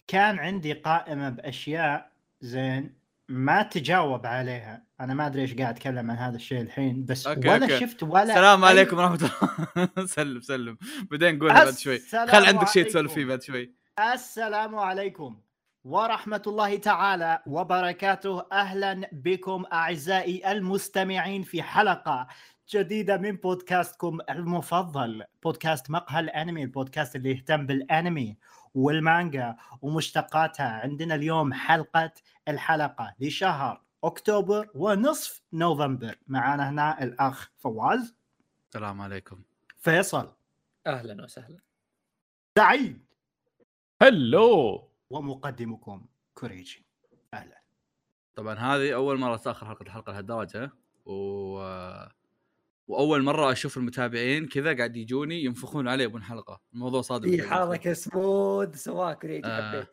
كان عندي قائمة بأشياء زين ما تجاوب عليها. أنا ما أدري إيش قاعد أتكلم عن هذا الشيء الحين، بس ولا شفت ولا السلام عليكم ورحمة الله. سلم بعدين نقولها بعد شوي. خل عندك شيء تسولف فيه بعد شوي. السلام عليكم ورحمة الله تعالى وبركاته. أهلا بكم أعزائي المستمعين في حلقة جديدة من بودكاستكم المفضل، بودكاست مقهى الأنمي، البودكاست اللي يهتم بالأنمي والمانجا ومشتقاتها. عندنا اليوم الحلقة لشهر أكتوبر ونصف نوفمبر. معنا هنا الأخ فواز. السلام عليكم. فيصل. أهلا وسهلا. سعيد. هلو. ومقدمكم كوريجي. أهلا. طبعا هذه أول مرة تأخر الحلقة لهالدرجة وأول مرة أشوف المتابعين كذا قاعد يجوني ينفخون عليه بون حلقة. الموضوع صادم. في حركة سمود سواء كوريجي. حبيت.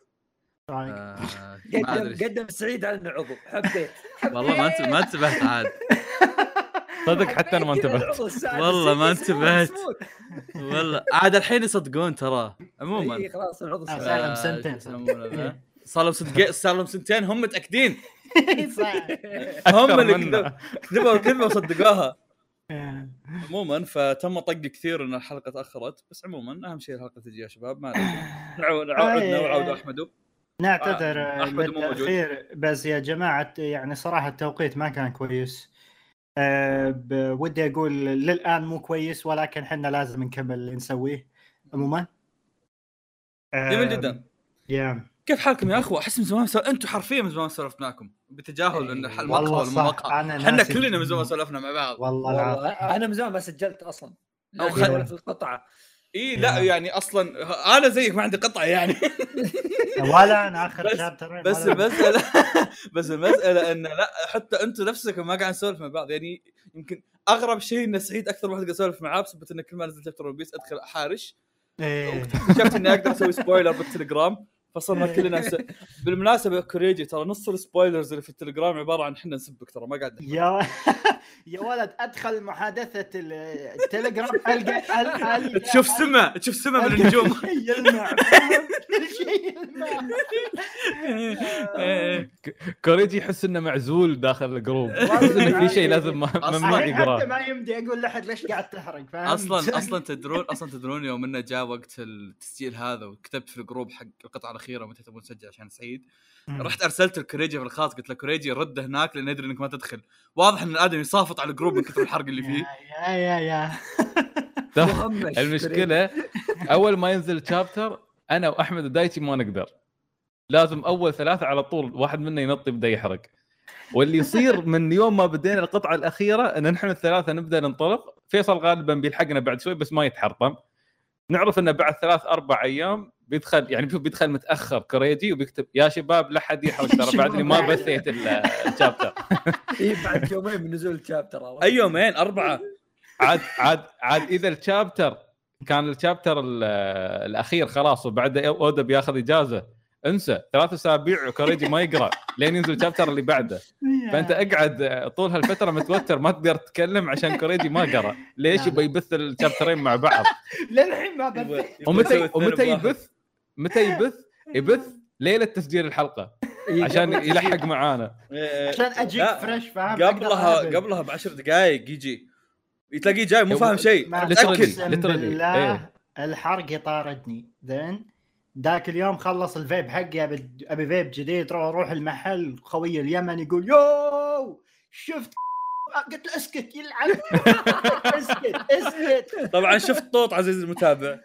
قدم سعيد على العضو. حبيت. والله ما انتبهت عاد. صدق حتى انا ما انتبهت. والله ما انتبهت. والله عاد الحين يصدقون ترى. عموما خلاص العضو سالم سنتين. صار لهم سنتين هم متاكدين. هم اللي كذبوا صدقوها. عموما فتم طق كثير ان الحلقه تاخرت، بس عموما اهم شيء الحلقه تجي يا شباب. ما نعودنا وعود احمد. نعتذر بالتأخير، بس يا جماعة يعني صراحة التوقيت ما كان كويس. ودي أقول للآن مو كويس، ولكن حنا لازم نكمل اللي نسويه. عموما جميل جدا. كيف حالكم يا أخوة؟ أحس من زمان أنتوا حرفيا من زمان سولفت معكم بتجاهل إن المقهى والمقهى حنا كلنا من زمان سولفنا مع بعض. والله أنا من زمان ما سجلت أصلا أو خلت القطعة. إيه لا يعني أصلا أنا زيك ما عندي قطعة يعني. ولا أنا آخر شابترين. بس المسألة إن لا حتى أنتوا نفسكم ما قاعد نسولف مع بعض. يعني يمكن أغرب شيء إن سعيد أكثر واحد قاعد يسولف معاه بسبب إن كل ما نزل شابتر ون بيس أدخل أحارش. اكتشفت إني أقدر أسوي سبويلر بالتليجرام فصرنا كلنا بالمناسبة كوريجي ترى نص السبويلرز اللي في التليجرام عبارة عن حنا نسبك ترى ما قاعد يا ولد ادخل محادثة التليجرام القى تشوف سما من النجوم. يلمع كوريجي يحس انه معزول داخل الجروب، يحس انه في شيء لازم ممنوع يقراه. ما يمدي اقول لحد ليش قاعد تحرق. فاهم اصلا تدرون يوم انه جاء وقت التسجيل هذا وكتبت في الجروب حق القطعه الاخيره متى تبون نسجل عشان سعيد، رحت ارسلت الكوريجي في الخاص قلت له كوريجي رد هناك لان ادري انك ما تدخل. واضح ان الادمي يصافط على الجروب من كثر الحرق اللي فيه. يا المشكله اول ما ينزل تشابتر انا واحمد ودايتي ما نقدر، لازم اول ثلاثه على طول واحد منا ينطي بدا يحرق. واللي يصير من يوم ما بدينا القطعه الاخيره ان نحن الثلاثه نبدا ننطلق. فيصل غالبا بيلحقنا بعد شوي بس ما يتحرطم. نعرف انه بعد 3-4 ايام بيدخل، يعني بيدخل متاخر كوريجي وبيكتب يا شباب لا حد يحرق ترى بعدني ما بثيت الشابتر. بعد يومين من نزول الشابتر. اي يومين 4 عاد اذا الشابتر كان الشابتر الاخير خلاص وبعد اودا بياخذ اجازه انسى 3 أسابيع كوريجي ما يقرا لين ينزل الشابتر اللي بعده. فانت اقعد طول هالفتره متوتر ما تقدر تتكلم عشان كوريجي ما قرا. ليش يبي يبث الشابترين مع بعض للحين ما بث. ومتى يبث ليله تسجيل الحلقه عشان يلحق معانا عشان اجيك فريش. فاهم قبلها ب10 دقائق يجي تلاقيه جاي مو فاهم شيء. بالله الحرق يطاردني. زين ذاك اليوم خلص الفيب حقي ابي فيب جديد. روح المحل خوي اليمن يقول يو شفت قلت له اسكت يلعب. اسكت. طبعا شفت طوط عزيز المتابع.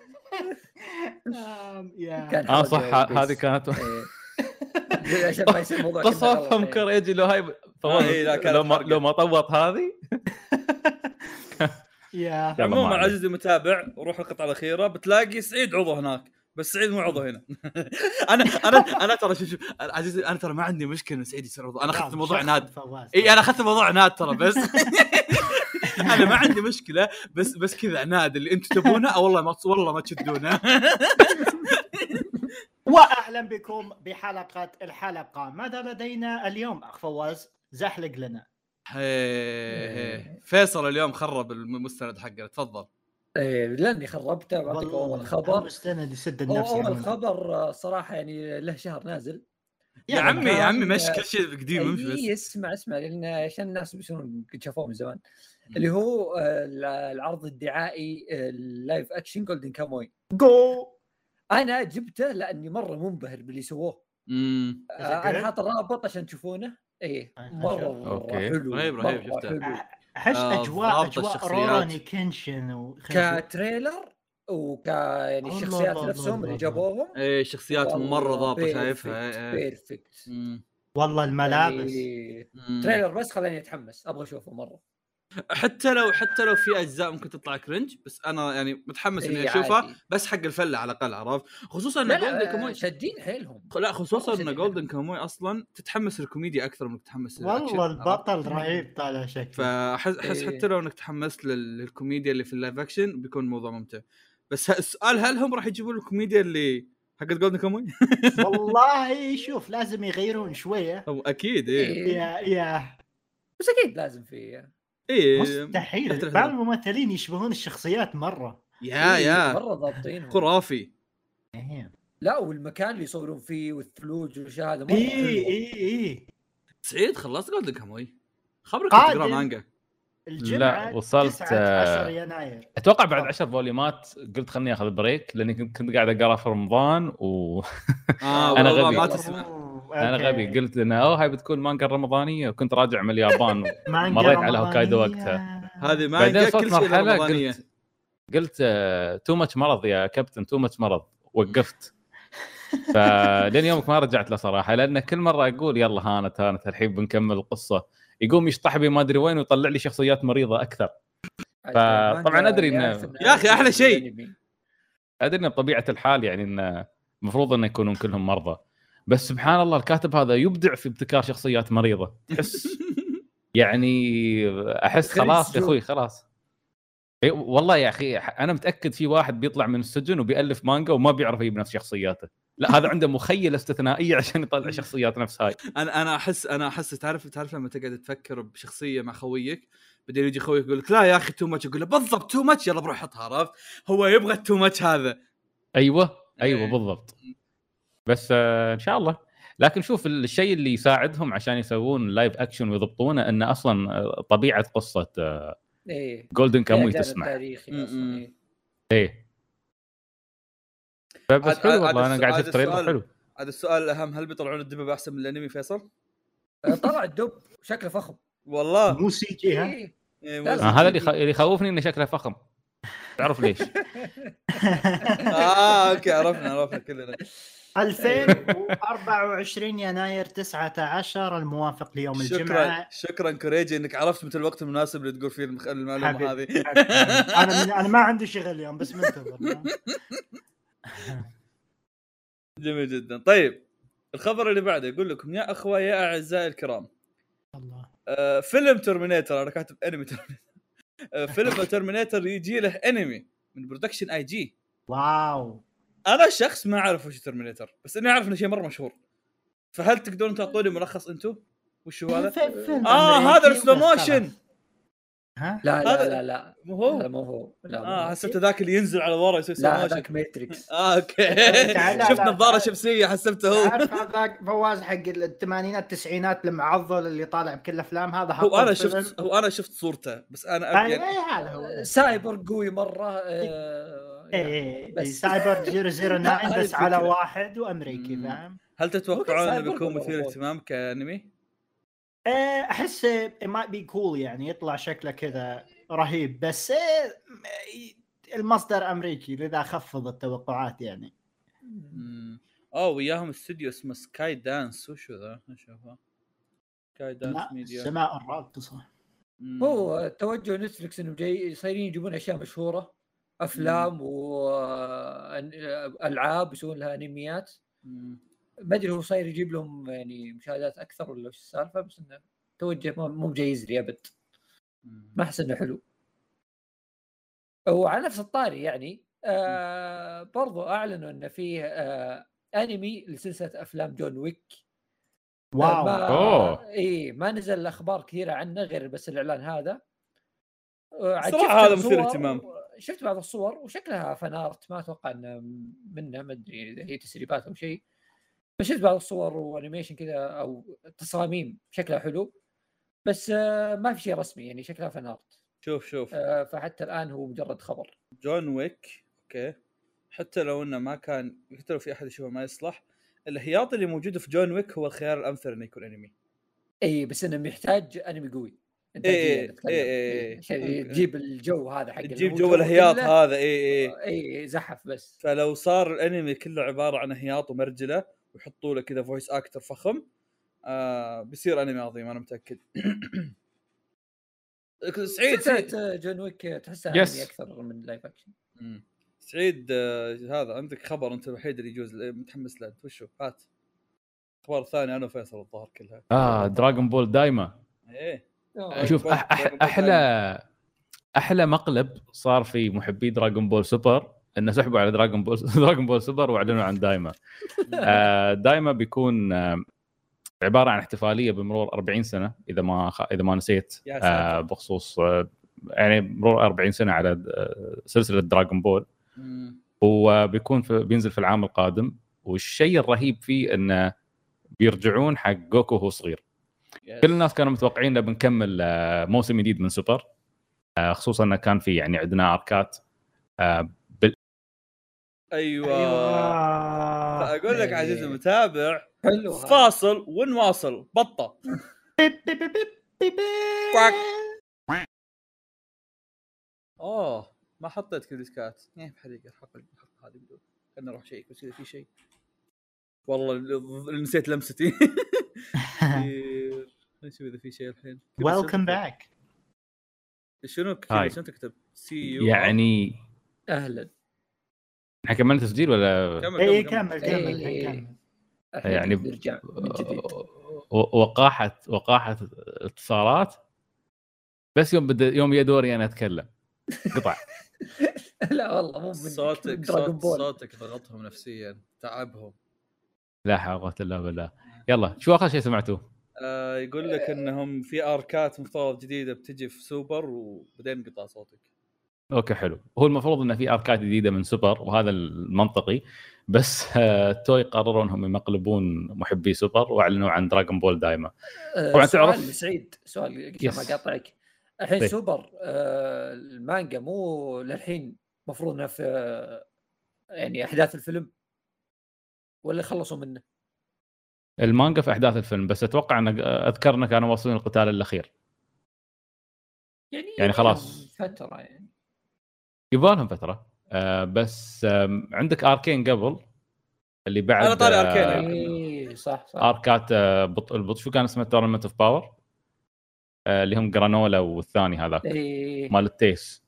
كان صح هذه كانت عشان ما يصير موضوع قصفهم كوريجي لو هاي لو ما طوط هذه. عموما عزيزي المتابع روح القطعه الاخيره بتلاقي سعيد عضو هناك بس سعيد مو عضو هنا. انا ترى شوف عزيزي انا ترى ما عندي مشكله ان سعيد يصير عضو. انا اخذت الموضوع عناد. انا اخذت الموضوع عناد ترى بس. انا ما عندي مشكله بس كذا عناد اللي انتم تبونه او والله ما تشدونه. واهلا بكم بحلقه الحلقه. ماذا لدينا اليوم اخ فواز؟ زحلق لنا. فيصل اليوم خرب المستند حقه. تفضل. ايه لاني خربته بعطيك اول خبر مستند يسد النفس. اول خبر صراحه يعني له شهر نازل يا عمي مش كل شيء قديم امشي بس. اسمع لان عشان الناس بيصيرون قد شافوه من زمان. اللي هو العرض الدعائي اللايف اكشن جولدن كاموي جو. انا جبته لاني مره منبهر باللي سووه. انا حاط الرابط عشان تشوفونه. ايه مره حلو رهيب شفته. احس اجواء روروني كينشن كتريلر يعني الشخصيات نفسهم اللي جابوهم. ايه شخصيات مره ضابطه شايفها. بيرفكت والله الملابس يعني تريلر بس خلاني اتحمس ابغى اشوفه مره. حتى لو في اجزاء ممكن تطلع كرنج بس انا يعني متحمس اني اشوفها بس حق الفله على الاقل عرف. خصوصا ان جولدن كاموي شادين حيلهم. لا خصوصا ان جولدن كاموي اصلا تتحمس الكوميديا اكثر من تتحمس والله البطل رهيب طالع شكله. فاحس حتى لو انك تحمست للكوميديا اللي في اللايف اكشن بيكون الموضوع ممتع. بس السؤال هل هم راح يجيبون الكوميديا اللي حقت جولدن كاموي؟ والله شوف لازم يغيرون شويه. اكيد يا بس اكيد لازم في مستحيل. بعض الممثلين يشبهون الشخصيات مره. يا مره ضابطين خرافي. لا والمكان اللي يصورون فيه والثلوج والشهاده مره اي سعيد خلصت جولدن كاموي خبرك تقرا مانجا الجمعه. لا وصلت 19 يناير اتوقع بعد 10 فوليومات. قلت خلني اخذ بريك لاني كنت قاعد اقرا في رمضان انا غبي ما تسمع. انا غبي قلت انه هاي بتكون مانجا رمضانيه وكنت راجع من اليابان مريت على هوكايدو وقتها. هذه مانجا كل شيء رمضانيه. قلت تو ماتش مرض يا كابتن تو ماتش مرض وقفت. فلين يومك ما رجعت له صراحه لان كل مره اقول يلا هانت الحين بنكمل القصه يقوم يشطح بي ما ادري وين ويطلع لي شخصيات مريضه اكثر. فطبعا ادري انه يا اخي احلى شيء ادري انه بطبيعه الحال يعني انه المفروض انه يكونون كلهم مرضى بس سبحان الله الكاتب هذا يبدع في ابتكار شخصيات مريضه. تحس يعني احس خلاص يا اخوي خلاص. والله يا اخي انا متاكد في واحد بيطلع من السجن وبيالف مانجا وما بيعرف يجيب نفس شخصياته. لا هذا عنده مخيله استثنائيه عشان يطلع شخصيات نفس هاي. انا احس تعرف لما تقعد تفكر بشخصيه مع خويك بعدين يجي خويك يقول لك لا يا اخي تو ماتش يقول له بالضبط تو ماتش يلا بروح حطها. عرفت هو يبغى التو ماتش هذا. ايوه بالضبط. بس ان شاء الله. لكن شوف الشيء اللي يساعدهم عشان يسوون لايف اكشن ويضبطونه ان اصلا طبيعه قصه جولدن كاموي تسمح. ايه بس حلو والله انا قاعد اشوف تريلر حلو. هذا السؤال الاهم هل بيطلعون الدببة احسن من الانمي فيصل؟ طلع الدب شكله فخم والله مو سي جي هذا اللي يخوفني انه شكله فخم. تعرف ليش؟ اوكي عرفنا كلنا. 2024 يناير 19 الموافق ليوم الجمعة. شكرا كوريجي انك عرفت متى الوقت المناسب اللي تقول فيه المعلومة هذه. انا ما عندي شغل اليوم بس منتظر. جميل جدا. طيب الخبر اللي بعده يقول لكم يا اخوة يا اعزائي الكرام الله فيلم ترمينيتر انا كاتب انمي فيلم ترمينيتر يجي له انمي من برودكشن اي جي. واو انا شخص ما اعرف وش ترمينيتر بس اني اعرف انه شيء مره مشهور. فهل تقدرون تعطوني ملخص انتم وش هو هذا؟ هذا السلو موشن. لا مو هو حسبت ذاك اللي ينزل على ورا يسوي سلو موشن. لا ذاك ماتريكس. اوكي شفت نظاره شمسيه حسبته هو. عارف هذاك فواز حق الثمانينات التسعينات المعضل اللي طالع بكل الافلام هذا. انا شفت صورته بس انا يعني هذا هو سايبر قوي مره. سايبر 009 بس على واحد وامريكي فاهم. هل تتوقعون انه بيكون مثير اهتمام كانمي؟ احس it might be cool يعني يطلع شكله كذا رهيب بس المصدر امريكي لذا خفض التوقعات يعني. وياهم استوديو اسمه سكاي دانس. وشو ذا نشوفه سكاي دانس ميديا سماء الراقصة. هو توجه نتفلكس انه جاي صايرين يجيبون اشياء مشهورة افلام والعاب يسوون لها انميات. ما ادري هو صاير يجيب لهم يعني مشاهدات اكثر ولا وش السالفه بس انه توجه مو جايز لي ابد. ما احس انه حلو. وعلى نفس الطاري يعني برضو اعلنوا انه فيه انمي لسلسله افلام جون ويك. واو ما نزل اخبار كثيره عنه غير بس الاعلان هذا. صراحه هذا مثير اهتمام. شفت بعض الصور وشكلها فنارت، ما اتوقع انه منها، ما ادري اذا هي تسريبات او شيء، بس شفت بعض الصور وانيميشن كذا او تصاميم شكلها حلو، بس ما في شيء رسمي يعني، شكلها فنارت. شوف فحتى الان هو مجرد خبر. جون ويك اوكي، حتى لو انه ما كان، حتى لو في احد يشوفه ما يصلح، الهياط اللي موجود في جون ويك هو الخيار الامثل انه يكون انمي. اي بس انه محتاج انمي قوي، عشان تجيب الجو هذا حق، تجيب جو الهياط هذا. اي زحف بس. فلو صار الانمي كله عباره عن هياط ومرجله ويحطوا له كذا فويس اكتر فخم، بيصير انمي عظيم انا متاكد. سعيد جون ويك تحسها انمي اكثر من لايف اكشن. سعيد هذا عندك خبر انت الوحيد اللي يجوز متحمس له، وشو هات اخبار ثانيه انا وفيصل الظاهر كلها. دراغون بول دايما. شوف احلى مقلب صار في محبي دراغون بول سوبر انه سحبوا على دراغون بول سوبر واعلنوا عن دايما. دايما بيكون عباره عن احتفاليه بمرور 40 سنه اذا ما نسيت، بخصوص يعني مرور 40 سنه على سلسله دراغون بول، وبيكون بينزل في العام القادم. والشيء الرهيب فيه انه بيرجعون حق جوكو وهو صغير. كل الناس كانوا متوقعين انه بنكمل موسم جديد من سوبر، خصوصا انه كان في يعني عندنا اركات ايوه فاقول لك عزيزي المتابع، حلو فاصل ونواصل بطه. ما حطيت كريسكات بحريقه الحلقه هذه بدون. خلينا نروح شيء بس اذا في شيء، والله نسيت لمستي. نشوف اذا في شيء الحين. ويلكم باك. شنو تكتب سي يو يعني اهلا. احنا كملنا تسجيل ولا كمل يعني بيرجع من جديد. وقاحه اتصالات، بس يوم يدوري انا اتكلم قطع. لا والله مو من صوتك ضغطهم نفسيا، تعبهم. لا حول ولا قوه الا بالله. يلا شو اخر شيء سمعتوه؟ يقول لك انهم في اركات مفترض جديده بتجي في سوبر وبعدين قطع صوتك. اوكي حلو. هو المفروض انه في اركات جديده من سوبر وهذا المنطقي، بس توي قرروا انهم يمقلبون محبي سوبر واعلنوا عن دراغون بول دايما. طبعا تعرف سعيد، سؤال ما قاطعك الحين. سوبر المانجا مو للحين مفروض انها في يعني احداث الفيلم ولا خلصوا منه؟ المانجا في احداث الفيلم، بس اتوقع ان اذكرنا كانوا واصلين القتال الاخير يعني خلاص فتره، يعني يبالهم فتره. بس عندك اركين قبل اللي بعد. انا طالع اركين. صح اركات شو كان اسمه تورنمنت اوف باور، اللي هم جرانولا والثاني هذاك مال التيس.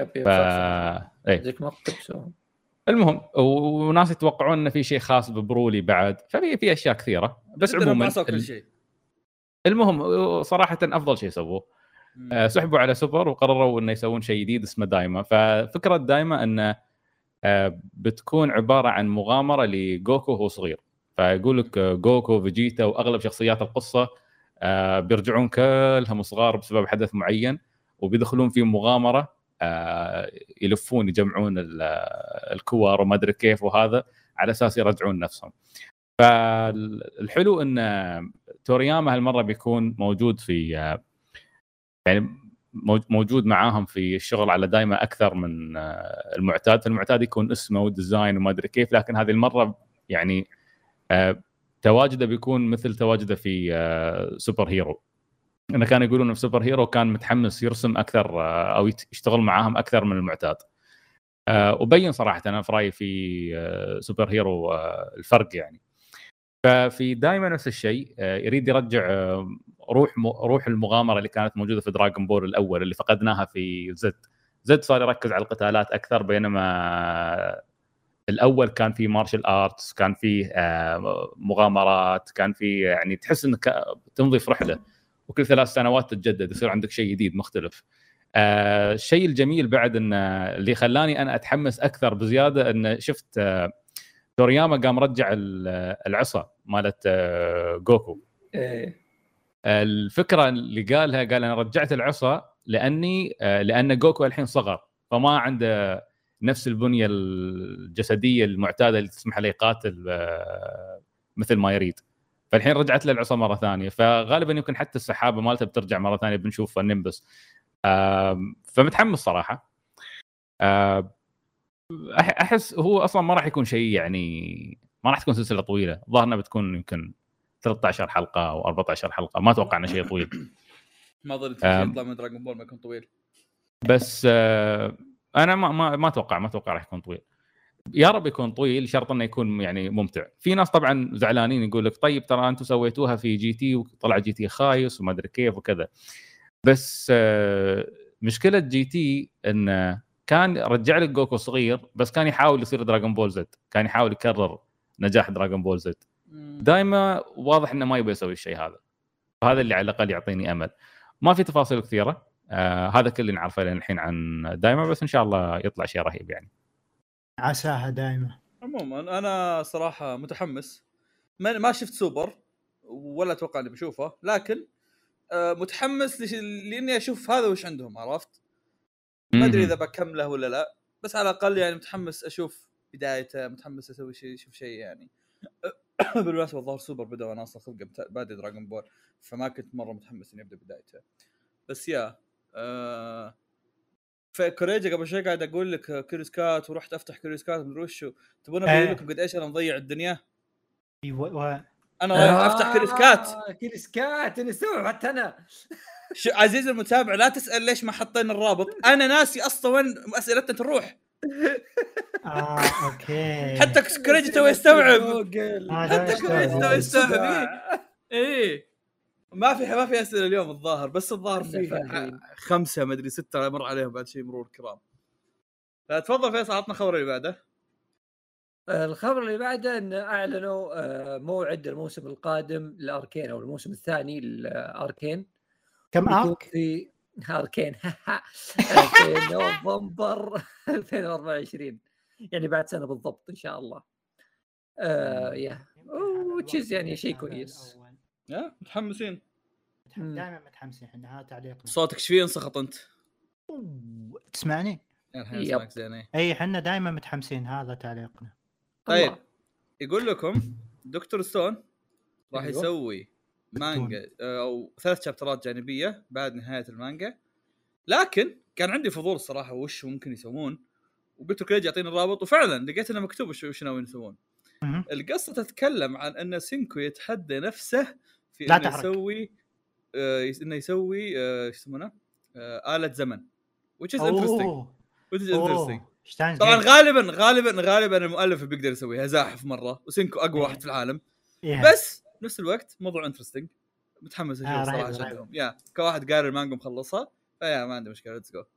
المهم وناس يتوقعون ان في شيء خاص ببرولي بعد، ففي اشياء كثيره، بس عموما كل شيء. المهم صراحه افضل شيء سووه، سحبوا على سوبر وقرروا انه يسوون شيء جديد اسمه دايما. ففكره دايما انه بتكون عباره عن مغامره لجوكو وهو صغير. فيقول لك جوكو فيجيتا واغلب شخصيات القصه بيرجعون كلهم صغار بسبب حدث معين، وبيدخلون في مغامره يلفون يجمعون الكوار وما ادري كيف وهذا على اساس يرجعون نفسهم. فالحلو ان تورياما هالمره بيكون موجود في يعني موجود معاهم في الشغل على دايما اكثر من المعتاد. المعتاد يكون اسمه وديزاين وما ادري كيف، لكن هذه المره يعني تواجده بيكون مثل تواجده في سوبر هيرو. انه كانوا يقولون في سوبر هيرو كان متحمس يرسم اكثر او يشتغل معاهم اكثر من المعتاد. وبين صراحه انا في رايي في سوبر هيرو الفرق يعني. ففي دايما نفس الشيء، يريد يرجع روح المغامره اللي كانت موجوده في دراغون بول الاول اللي فقدناها في زد صار يركز على القتالات اكثر، بينما الاول كان في مارشال ارتس، كان في مغامرات، كان في يعني تحس انك تمضي في رحله وكل 3 سنوات تتجدد، يصير عندك شيء جديد مختلف. الشيء الجميل بعد ان اللي خلاني انا اتحمس اكثر بزياده ان شفت تورياما قام رجع العصا مالت جوكو. الفكره اللي قال انا رجعت العصا لان جوكو الحين صغر، فما عنده نفس البنيه الجسديه المعتاده اللي تسمح له يقاتل مثل ما يريد. فالحين رجعت له العصا مره ثانيه، فغالبا يمكن حتى السحابه مالته بترجع مره ثانيه، بنشوف النمبس. فمتحمس صراحه. احس هو اصلا ما راح يكون شيء، يعني ما راح تكون سلسله طويله، ظهرنا بتكون يمكن 13 حلقه او 14 حلقه، ما توقعنا شيء طويل. ما ظل شيء يطلع من دراغون بول ما يكون طويل. بس انا ما اتوقع راح يكون طويل. يا رب يكون طويل، شرط انه يكون يعني ممتع. في ناس طبعا زعلانين يقول لك طيب ترى انتم سويتوها في جي تي وطلع جي تي خايس وما ادري كيف وكذا. بس مشكله جي تي انه كان رجع لك جوكو صغير، بس كان يحاول يصير دراغون بول زد، كان يحاول يكرر نجاح دراغون بول زد. دايما واضح انه ما يبي يسوي الشيء هذا، فهذا اللي على الاقل يعطيني امل. ما في تفاصيل كثيره، هذا كل اللي نعرفه الحين عن دايما، بس ان شاء الله يطلع شيء رهيب يعني. عساها دايما. عموما انا صراحه متحمس، ما شفت سوبر ولا اتوقع اني بشوفه، لكن متحمس لاني اشوف هذا وش عندهم، عرفت؟ ما ادري اذا بكمله ولا لا، بس على الاقل يعني متحمس اشوف بدايته، متحمس اسوي شيء، اشوف شيء يعني. بالمناسبه الظاهر سوبر بدا وانا اصلا خلقه بعد دراغون بول، فما كنت مره متحمس اني ابدا بدايته. بس يا فكوريجا قبل شوي قاعد اقول لك كريسكات، ورحت افتح كريسكات من وشو تبون ابين لكم قد ايش انا مضيع الدنيا. انا رايح افتح كريسكات نسوي حتى انا. شو عزيز المتابع لا تسال ليش ما حطينا الرابط، انا ناسي اصلا وين اسئلتنا تروح. اوكي. حتى كوريجا تو يستوعب، حتى كوريجا تو يستوعب. ايه ما في اسئله اليوم الظاهر، بس الظاهر فيه 5 ما ادري 6 مر عليهم بعد شيء مرور كرام. فتفضل فيصل عطنا خبر اللي بعده. الخبر اللي بعده ان اعلنوا موعد الموسم القادم لاركين، او الموسم الثاني لاركين. كم ارك في اركين؟ في نوفمبر 2024، يعني بعد سنه بالضبط ان شاء الله. يا وتشيز يعني شيء كويس. يا متحمسين دائما متحمسين احنا. هذا تعليق. صوتك شوي انسخط انت. تسمعني؟ الحين زين. اي احنا دائما متحمسين، هذا تعليقنا. طيب يقول لكم دكتور ستون راح يسوي مانجا او 3 شابترات جانبيه بعد نهايه المانجا، لكن كان عندي فضول الصراحه وش ممكن يسوون، وقلت له يعطيني الرابط، وفعلا لقيت انه مكتوب وش ناويين يسوون. القصه تتكلم عن ان سينكو يتحدى نفسه في انه يسوي ايش يسمونه آلة زمن، which is interesting. طبعا غالبا المؤلف بيقدر يسويها زاحف مره، وسينكو اقوى واحد في العالم. بس نفس الوقت موضوع انترستينج، متحمس اشوف صراحه شكلهم. يا كواحد قاري المانجا مخلصها، فيا ما عندي مشكله. ليتس جو.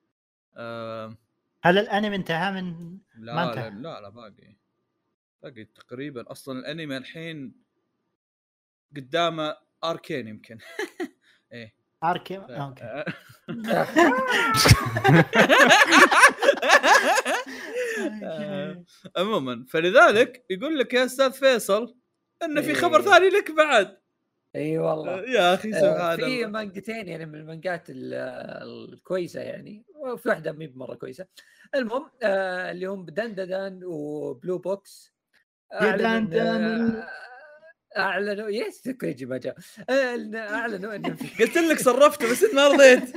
هل الانمي انتهى من لا باقي تقريبا. اصلا الانمي الحين قدامه اركين يمكن. ايه اركين اوكي. عموما فلذلك يقول لك يا استاذ فيصل ان في خبر ثاني لك بعد. اي والله يا اخي سبحان الله. في مانجتين يعني من المانجات الكويسه يعني، وفي واحده مي بمره كويسه. المهم اللي هم دندان وبلو بوكس اعلنوا يس كويجي ما جاء. اعلنوا انه في قلت لك صرفته بس انت ما رضيت.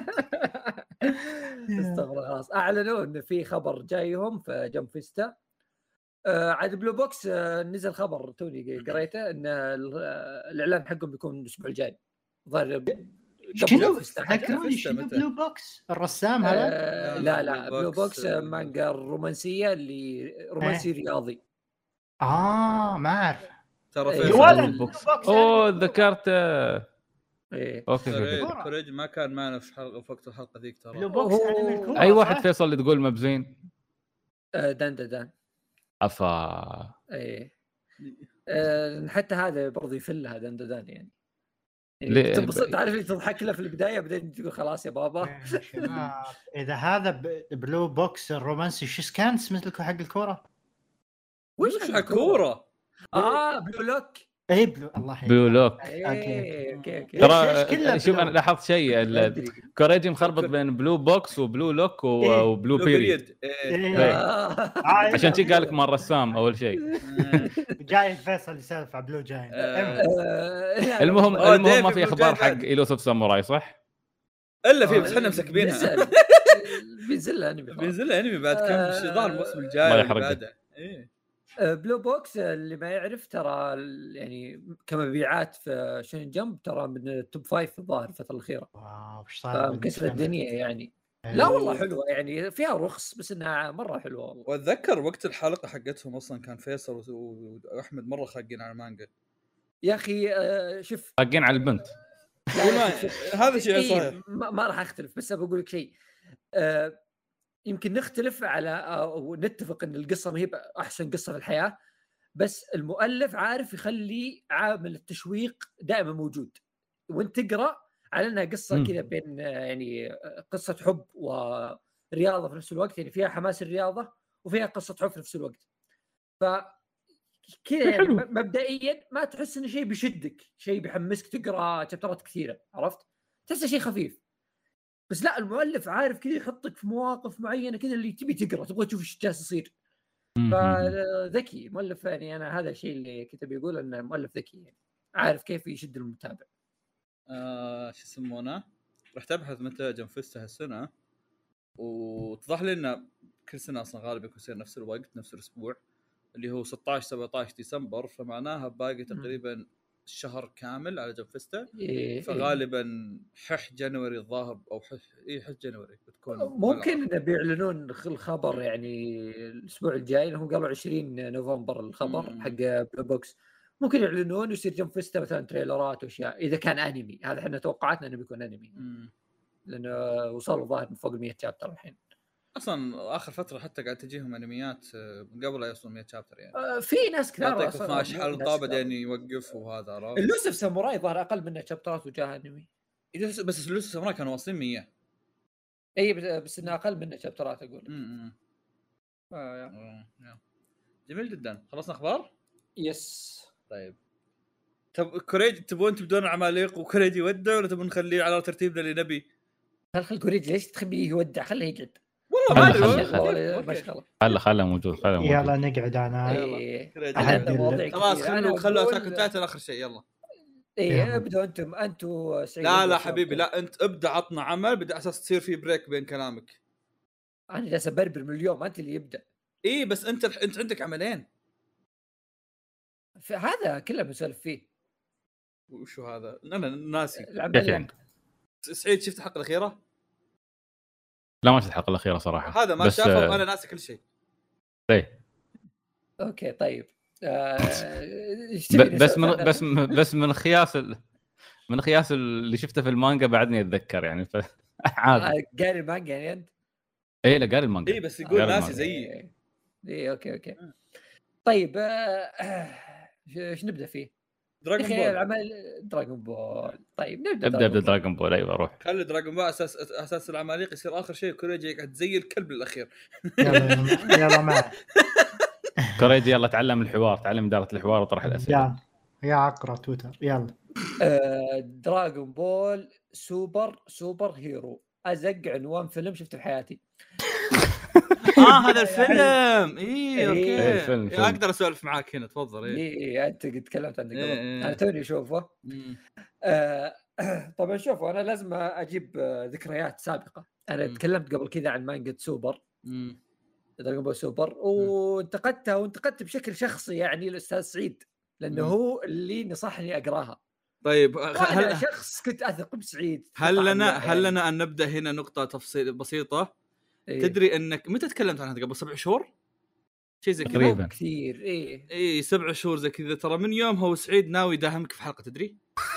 استغفر خلاص. اعلنوا انه في خبر جايهم في جمب فيستا. عاد بلو بوكس نزل خبر توني قريته ان الاعلان حقهم بيكون الاسبوع الجاي ظهر. شنو بلو بوكس الرسام هذا؟ لا بلو بوكس مانجا رومانسيه اللي رومانسي رياضي. ما اعرف ترى بوكس. ذكرت. ايه اوكي فريج ما كان معنا في حلقه وقت الحلقه ذيك. ترى اي واحد فيصل اللي تقول مبزين دندان افا. ايه حتى هذا برضه يفلها دندان يعني تعرف اللي تضحك له في البدايه بعدين تقول خلاص يا بابا. اذا هذا بلو بوكس الرومانسي شو كان اسمه حق الكوره؟ وش الكوره؟ بلو لوك. اي بلو الله بلو لوك. اوكي ترى شوف انا لاحظت شيء كوريجي مخربط بين بلو بوكس وبلو لوك وبلو بيريد عشان شي قال لك مال رسام اول شيء. جاي فيصل يسولف على بلو جاي. المهم ما في اخبار حق إيلوسوف ساموراي صح؟ الا في بس احنا مسكبينها. بينزل انمي بعد كم شهر الموسم الجاي بعده. بلو بوكس اللي ما يعرف ترى يعني كمبيعات في شين جمب ترى من التوب 5 الظاهر الفتره الاخيره. واو ايش صار مكسر الدنيا يعني. لا والله حلوه يعني فيها رخص بس انها مره حلوه والله. واتذكر وقت الحلقه حقتهم اصلا كان فيصل واحمد مره خاقين على المانجا يا اخي. شوف خاقين على البنت. هذا شيء صحيح. ما راح اختلف بس بقول لك شيء. يمكن نختلف على ونتفق ان القصه ما هي احسن قصه في الحياه بس المؤلف عارف يخلي عامل التشويق دائما موجود وانت تقرا على انها قصه كذا بين يعني قصه حب ورياضه في نفس الوقت يعني فيها حماس الرياضه وفيها قصه حب في نفس الوقت. ف كذا يعني مبدئيا ما تحس انه شيء بيشدك شيء بيحمسك تقرا شابترات كثيره عرفت تحس شيء خفيف بس لا المؤلف عارف كذا يحطك في مواقف معينه كذا اللي تبي تقرا تبغى تشوف ايش جالس يصير. فذكي مؤلف يعني انا هذا الشيء اللي كنت بيقول انه مؤلف ذكي يعني عارف كيف يشد المتابع. شو يسمونه رحت ابحث متى جنفسته هالسنه وتضح لي انه كل سنه اصلا غالبا يصير نفس الوقت نفس الاسبوع اللي هو 16 17 ديسمبر فمعناها باقي تقريبا شهر كامل على جنفسته. فغالبا حح جانوري الظاهر او حح جانوري بتكون ممكن بيعلنون الخبر يعني الاسبوع الجاي لهم قالوا 20 نوفمبر الخبر حق بلو بوكس ممكن يعلنون ويصير جنفسته مثلا تريلرات واشياء اذا كان انمي هذا احنا توقعاتنا انه بيكون انمي لانه وصلوا ظاهر من فوق 100 شابتر الحين اصلا اخر فتره حتى قاعد تجيهم انميات من قبل لا يوصلوا 100 شابتر يعني في ناس كثار اصلا 12 حلقه طابد يعني يوقف وهذا عرفت. اللوسف ساموراي ظهر اقل منه شابترات وجاه انمي بس اللوسف ساموراي كانوا واصلين 100 اي بس انه اقل منه شابترات اقول جميل جدا. خلصنا اخبار يس طيب كوريج تبون تبدون عماليق وكوريج يودع ولا تبون نخليه على ترتيبنا اللي نبي؟ خل كوريج ليش تخليه يودع خليه يقعد والله ما ادري خله موجود يلا نقعد انا خلاص خلوا اتاك تايتن اخر شيء يلا ابدوا انتم لا حبيبي لا انت ابدا عطنا عمل بدي اساس تصير في بريك بين كلامك. انا جالس ابربر من اليوم انت اللي يبدا. ايه بس انت عندك عملين هذا كله بنسولف فيه. وشو هذا انا ناسي كيف يعني؟ سعيد شفت الحلقه الاخيره؟ لا ما شفت الحلقه الاخيره صراحه هذا ما شافه وانا ناسي كل شيء. ايه اوكي طيب بس من خياس اللي شفته في المانجا بعدني اتذكر يعني عادي. قاري المانجا يعني انت؟ ايه لا قاري المانجا. ايه بس يقول ناسي زيي. ايه اوكي طيب ايش نبدا فيه؟ دراغون بول. طيب نبدا دراغون بول. ايوه روح خلي دراغون بول اساس العماليق يصير اخر شيء كوريجي يقعد زي الكلب الاخير. يلا معه كوريجي يلا تعلم الحوار تعلم اداره الحوار وطرح الاسئله يا اقرا تويتر يلا. دراغون بول سوبر هيرو ازق عنوان فيلم شفته في حياتي. هذا الفيلم اوكي فيلم. اقدر اسولف معاك هنا تفضل. ايه انت قد تكلمت عنه قبل انا توني اشوفه. طبعا شوفوا انا لازم اجيب ذكريات سابقه. انا تكلمت قبل كذا عن مانجا سوبر دراغون بول سوبر وانتقدت بشكل شخصي يعني الاستاذ سعيد لانه هو اللي نصحني اقراها. طيب هل شخص كنت اثق بسعيد هل لنا ان نبدا هنا نقطه تفصيل بسيطه. تدري انك متى تكلمت عنها قبل 7 شهور شيء زي كذا كثير 7 شهور زي كذا ترى من يومها وسعيد ناوي يداهمك في حلقه تدري.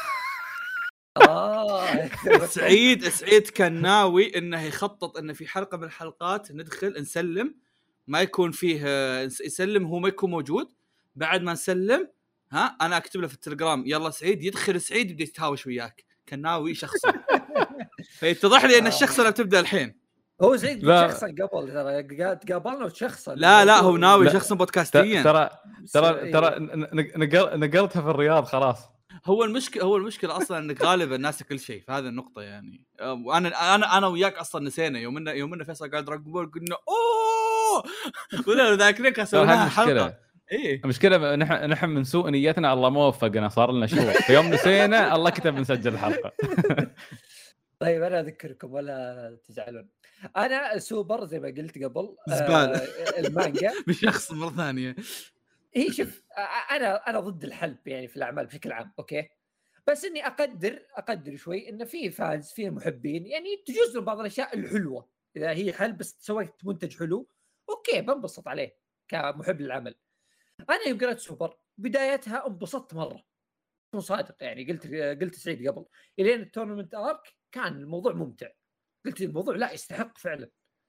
سعيد كان ناوي انه يخطط انه في حلقه من الحلقات ندخل نسلم ما يكون فيه يسلم هو ما يكون موجود بعد ما نسلم انا اكتب له في التليجرام يلا سعيد يدخل سعيد يبدا يتهاوش وياك. كان ناوي شخصي فيتضح لي ان الشخص اللي بتبدا الحين هو سعيد شخصا قبل ترى قابلنا وشخصا. لا هو ناوي شخصا بودكاستيا. ترى نقلتها في الرياض خلاص. هو المشكله اصلا انك غالبا ناسي كل شيء، فهذا النقطه يعني. انا وياك اصلا نسينا يوم ان فيصل قال دراغون بول قلنا اوه ولا ذاكرين سوينا حلقه. ايه المشكله نحن من سوء نيتنا الله ما وفقنا، صار لنا شهور في يوم نسينا الله كتب نسجل الحلقه. طيب انا اذكركم ولا تزعلون، انا سوبر زي ما قلت قبل المانجا بشخص مره ثانيه. هي شوف انا ضد الحلب يعني في الاعمال بشكل عام، اوكي، بس اني اقدر شوي ان في فانز في محبين يعني تجوز لهم بعض الاشياء الحلوه. اذا هي حلب بس سويت منتج حلو اوكي بنبسط عليه كمحب للعمل. انا يوم قرأت سوبر بدايتها انبسطت مره، اكون صادق يعني. قلت سعيد قبل الين التورنمنت ارك كان الموضوع ممتع، قلت الموضوع لا يستحق فعلا.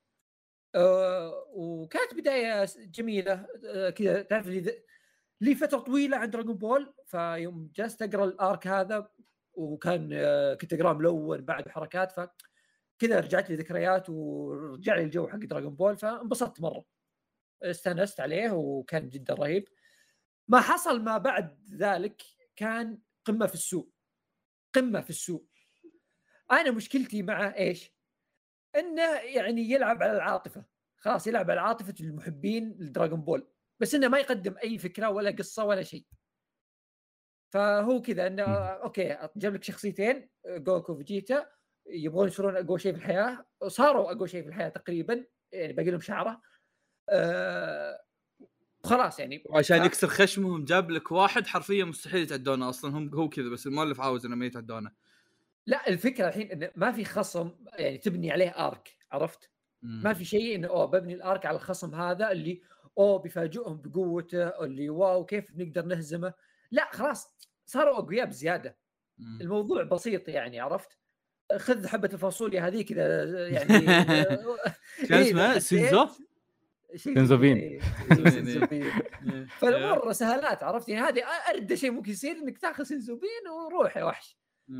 وكانت بدايه جميله كذا. تعرف لي فتره طويله عند دراغون بول، فيوم جلست اقرا الارك هذا وكان كنت اقراه ملون بعد حركات، فكذا رجعت لي ذكريات ورجع لي الجو حق دراغون بول، فانبسطت مره، استانست عليه وكان جدا رهيب. ما حصل ما بعد ذلك كان قمه في السوء. انا مشكلتي مع ايش؟ انه يعني يلعب على العاطفه، خلاص يلعب على عاطفه المحبين لدراغون بول، بس انه ما يقدم اي فكره ولا قصه ولا شيء. فهو كذا انه اوكي جاب لك شخصيتين جوكو وفيجيتا يبغون يصيرون اقوى شيء في الحياه، صاروا اقوى شيء في الحياه تقريبا، يعني باقي لهم شعره خلاص يعني. عشان يكسر خشمهم جاب لك واحد حرفيا مستحيل يتعدونه اصلا، هو كذا بس المؤلف عاوز انه ما يتعدونه. لا الفكره الحين انه ما في خصم يعني تبني عليه ارك، عرفت؟ ما في شيء انه ببني الارك على الخصم هذا اللي بيفاجئهم بقوته، اللي واو كيف نقدر نهزمه. لا خلاص صاروا اقوياء بزياده. الموضوع بسيط يعني، عرفت؟ خذ حبه الفاصوليا هذه كذا يعني كان اسمها سينزوبين. فالمره سهلات، عرفت؟ يعني هذه ارد شيء ممكن يصير انك تاخذ سينزوبين وروح يا وحش.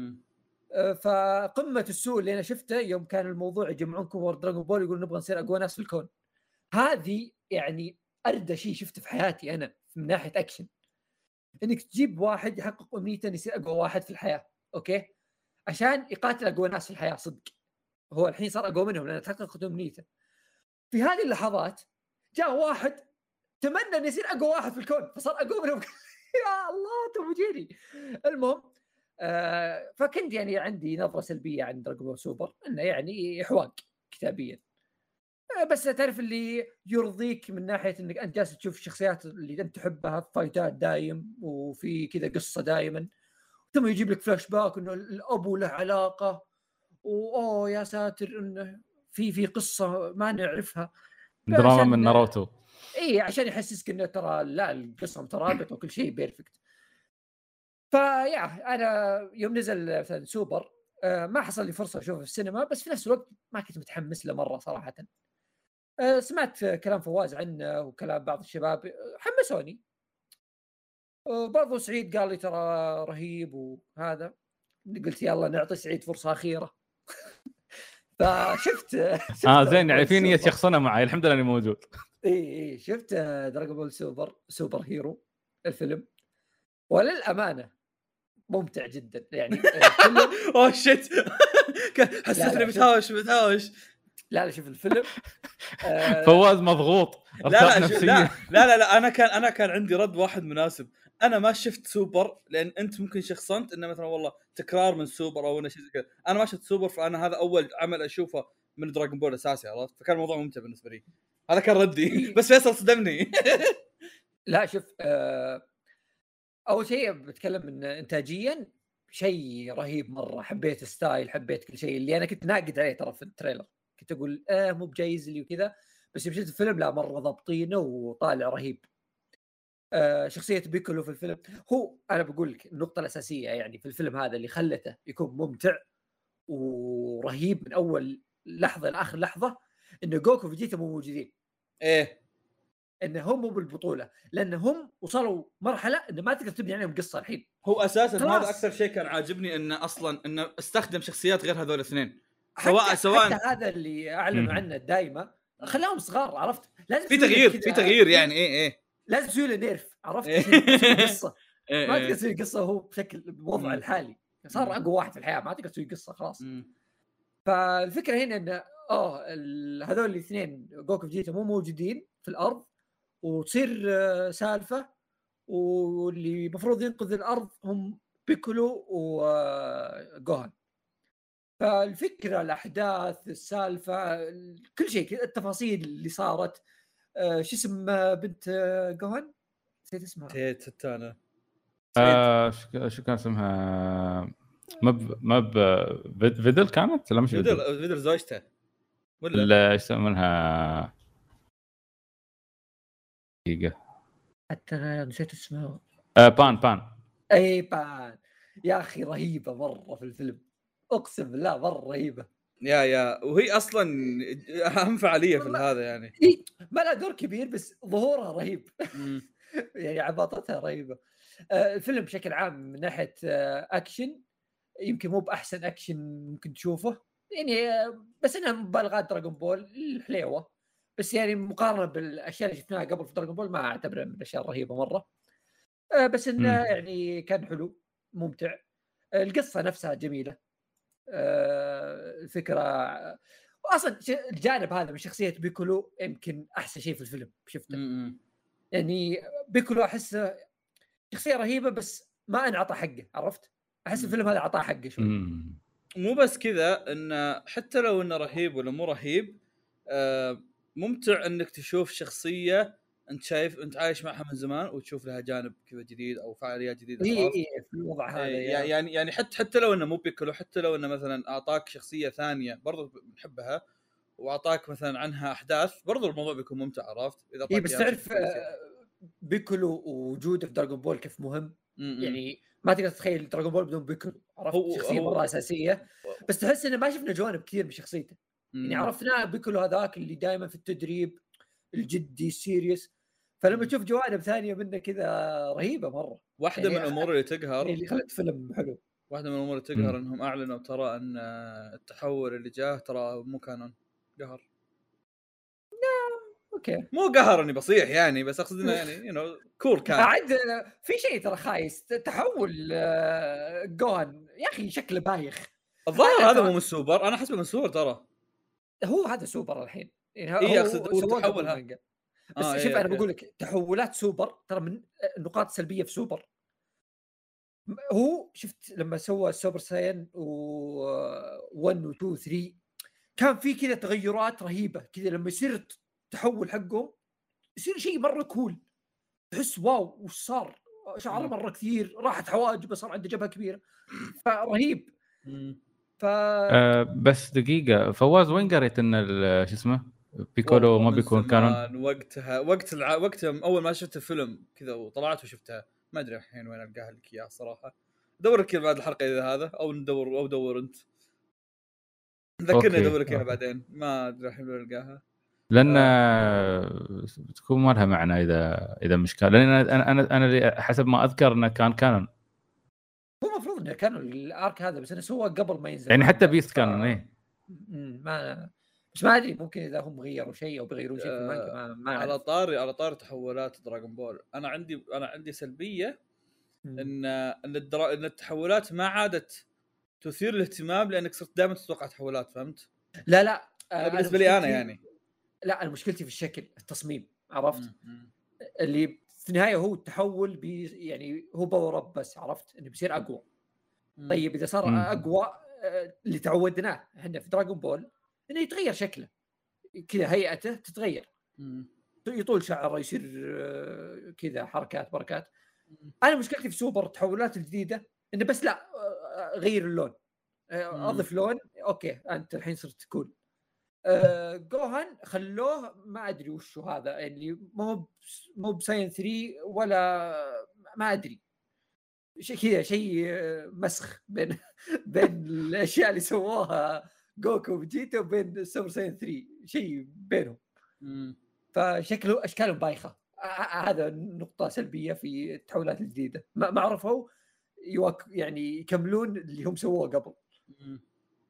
فقمه السوء اللي انا شفته يوم كان الموضوع يجمعون كور دراغون بول يقولون نبغى نصير اقوى ناس في الكون. هذه يعني ارد شيء شفته في حياتي انا من ناحيه اكشن، انك تجيب واحد يحقق امنيته يصير اقوى واحد في الحياه، اوكي، عشان يقاتل اقوى ناس في الحياه صدق. هو الحين صار اقوى منهم لانه تحققت امنيته. في هذه اللحظات جاء واحد تمنى ان يصير اقوى واحد في الكون فصار اقوى منهم. يا الله توجيني. المهم فكنت يعني عندي نظرة سلبية عن دراغون بول سوبر انه يعني احواق كتابيا، بس تعرف اللي يرضيك من ناحية انك انت جالس تشوف الشخصيات اللي انت تحبها في فايتات دايم وفي كذا قصة دائما، ثم يجيب لك فلاش باك انه الابو له علاقة يا ساتر انه في قصة ما نعرفها، دراما من ناروتو. اي عشان يحسسك انه ترى لا القصة مترابطة وكل شيء بيرفكت. فيا انا يوم نزل مثلا سوبر ما حصل لي فرصه اشوفه في السينما، بس في نفس الوقت ما كنت متحمس له مره صراحه. سمعت كلام فواز عنه وكلام بعض الشباب حمسوني، برضو سعيد قال لي ترى رهيب وهذا، قلت يلا نعطي سعيد فرصه اخيره. فشفت زين يعني في نيه شخصنا معي الحمد لله اني موجود. اي شفت دراغون بول سوبر هيرو الفيلم، وللامانه ممتع جدا يعني. شيت حسيتني بتهاوش. لا شوف الفيلم فواز مضغوط. لا انا كان عندي رد واحد مناسب. انا ما شفت سوبر لان انت ممكن شخصنت انه مثلا والله تكرار من سوبر او شيء زي كذا. انا ما شفت سوبر، فانا هذا اول عمل اشوفه من دراغون بول اساسي، عرفت؟ فكان الموضوع ممتع بالنسبه لي. هذا كان ردي. بس فيصل صدمني. لا شوف اول شيء بتكلم ان انتاجيا شيء رهيب مره، حبيت ستايل، حبيت كل شيء اللي انا كنت ناقد عليه ترى في التريلر، كنت اقول مو بجايز لي وكذا، بس شفت الفيلم لا مره ضابطينه وطالع رهيب. شخصيه بيكولو في الفيلم، هو انا بقول لك النقطه الاساسيه يعني في الفيلم هذا اللي خلته يكون ممتع ورهيب من اول لحظه لاخر لحظه، انه جوكو وفيجيتا مو موجودين. انهم مو بالبطوله لانهم وصلوا مرحله انه ما تقدر تبني عليهم قصه الحين. هو اساسا هذا اكثر شيء كان عاجبني، انه اصلا انه استخدم شخصيات غير هذول الاثنين. سواء حتى هذا اللي اعلنوا عنه دائما خلاهم صغار، عرفت؟ لازم في تغيير يعني ايه لازم تسوي له نيرف، عرفت؟ تسوي قصه ما تقدر تسوي قصه هو بشكل بوضعه الحالي، صار اقوى واحد في الحياه، ما تقدر تسوي قصه خلاص. فالفكره هنا ان هذول الاثنين جوكو وفيجيتا مو موجودين في الارض، وتصير سالفه، واللي المفروض ينقذ الارض هم بيكولو وجوهان. فالفكره، الاحداث، السالفه، كل شيء، التفاصيل اللي صارت. شو اسم بنت جوهان؟ نسيت اسمها. تانا شو كان اسمها؟ مب فيدل كانت؟ لا مش فيدل زوجته ولا ايش يسمونها؟ دقيقه حتى انا نسيت اسمها. بان اي بان يا اخي، رهيبه مره في الفيلم، اقسم بالله مره رهيبه. يا وهي اصلا اهم فعاليه في هذا يعني. ما لها دور كبير بس ظهورها رهيب. يعني عباطتها رهيبه. الفيلم بشكل عام من ناحيه اكشن يمكن مو باحسن اكشن ممكن تشوفه يعني، بس انها مبالغات دراغون بول الحليوه، بس يعني مقارنه بالاشياء اللي شفناها قبل في دراغون بول ما اعتبرها من الاشياء الرهيبه مره. بس انه يعني كان حلو ممتع. القصه نفسها جميله. الفكره واصلا الجانب هذا من شخصيه بيكولو يمكن احسن شيء في الفيلم شفته. يعني بيكولو احسه شخصيه رهيبه بس ما انعطى حقه، عرفت؟ احس الفيلم هذا اعطاه حقه شوي. مو بس كذا، انه حتى لو انه رهيب ولا مو رهيب، ممتع انك تشوف شخصيه انت شايف انت عايش معها من زمان وتشوف لها جانب كذا جديد او فعاليات جديده. في الوضع هذا يعني حتى لو انه مو بيكولو، حتى لو انه مثلا اعطاك شخصيه ثانيه برضو بنحبها واعطاك مثلا عنها احداث، برضو الموضوع بيكون ممتع، عرفت؟ اذا بس تعرف بيكولو وجوده في دراغون بول كيف مهم. يعني ما تقدر تتخيل دراغون بول بدون بيكولو، عرفت؟ شخصيه مره اساسيه، بس تحس انه ما شفنا جوانب كثير بشخصيته. يعني عرفنا بيكولو هذاك اللي دائما في التدريب الجدي السيريس، فلما تشوف جوانب ثانيه منه كذا رهيبه مره. واحده يعني من الامور اللي تقهر، اللي خلت فيلم حلو، واحده من الامور اللي تقهر انهم اعلنوا ترى ان التحول اللي جاه ترى مو كانون. قهر. اوكي مو قهر اني بصيح يعني، بس اقصد انه يعني كور كان عاد في شيء ترى خايس. تحول جوهان يا اخي شكله بايخ. الظاهر هذا مو من السوبر، انا حسبه من سوبر ترى. هو هذا سوبر الحين يعني. إيه اقصد هو تحول بس شوف انا بقول لك تحولات سوبر ترى من النقاط السلبيه في سوبر. هو شفت لما سوى السوبر ساين و1 و2 3 كان في كذا تغيرات رهيبه كذا، لما يصير تحول حقهم يصير شيء مره كول، تحس واو وش صار، شعره مره كثير، راحت حواجبه، صار عنده جبهه كبيره، فرهيب. بس دقيقه فواز، وين قريت ان شو اسمه بيكولو ما بيكون كانون؟ وقتها اول ما شفت الفيلم كذا وطلعت وشفتها، ما ادري الحين وين القاها لك اياه صراحه. دور لك بعد الحلقه اذا هذا، او دور انت، ذكرني ادور لك اياها بعدين، ما ادري الحين وين القاها، لان تكون ما لها معنى اذا مش كان، لان انا حسب ما اذكر انه كان كانون. هو المفروض انه كانوا الارك هذا، بس انا سواه قبل ما ينزل يعني حتى بيست كانون. ايه بس ما ادري، ممكن اذا هم غيروا شيء او بيغيرون شيء في المانجا ما على طاري تحولات دراغون بول، انا عندي سلبيه ان التحولات ما عادت تثير الاهتمام، لانك صرت دائما تتوقع تحولات، فهمت؟ لا بالنسبه لي انا يعني لا، انا مشكلتي في الشكل، التصميم، عرفت؟ اللي في النهايه هو التحول يعني هو باور اب بس، عرفت انه بيصير اقوى. طيب اذا صار اقوى اللي تعودناه احنا في دراغون بول انه يتغير شكله كذا، هيئته تتغير، يطول شعره، يصير كذا حركات بركات. انا مشكلتي في سوبر التحولات الجديده انه بس لا غير اللون، اضف لون، اوكي انت الحين صرت كول. جوهان خلوه ما ادري وش هذا يعني، مو بساين 3 ولا ما ادري كذا شيء مسخ بين الاشياء اللي سووها جوكو وفيجيتا وبين سوبر ساين 3، شيء بينهم. فشكله اشكالهم بايخه. هذا نقطه سلبيه في التحولات الجديده، ما عرفوا يعني يكملون اللي هم سووه قبل.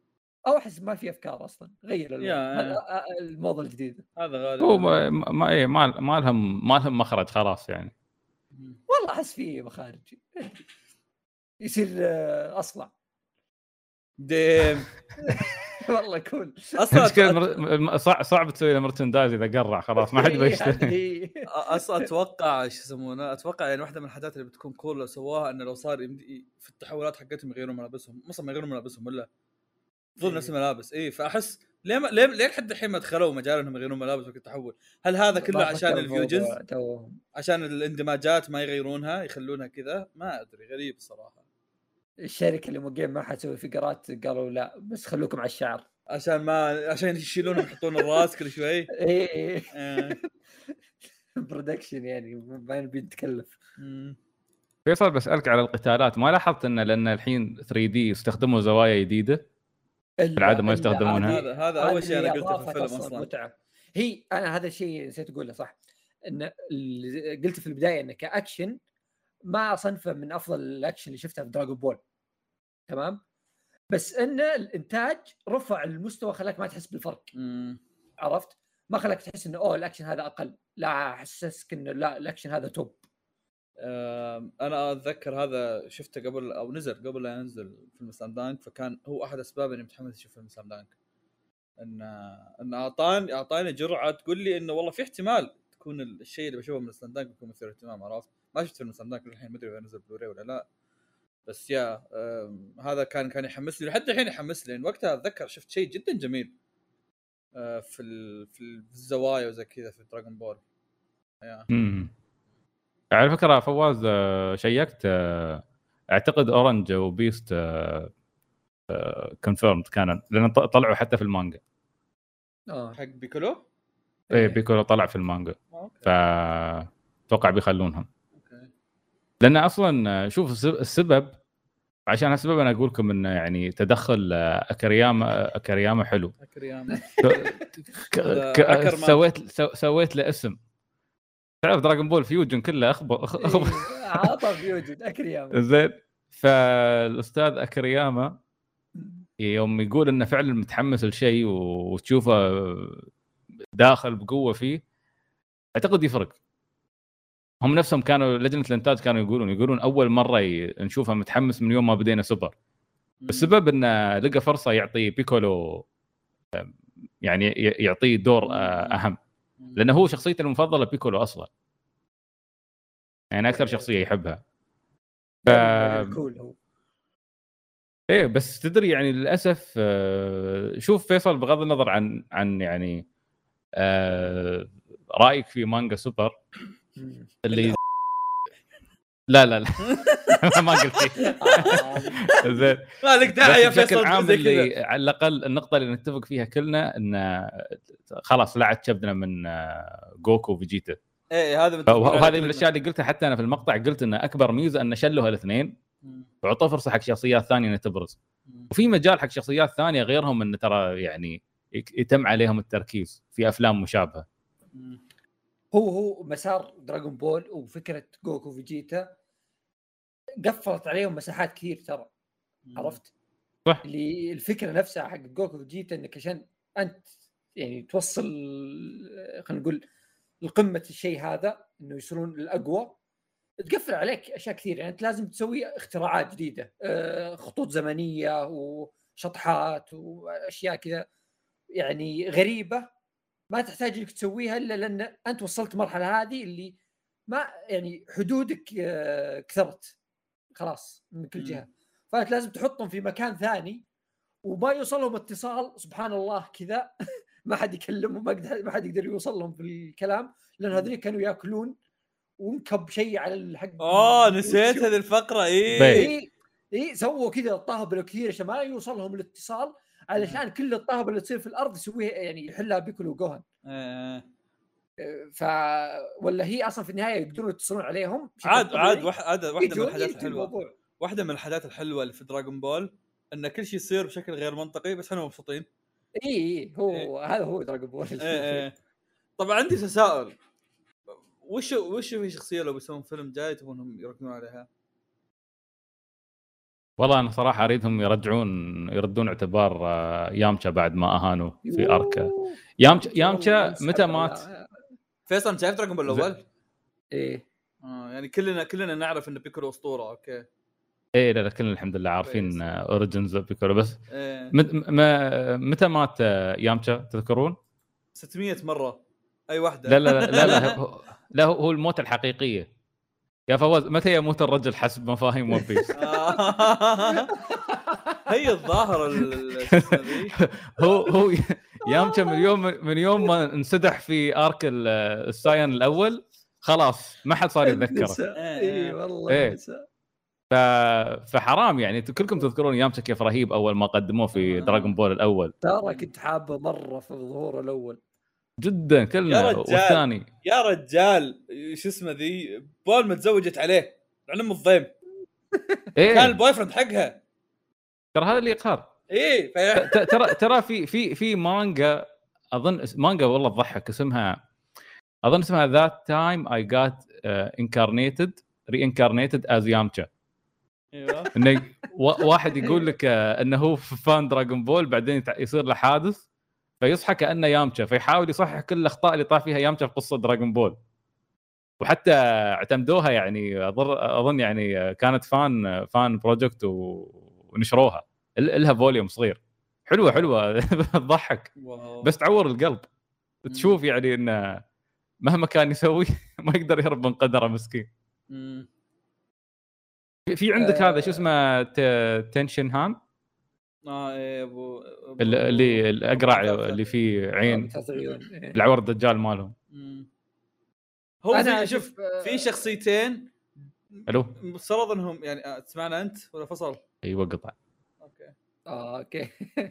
او احس ما في افكار اصلا، غير الموضه الجديده هذا غالبا هو ما لهم مخرج خلاص يعني. والله احس فيه مخارج يصير اصلع ديم والله كول اصلا صعب تسوي له مرتندايز اذا قرع خلاص ما حد بيشتري. اصلا اتوقع ايش يسمونه، اتوقع يعني واحده من الحاجات اللي بتكون كول لو سواها انه لو صار في التحولات حقتهم يغيرون ملابسهم، ما يغيرون ملابسهم ولا ظل نفس الملابس. اي فاحس ليه لحد الحين ما دخلوا مجال انهم يغيرون ملابس وقت التحول؟ هل هذا كله عشان الفيوجنز، عشان الاندماجات ما يغيرونها يخلونها كذا؟ ما ادري، غريب الصراحه. الشركه اللي موقعين ما حتسوي فقرات قالوا لا بس خلوكم على الشعر عشان يشيلونهم يحطون الراس كل شوي. ايه برودكشن يعني ما نبي نتكلف. فيصل بسألك على القتالات، ما لاحظت ان لان الحين 3D يستخدموا زوايا جديده بالعاده ما يستخدمونها؟ هذا اول شيء انا قلته في الفيلم اصلا. متعة. هي انا هذا الشيء نسيت اقوله صح، ان قلت في البدايه انه كاكشن ما اصنفه من افضل الاكشن اللي شفتها في دراغون بول، تمام، بس ان الانتاج رفع المستوى خلاك ما تحس بالفرق. عرفت؟ ما خلاك تحس انه الاكشن هذا اقل، لا حسسك انه لا الاكشن هذا توب. انا اتذكر هذا شفته قبل او نزل قبل لا ينزل فيلم سلام دانك، فكان هو احد اسباب اني متحمس اشوف فيلم سلام دانك، ان اعطاني جرعه تقول لي انه والله في احتمال تكون الشيء اللي بشوفه من سلام دانك بيكون مثير اهتمام. عرفت؟ ما شفت فيلم سلام دانك الحين، ما ادري اذا نزل بلوري ولا لا، بس هذا كان يحمسني لحد الحين، يحمس لي لان وقتها اتذكر شفت شيء جدا جميل في الزوايا وزي كذا في دراغون بول. على فكره فواز شيكت اعتقد اورنج وبيست كونفيرمد كانوا، لان طلعوا حتى في المانجا. حق بيكولو. ايه بيكولو طلع في المانجا، فتوقع بيخلونهم. لان اصلا شوف السبب، عشان هالسبب انا اقول لكم انه يعني تدخل اكرياما حلو. اكرياما سويت له اسم، تعرف دراغون بول فيوجن كله عطى فيوجن اكرياما زين. فالاستاذ اكرياما يوم يقول انه فعلا متحمس لشيء وتشوفه داخل بقوه فيه، اعتقد يفرق. هم نفسهم كانوا لجنه الانتاج كانوا يقولون اول مره نشوفه متحمس من يوم ما بدينا سوبر، بالسبب انه لقى فرصه يعطي بيكولو يعني يعطيه دور اهم، لانه هو شخصيته المفضله بيكولو اصلا، يعني اكثر شخصيه يحبها. ايه بس تدري يعني للاسف شوف فيصل، بغض النظر عن يعني رايك في مانجا سوبر اللي لا ما قلت شيء زين، ما لك داعي يا فيصل. على الاقل النقطه اللي نتفق فيها كلنا ان خلاص لا عاد شبنا من جوكو وفيجيتا. ايه هذا وهذه من الاشياء اللي قلتها حتى انا في المقطع، قلت ان اكبر ميزه ان شلوا هالاثنين وعطوا فرصه حق شخصيات ثانيه ان تبرز، وفي مجال حق شخصيات ثانيه غيرهم ان ترى يعني يتم عليهم التركيز في افلام مشابهه. هو مسار دراغون بول وفكره جوكو وفيجيتا قفلت عليهم مساحات كثير ترى. عرفت؟ صح. اللي الفكره نفسها حق جوكو وفيجيتا انك عشان انت يعني توصل خلينا نقول القمه الشيء هذا انه يصيرون الاقوى، تقفل عليك اشياء كثير. يعني انت لازم تسوي اختراعات جديده، خطوط زمنيه وشطحات واشياء كذا يعني غريبه ما تحتاج انك تسويها الا لان انت وصلت المرحله هذه اللي ما يعني حدودك كثرت خلاص من كل جهه، فانت لازم تحطهم في مكان ثاني وما يوصلهم اتصال سبحان الله كذا ما حد يكلمهم، ما حد يقدر يوصل لهم في الكلام، لان هذول كانوا ياكلون وانكب شيء على الحق. نسيت هذه الفقره. اي سووا كذا طهبله كثير عشان ما يوصلهم الاتصال، علشان كل الطهبه اللي تصير في الارض يسويها يعني يحلها بيكولو وجوهان. ولا هي اصلا في النهايه يقدرون يتصلون عليهم عاد واحده من الحاجات الحلوه، واحده من الحاجات الحلوه اللي في دراغون بول ان كل شيء يصير بشكل غير منطقي بس احنا مبسوطين. هو هذا هو دراغون بول. طبعا عندي تساؤل، وش في شخصيه لو بيسوون فيلم جاي تبونهم يركزون عليها؟ والله انا صراحه اريدهم يردون اعتبار يامشا بعد ما اهانوا في ارك. يامشا متى مات؟ فيصل شايف دراغون بول الاول؟ ايه يعني كلنا نعرف ان بيكولو اسطوره. اوكي ايه لا كلنا الحمد لله عارفين اوريجنز بيكولو بس إيه. متى مات يامشا تذكرون؟ 600 مره اي واحده. لا هو الموت الحقيقيه يا فواز. متى يموت الرجل حسب مفاهيم ون بيس؟ هي الظاهره هو يامشا من يوم ما انسدح في ارك الساين الاول خلاص ما حد صار يتذكره. اي والله فحرام يعني كلكم تذكرون يامشا كيف رهيب اول ما قدموه في دراغون بول الاول. ترى كنت حابه مره في ظهوره الاول جدا كلنا. والثاني يا رجال شو اسمه ذي بول متزوجت عليه علم الضيم. كان البوي فرند حقها. ترى هذا اللي يقهر. ايه ترى في مانجا اظن مانجا والله تضحك اسمها اظن اسمها That Time I Got Reincarnated as Yamcha. ايوه انه واحد يقول لك انه هو فان دراغون بول بعدين يصير له حادث فيصحى كانه يامشا فيحاول يصحح كل الاخطاء اللي طاح فيها يامشا في قصه دراغون بول. وحتى اعتمدوها يعني اظن يعني كانت فان بروجكت ونشروها لها فوليوم صغير. حلوه تضحك بس تعور القلب. تشوف يعني انه مهما كان يسوي ما يقدر يهرب من قدره مسكين. في عندك هذا شو اسمه تنشن هان ايه ابو اللي الاقرع اللي فيه عين العور الدجال مالهم. هو انا شوف في شخصيتين الو مفترض انهم يعني تسمعنا انت ولا فصل؟ ايوه قطع. اوكي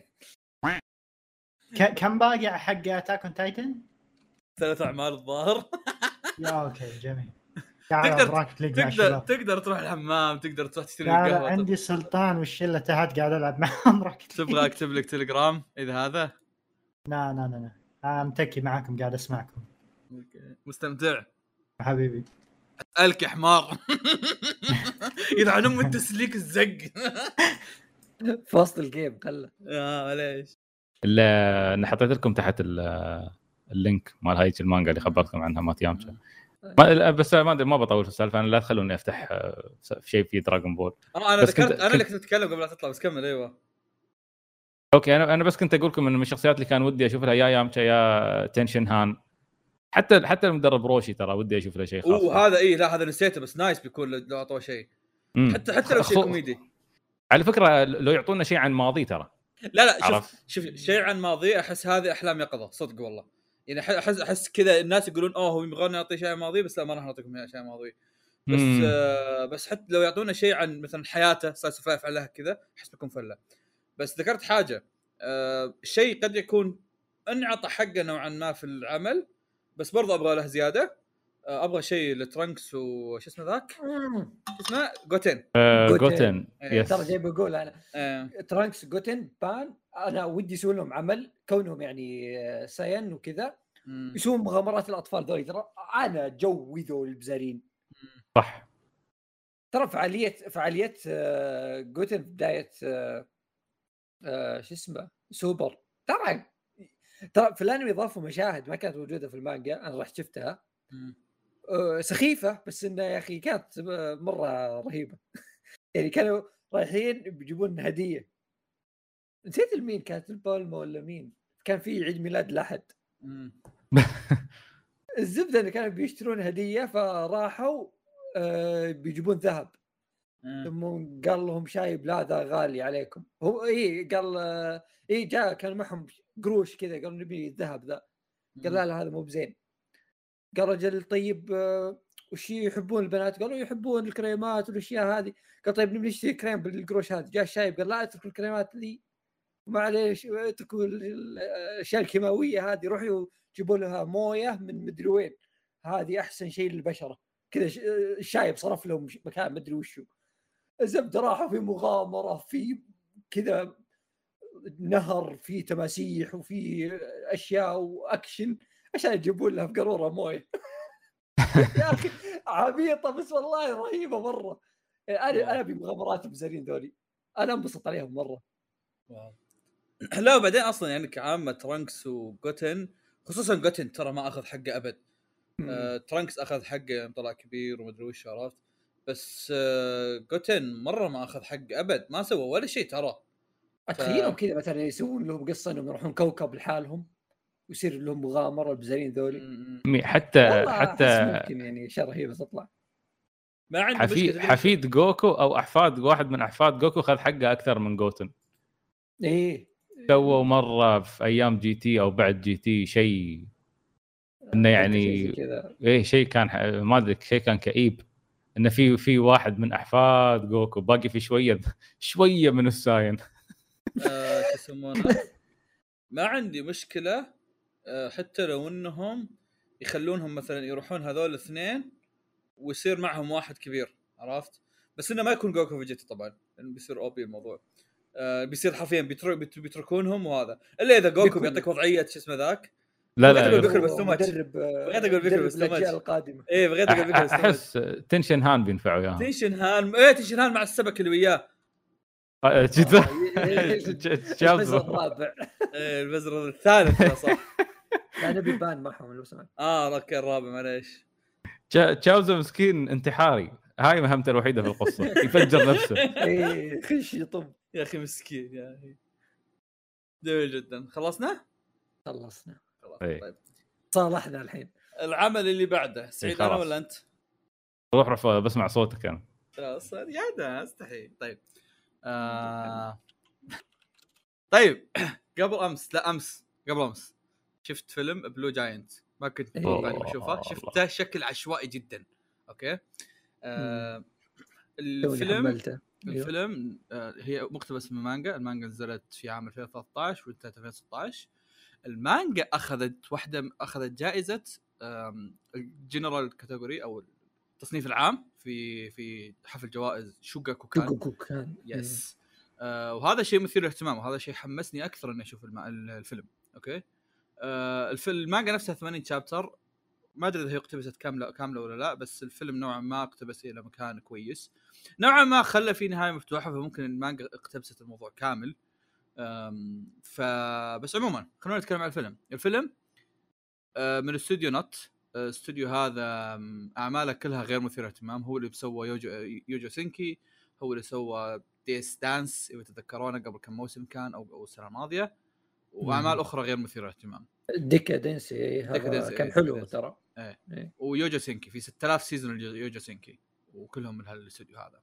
كم باقي حق اتاك اون تايتن؟ 3 اعمال الظاهر. يا اوكي جميل. تقدر تروح الحمام، تقدر تروح تشتري القهوه. عندي سلطان والشله تحت قاعد العب معهم. راكت تبغى اكتب لك تليجرام اذا هذا؟ لا متكي معاكم قاعد اسمعكم. مستمتع حبيبي. اسالك يا حمار. يلعن ام التسليك الزق في وسط الجيم خله. معليش انا حطيت لكم تحت اللينك مال هاي المانجا اللي خبرتكم عنها مات يامشا. بس ما ادري ما بطول في السالفه. انا لا تخلوني افتح شيء في دراغون بول. انا ذكرت انا اللي كنت اتكلم قبل لا تطلع بس كمل. ايوه اوكي انا بس كنت اقول لكم انه من الشخصيات اللي كان ودي اشوف لها يا يامشا يا تنشن هان. حتى المدرب روشي ترى ودي اشوف له شيء خاص. وهذا لا هذا نسيته بس نايس بيكون لو اعطوه شيء. حتى لو شيء كوميدي. على فكره لو يعطونا شيء عن ماضي ترى. لا شوف شيء عن ماضي احس هذه احلام يقظه صدق والله. يعني احس كذا الناس يقولون هو يبغون نعطي شيء ماضي بس لا ما راح نعطيكم شيء ماضي. بس حتى لو يعطونا شيء عن مثلا حياته صار يفعلها كذا احس بكون فله. بس ذكرت حاجه الشيء قد يكون انعطى حقه نوعا ما في العمل بس برضه ابغى له زياده. ابغى شيء لترانكس وش اسمه ذاك اسمه جوتن. ترى جاي بقول انا ترانكس جوتن بان. انا ودي يسوون لهم عمل كونهم يعني ساين وكذا يسوون مغامرات الاطفال ذولي. ترى انا جوي ذول البزارين صح. ترى فعاليه جوتن بدايه شو اسمه سوبر. ترى في الانمي ضافوا مشاهد ما كانت موجوده في المانجا. انا رحت شفتها سخيفه بس انه يا اخي كانت مره رهيبه. يعني كانوا رايحين بيجيبون هديه. نسيت المين كانت البالما ولا مين. كان في عيد ميلاد لاحد. الزبده اللي كانوا بيشترون هديه فراحوا بيجيبون ذهب. ثم قال لهم شايب لا ذا غالي عليكم. هو قال جاء كان معهم قروش كذا قالوا نبي الذهب ذا. قال لا هذا مو بزين. قال رجل طيب وش يحبون البنات؟ قالوا يحبون الكريمات والاشياء هذه. قال طيب نبي نشتري كريم بالقروش هذه. جاء الشايب قال لا اتركوا الكريمات لي معليش اتركوا الاشياء الكيماويه هذه. روحوا جيبوا لها مويه من مدري وين هذه احسن شيء للبشره كذا. الشايب صرف لهم مكان مدري وشو. الزبده راحوا في مغامره في كذا نهر في تماسيح وفي اشياء واكشن عشان يجيبون لها بقاروره مويه. يا اخي عبيطه بس والله رهيبه مره. انا بمغامرات بزارين ذولي. انا انبسط عليهم مره. لا وبعدين اصلا يعني كعامه ترانكس وجوتن، خصوصا جوتن ترى ما اخذ حقه ابد. ترانكس اخذ حقه يوم طلع كبير ومدري وش، عرفت؟ بس جوتن مره ما اخذ حقه ابد، ما سوى ولا شيء ترى. اتخيلهم كذا مثلا يسوون لهم قصه انهم يروحون كوكب لحالهم ويصير لهم مغامره البزارين ذولي. حتى ممكن يعني اشياء رهيبه تطلع. ما عندي مشكله. حفيد جوكو او احفاد واحد من احفاد جوكو خذ حقه اكثر من جوتن. ايه سووا مره في ايام جي تي او بعد جي تي شيء انه يعني ايه شيء كان ما ادري شيء كان كئيب، انه في واحد من احفاد جوكو باقي في شويه من الساين. يسمونه ما عندي مشكله حتى لو انهم يخلونهم مثلا يروحون هذول الاثنين ويصير معهم واحد كبير، عرفت؟ بس انه ما يكون جوكو فيجيتا طبعا، لانه بيصير اوبي الموضوع. بيصير حرفيا بيتركونهم، وهذا الا اذا جوكو بيعطيك وضعيه شو اسمه ذاك. لا بغيت اقول بيكر بس الاجيال القادمه. ايه بغيت اقول بيكر بس احس تنشن هان بينفعوا ياهم. تنشن هان مع السبك اللي وياه البزر الرابع. ايه البزر الثالث صح. لا نبي بان معهم لو سمحت. اوكي الرابع معليش. تشاوزو مسكين انتحاري، هاي مهمته الوحيده في القصه، يفجر نفسه. ايه خش يطب يا اخي مسكين يا اخي. جميل جدا. خلصنا خلاص. طيب صالحنا الحين. العمل اللي بعده سعيد انا ولا انت؟ روح بسمع صوتك انا. خلاص يا ده استحي. طيب طيب قبل امس شفت فيلم بلو جاينت، ما كنت متوقع اني اشوفه. شفته شكل عشوائي جدا. اوكي الفيلم هي مقتبس من مانجا. المانجا نزلت في عام 2013 وانتهت 2016. المانجا اخذت جائزه الجنرال كاتيجوري او التصنيف العام في حفل جوائز شوغاكوكان. يس. وهذا شيء مثير للاهتمام، وهذا شيء حمسني اكثر اني اشوف الفيلم. اوكي المانجا نفسها 80 شابتر، ما ادري اذا هي اقتبست كامله ولا لا، بس الفيلم نوعا ما اقتبس الى مكان كويس، نوعا ما خلى في نهايه مفتوحه، فممكن المانجا اقتبست الموضوع كامل. فبس عموما خلونا نتكلم عن الفيلم من استوديو نوت. استوديو هذا اعماله كلها غير مثيره اهتمام. هو اللي سوى يوجو سينكي، هو اللي سوى ديس دانس اذا تتذكرونه قبل كم موسم كان او السنه الماضيه، واعمال اخرى غير مثيره اهتمام. ديكادنسي كان حلو ترى. ايه. ويوجو سينكي في 6000 سيزون يوجو سينكي، وكلهم من هالاستوديو هذا.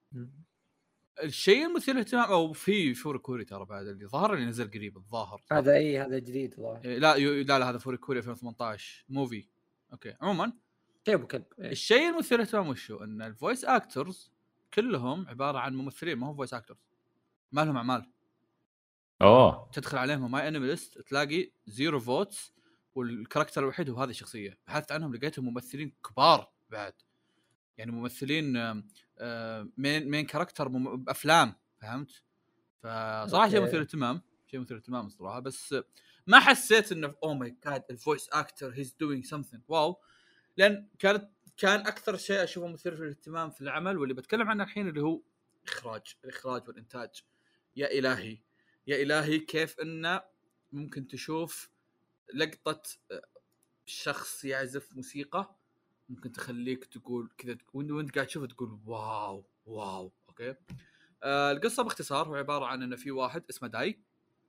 الشيء المثير للاهتمام او في فوريكوري ترى بعد اللي ظهر اللي نزل قريب الظاهر هذا هذا جديد والله. لا هذا فوريكوري 2018 موفي. اوكي عموما ابو كلب. الشيء المثير للاهتمام وشو ان الفويس اكتورز كلهم عباره عن ممثلين، ما هو فويس اكتورز، ما لهم اعمال. تدخل عليهم ماي انيماليست تلاقي 0 فوتس، والكاركتر الوحيد هو هذه الشخصيه. بحثت عنهم لقيتهم ممثلين كبار بعد، يعني ممثلين مين كاركتر بافلام، فهمت؟ فصراحه شيء مثير اهتمام الصراحه. بس ما حسيت انه اوه ماي جاد الفويس اكتر هيز دوينج سمثينج واو، لان كان اكثر شيء اشوفه مثير للاهتمام في العمل واللي بتكلم عنه الحين اللي هو الاخراج والانتاج. يا الهي كيف انه ممكن تشوف لقطه شخص يعزف موسيقى ممكن تخليك تقول كذا وانت قاعد تشوفه تقول واو. اوكي القصه باختصار هو عباره عن انه في واحد اسمه داي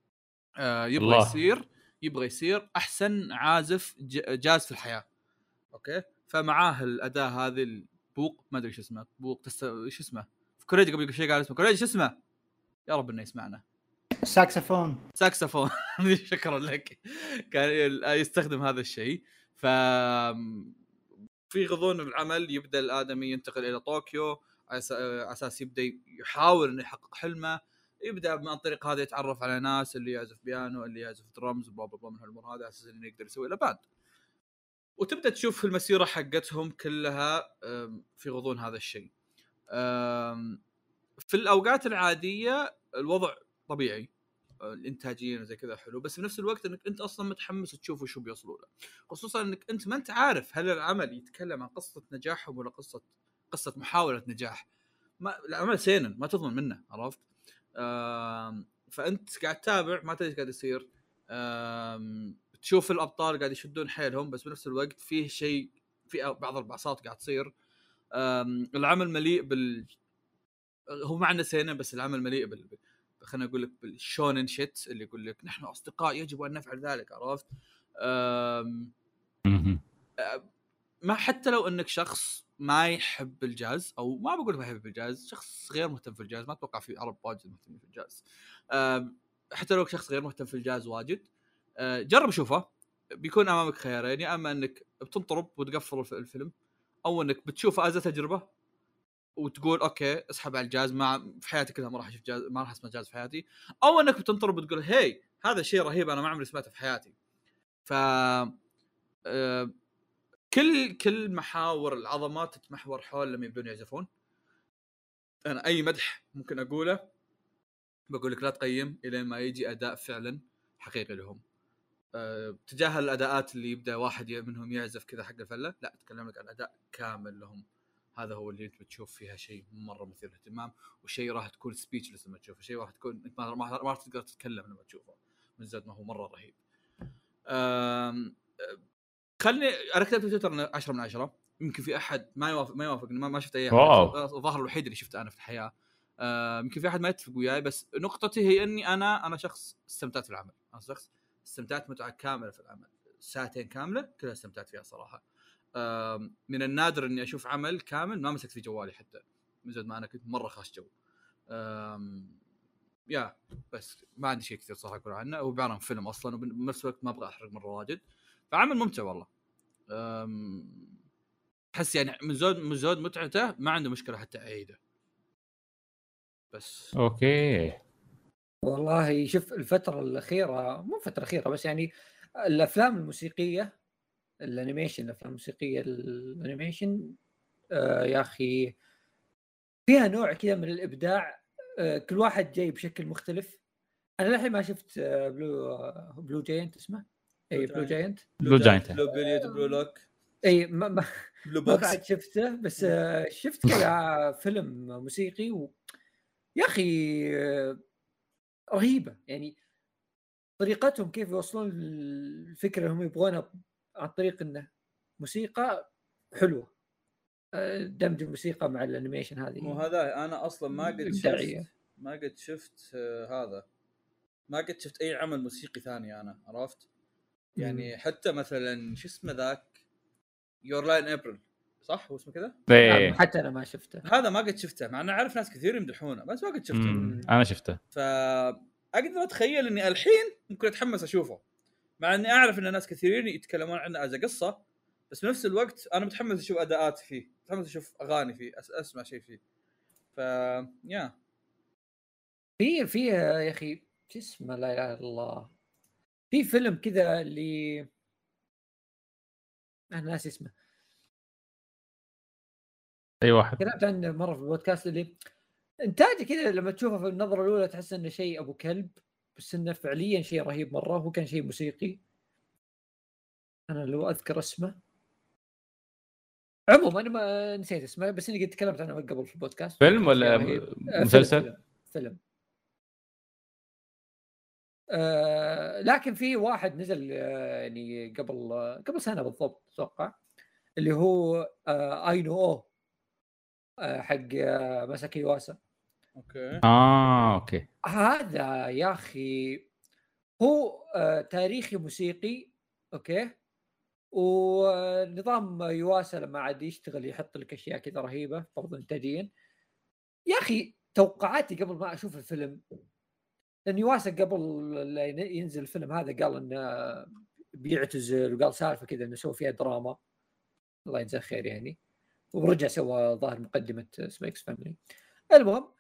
يبغى يصير احسن عازف جاز في الحياه. اوكي فمعاه الاداه هذه البوق، ما ادري ايش اسمه، بوق ايش اسمه في كوريجي قبل شيء قال اسمه كوريجي، ايش اسمه يا رب انه يسمعنا. ساكسفون شكرا لك. كان يستخدم هذا الشيء. ف في غضون العمل يبدا الادمي ينتقل الى طوكيو على اساس يبدا يحاول انه يحقق حلمه. يبدا من طريق هذا يتعرف على ناس اللي يعزف بيانو، اللي يعزف درمز، بلا بلا من هالامور هذا، على اساس انه يقدر يسوي له باند. وتبدا تشوف المسيره حقتهم كلها في غضون هذا الشيء. في الاوقات العاديه الوضع طبيعي، الانتاجيه زي كذا حلو، بس في نفس الوقت انك انت اصلا متحمس تشوفه شو بيوصلوا له، خصوصا انك انت ما انت عارف هل العمل يتكلم عن قصه نجاحهم ولا قصه محاوله نجاح. ما العمل سينن ما تضمن منه، عرفت؟ فانت قاعد تتابع ما تدري ايش قاعد يصير. تشوف الابطال قاعد يشدون حيلهم، بس بنفس الوقت فيه شيء، في بعض البعصات قاعد تصير. العمل مليء هو معنى سينما، بس العمل مليء خلينا اقول لك بالشونن شيت اللي يقول لك نحن اصدقاء يجب ان نفعل ذلك، عرفت؟ ما حتى لو انك شخص ما يحب الجاز، او ما بقول ما يحب الجاز، شخص غير مهتم في الجاز، ما اتوقع في عرب واجد مهتمين في الجاز. حتى لو شخص غير مهتم في الجاز واجد، جرب شوفه. بيكون امامك خيارين، يا اما انك بتنطرب وتقفل الفيلم، او انك بتشوفه از تجربه وتقول اوكي اسحب على الجاز، ما في حياتي كلها ما راح اشوف جاز، ما راح اسمع جاز في حياتي، او انك بتنطرب وتقول هي هذا شيء رهيب انا ما عمري سمعته في حياتي. ف كل محاور العظمات تتمحور حول لما يبدون يعزفون. انا اي مدح ممكن اقوله بقول لك لا تقيم الى ما يجي اداء فعلا حقيقي لهم. تجاهل الاداءات اللي يبدا واحد منهم يعزف كذا حق الفله، لا اتكلم لك عن اداء كامل لهم. هذا هو اللي انت بتشوف فيها شيء مره مثير للاهتمام، وشيء راح تكون سبيتشلس لما تشوفه، شيء راح تكون انت ما راح تقدر تتكلم لما تشوفه من زاد ما هو مره رهيب. خلني انا كتبت في تويتر 10 من 10. يمكن في احد ما يوافق ما شفت اي احد، الظاهر الوحيد اللي شفته انا في الحياه. يمكن في احد ما يتفق وياي، بس نقطتي هي اني انا شخص استمتعت في العمل، انا شخص استمتعت متعه كامله في العمل، ساعتين كامله كلها استمتعت فيها صراحه. من النادر اني اشوف عمل كامل ما مسكت في جوالي حتى، من زود ما انا كنت مره خاش جو. يا بس ما عندي شيء كثير صراحه اقول عنه، هو عباره عن فيلم اصلا، وبنفس الوقت ما ابغى احرق مره واجد، فعمل ممتع والله. احس يعني من زود متعته ما عنده مشكله حتى اعيده. بس اوكي والله شوف الفتره الاخيره، مو فتره اخيره بس يعني الافلام الموسيقيه الانيميشن، الافلام الموسيقيه الانيميشن يا اخي فيها نوع كذا من الابداع. كل واحد جاي بشكل مختلف. انا للحين ما شفت بلو جاينت اسمه، اي بلو جاينت، بلو جاينت، بلو بيليت، بلو لوك، اي ما بعد شفته، بس شفت كذا فيلم موسيقي يا اخي رهيبه. يعني طريقتهم كيف يوصلون الفكره اللي هم يبغونها عن طريق انه موسيقى حلوه، دمج الموسيقى مع الانيميشن هذه. مو هذا انا اصلا ما قد شفت هذا، ما قد شفت اي عمل موسيقي ثاني انا، عرفت يعني. حتى مثلا شو اسمه ذاك يور لاين ابريل، صح هو اسمه كذا؟ حتى انا ما شفته، هذا ما قد شفته، مع اني اعرف ناس كثير يمدحونه بس ما قد شفته. انا شفته، فاقدر اتخيل اني الحين ممكن اتحمس اشوفه، مع اني اعرف ان ناس كثيرين يتكلمون عنه از قصه، بس بنفس الوقت انا متحمس اشوف اداءات فيه، متحمس اشوف اغاني فيه، اسمع شيء فيه. ف يا في يا اخي شو اسمه، لا اله الا الله، في فيلم كذا اللي انا ناسي اسمه، اي واحد كلمت عنه مره في البودكاست، اللي انتاجه كذا لما تشوفه في النظره الاولى تحس انه شيء ابو كلب، بس انه فعليا شيء رهيب مره. هو كان شيء موسيقي، انا لو اذكر اسمه، عموما انا ما نسيت اسمه، بس اني قد تكلمت عنه قبل في البودكاست. فيلم ولا مسلسل؟ فيلم. لكن في واحد نزل يعني قبل سنه بالضبط اتوقع، اللي هو اي نو حق ماساكي يواسا. اوكي هذا يا اخي هو تاريخي موسيقي، اوكي، ونظام يواسا لما عاد يشتغل يحط لك اشياء كذا رهيبه برضو انتاجيا. يا اخي توقعاتي قبل ما اشوف الفيلم، لان يواسا قبل ينزل الفيلم هذا قال انه بيعتزل، وقال سالفه كذا انه يسوي فيها دراما، الله يجزاه خير يعني، ورجع سوى ظاهر مقدمه سبايكس فاميلي. المهم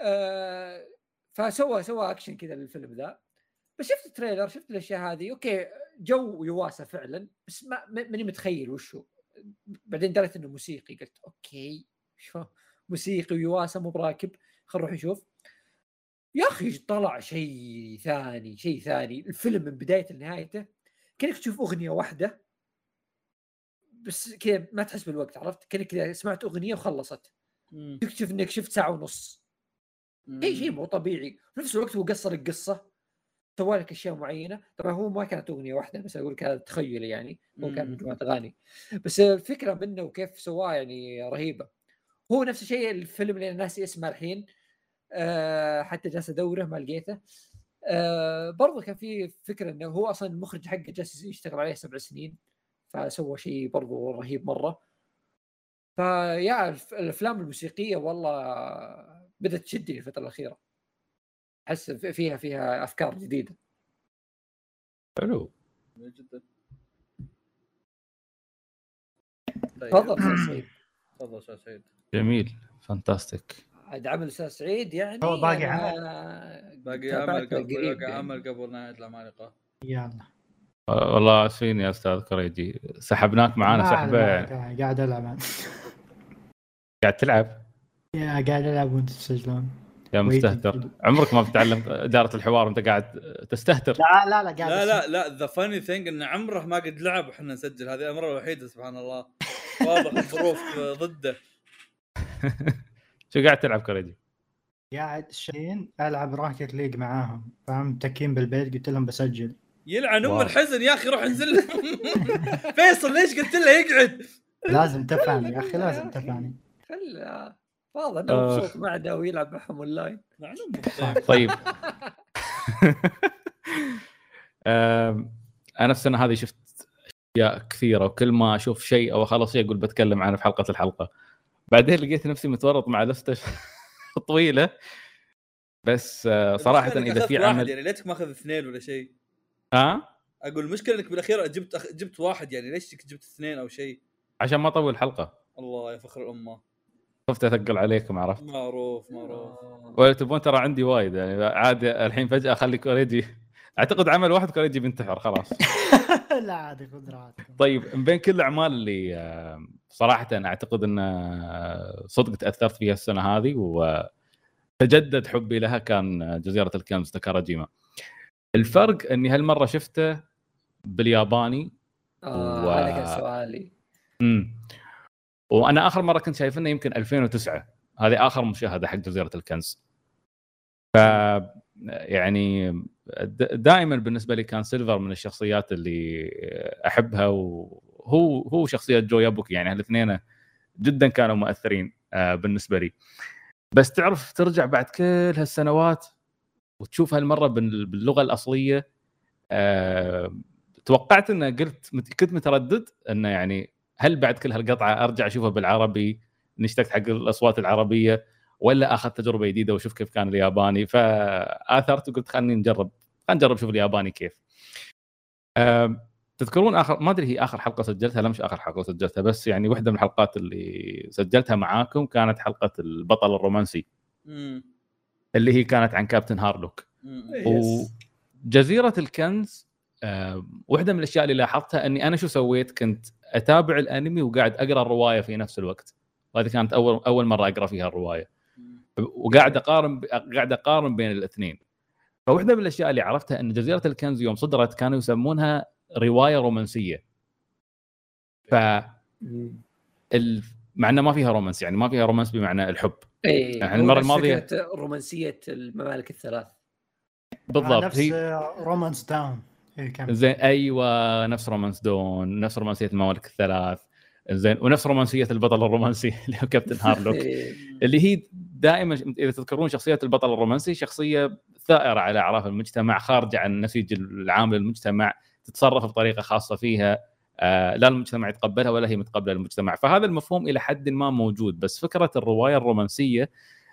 فسوى اكشن كذا للفيلم ذا. بس شفت التريلر، شفت الاشياء هذه، اوكي جو يواسا فعلا، بس ماني متخيل وشو. بعدين دريت انه موسيقي، قلت اوكي شو موسيقي ويواسا مو براكب، خل نروح نشوف. يا اخي طلع شيء ثاني. الفيلم من بدايته لنهايته كأنك تشوف اغنيه واحده بس كذا، ما تحس بالوقت، عرفت؟ كأنك كذا سمعت اغنيه وخلصت، تكتشف انك شفت ساعه ونص. شيء مو طبيعي. في نفس الوقت هو قصر القصه، سوى لك اشياء معينه. طبعا هو ما كانت اغنيه واحده بس، اقول لك هذا تخيلي يعني، هو كان مجموعه اغاني، بس الفكره منه وكيف سواها يعني رهيبه. هو نفس الشيء الفيلم اللي الناس اسمه الحين، حتى جالس ادوره ما لقيته. برضو كان في فكره انه هو اصلا المخرج حقه جالس يشتغل عليه 7 سنين، فسوى شيء برضو رهيب مره. فيا الافلام الموسيقيه والله بدات تشدني الفتره الاخيره، احس فيها افكار جديده. حلو جدا. تفضل استاذ سعيد. تفضل استاذ سعيد. جميل فانتاستيك. عاد عمل استاذ سعيد يعني هو باقي باقي عمل قبل نهايه العمالقه. يلا والله اسفين يا استاذ كريجي، سحبناك معانا سحبه. قاعد العب. قاعد تلعب؟ يا قاعد العب وانت تسجلون يا مستهتر. عمرك ما بتتعلم اداره الحوار وانت قاعد تستهتر. لا قاعد لا ذا فاني ثينج ان عمره ما قد لعب وحنا نسجل، هذه المره الوحيده سبحان الله. واضح الظروف ضده. شو قاعد تلعب كريجي؟ قاعد شين العب راكت ليج معاهم، فاهم؟ تكين بالبيت، قلت لهم بسجل. يلعن ام الحزن يا اخي، روح انزل. فيصل ليش قلت له يقعد؟ لازم تفهمني يا اخي، لازم تفهمني. خل واضح انه مبسوط معنا ويلعب معهم اونلاين. طيب. انا السنه هذه شفت اشياء كثيره، وكل ما اشوف شيء او اخلص شيء اقول بتكلم عنه في حلقه الحلقه. بعدين لقيت نفسي متورط مع لسته طويله، بس صراحه اذا في عمل يعني ليتك ماخذ 2 ولا شيء. اقول المشكله انك بالاخير جبت واحد، يعني ليش جبت 2 او شيء؟ عشان ما اطول الحلقه. الله يا فخر الامه، خفت اثقل عليكم. عرفت؟ معروف. ولا تبون ترى عندي وايد يعني، عادي الحين فجاه اخلي كوريجي. اعتقد عمل واحد كوريجي بينتحر خلاص. لا عادي قدراتكم. طيب من بين كل الاعمال اللي صراحه أنا اعتقد ان صدق تاثرت فيها السنه هذه وتجدد حبي لها، كان جزيره الكنز تاكاراجيما. الفرق اني هالمره شفته بالياباني. هذا كان سؤالي. وانا اخر مره كنت شايفنه يمكن 2009، هذه اخر مشاهده حق جزيره الكنز. ف يعني دائما بالنسبه لي كان سيلفر من الشخصيات اللي احبها، وهو شخصيه جو يابوكي، يعني الاثنين جدا كانوا مؤثرين بالنسبه لي. بس تعرف ترجع بعد كل هالسنوات وتشوف هالمره باللغه الاصليه. توقعت انه كنت متردد انه يعني هل بعد كل هالقطعه ارجع اشوفها بالعربي، نشتقت حق الاصوات العربيه، ولا اخذ تجربه جديده وشوف كيف كان الياباني. فاثرت وقلت خلينا نجرب شوف الياباني كيف. تذكرون اخر، ما ادري هي اخر حلقه سجلتها لا مش اخر حلقه سجلتها، بس يعني واحده من الحلقات اللي سجلتها معاكم كانت حلقه البطل الرومانسي اللي هي كانت عن كابتن هارلوك. وجزيره الكنز واحده من الاشياء اللي لاحظتها اني انا شو سويت، كنت اتابع الانمي وقاعد اقرا الروايه في نفس الوقت، وهذه كانت اول مره اقرا فيها الروايه، وقاعد اقارن بين الاثنين. فواحده من الاشياء اللي عرفتها ان جزيره الكنز يوم صدرت كانوا يسمونها روايه رومانسيه. ف مع انه ما فيها رومانس، يعني ما فيها رومانس بمعنى الحب. يعني المره الماضيه رومانسيه الممالك الثلاث بالضبط، نفس رومانس داون. زين ايوه، نفس رومانس دون، نفس رومانسيه الممالك الثلاث، زين، ونفس رومانسيه البطل الرومانسي اللي هو كابتن هارلوك. اللي هي دائما اذا تذكرون شخصيه البطل الرومانسي شخصيه ثائره على اعراف المجتمع، خارجه عن النسيج العام للمجتمع، تتصرف بطريقه خاصه فيها، لا المجتمع يتقبلها ولا هي متقبله المجتمع. فهذا المفهوم الى حد ما موجود، بس فكره الروايه الرومانسيه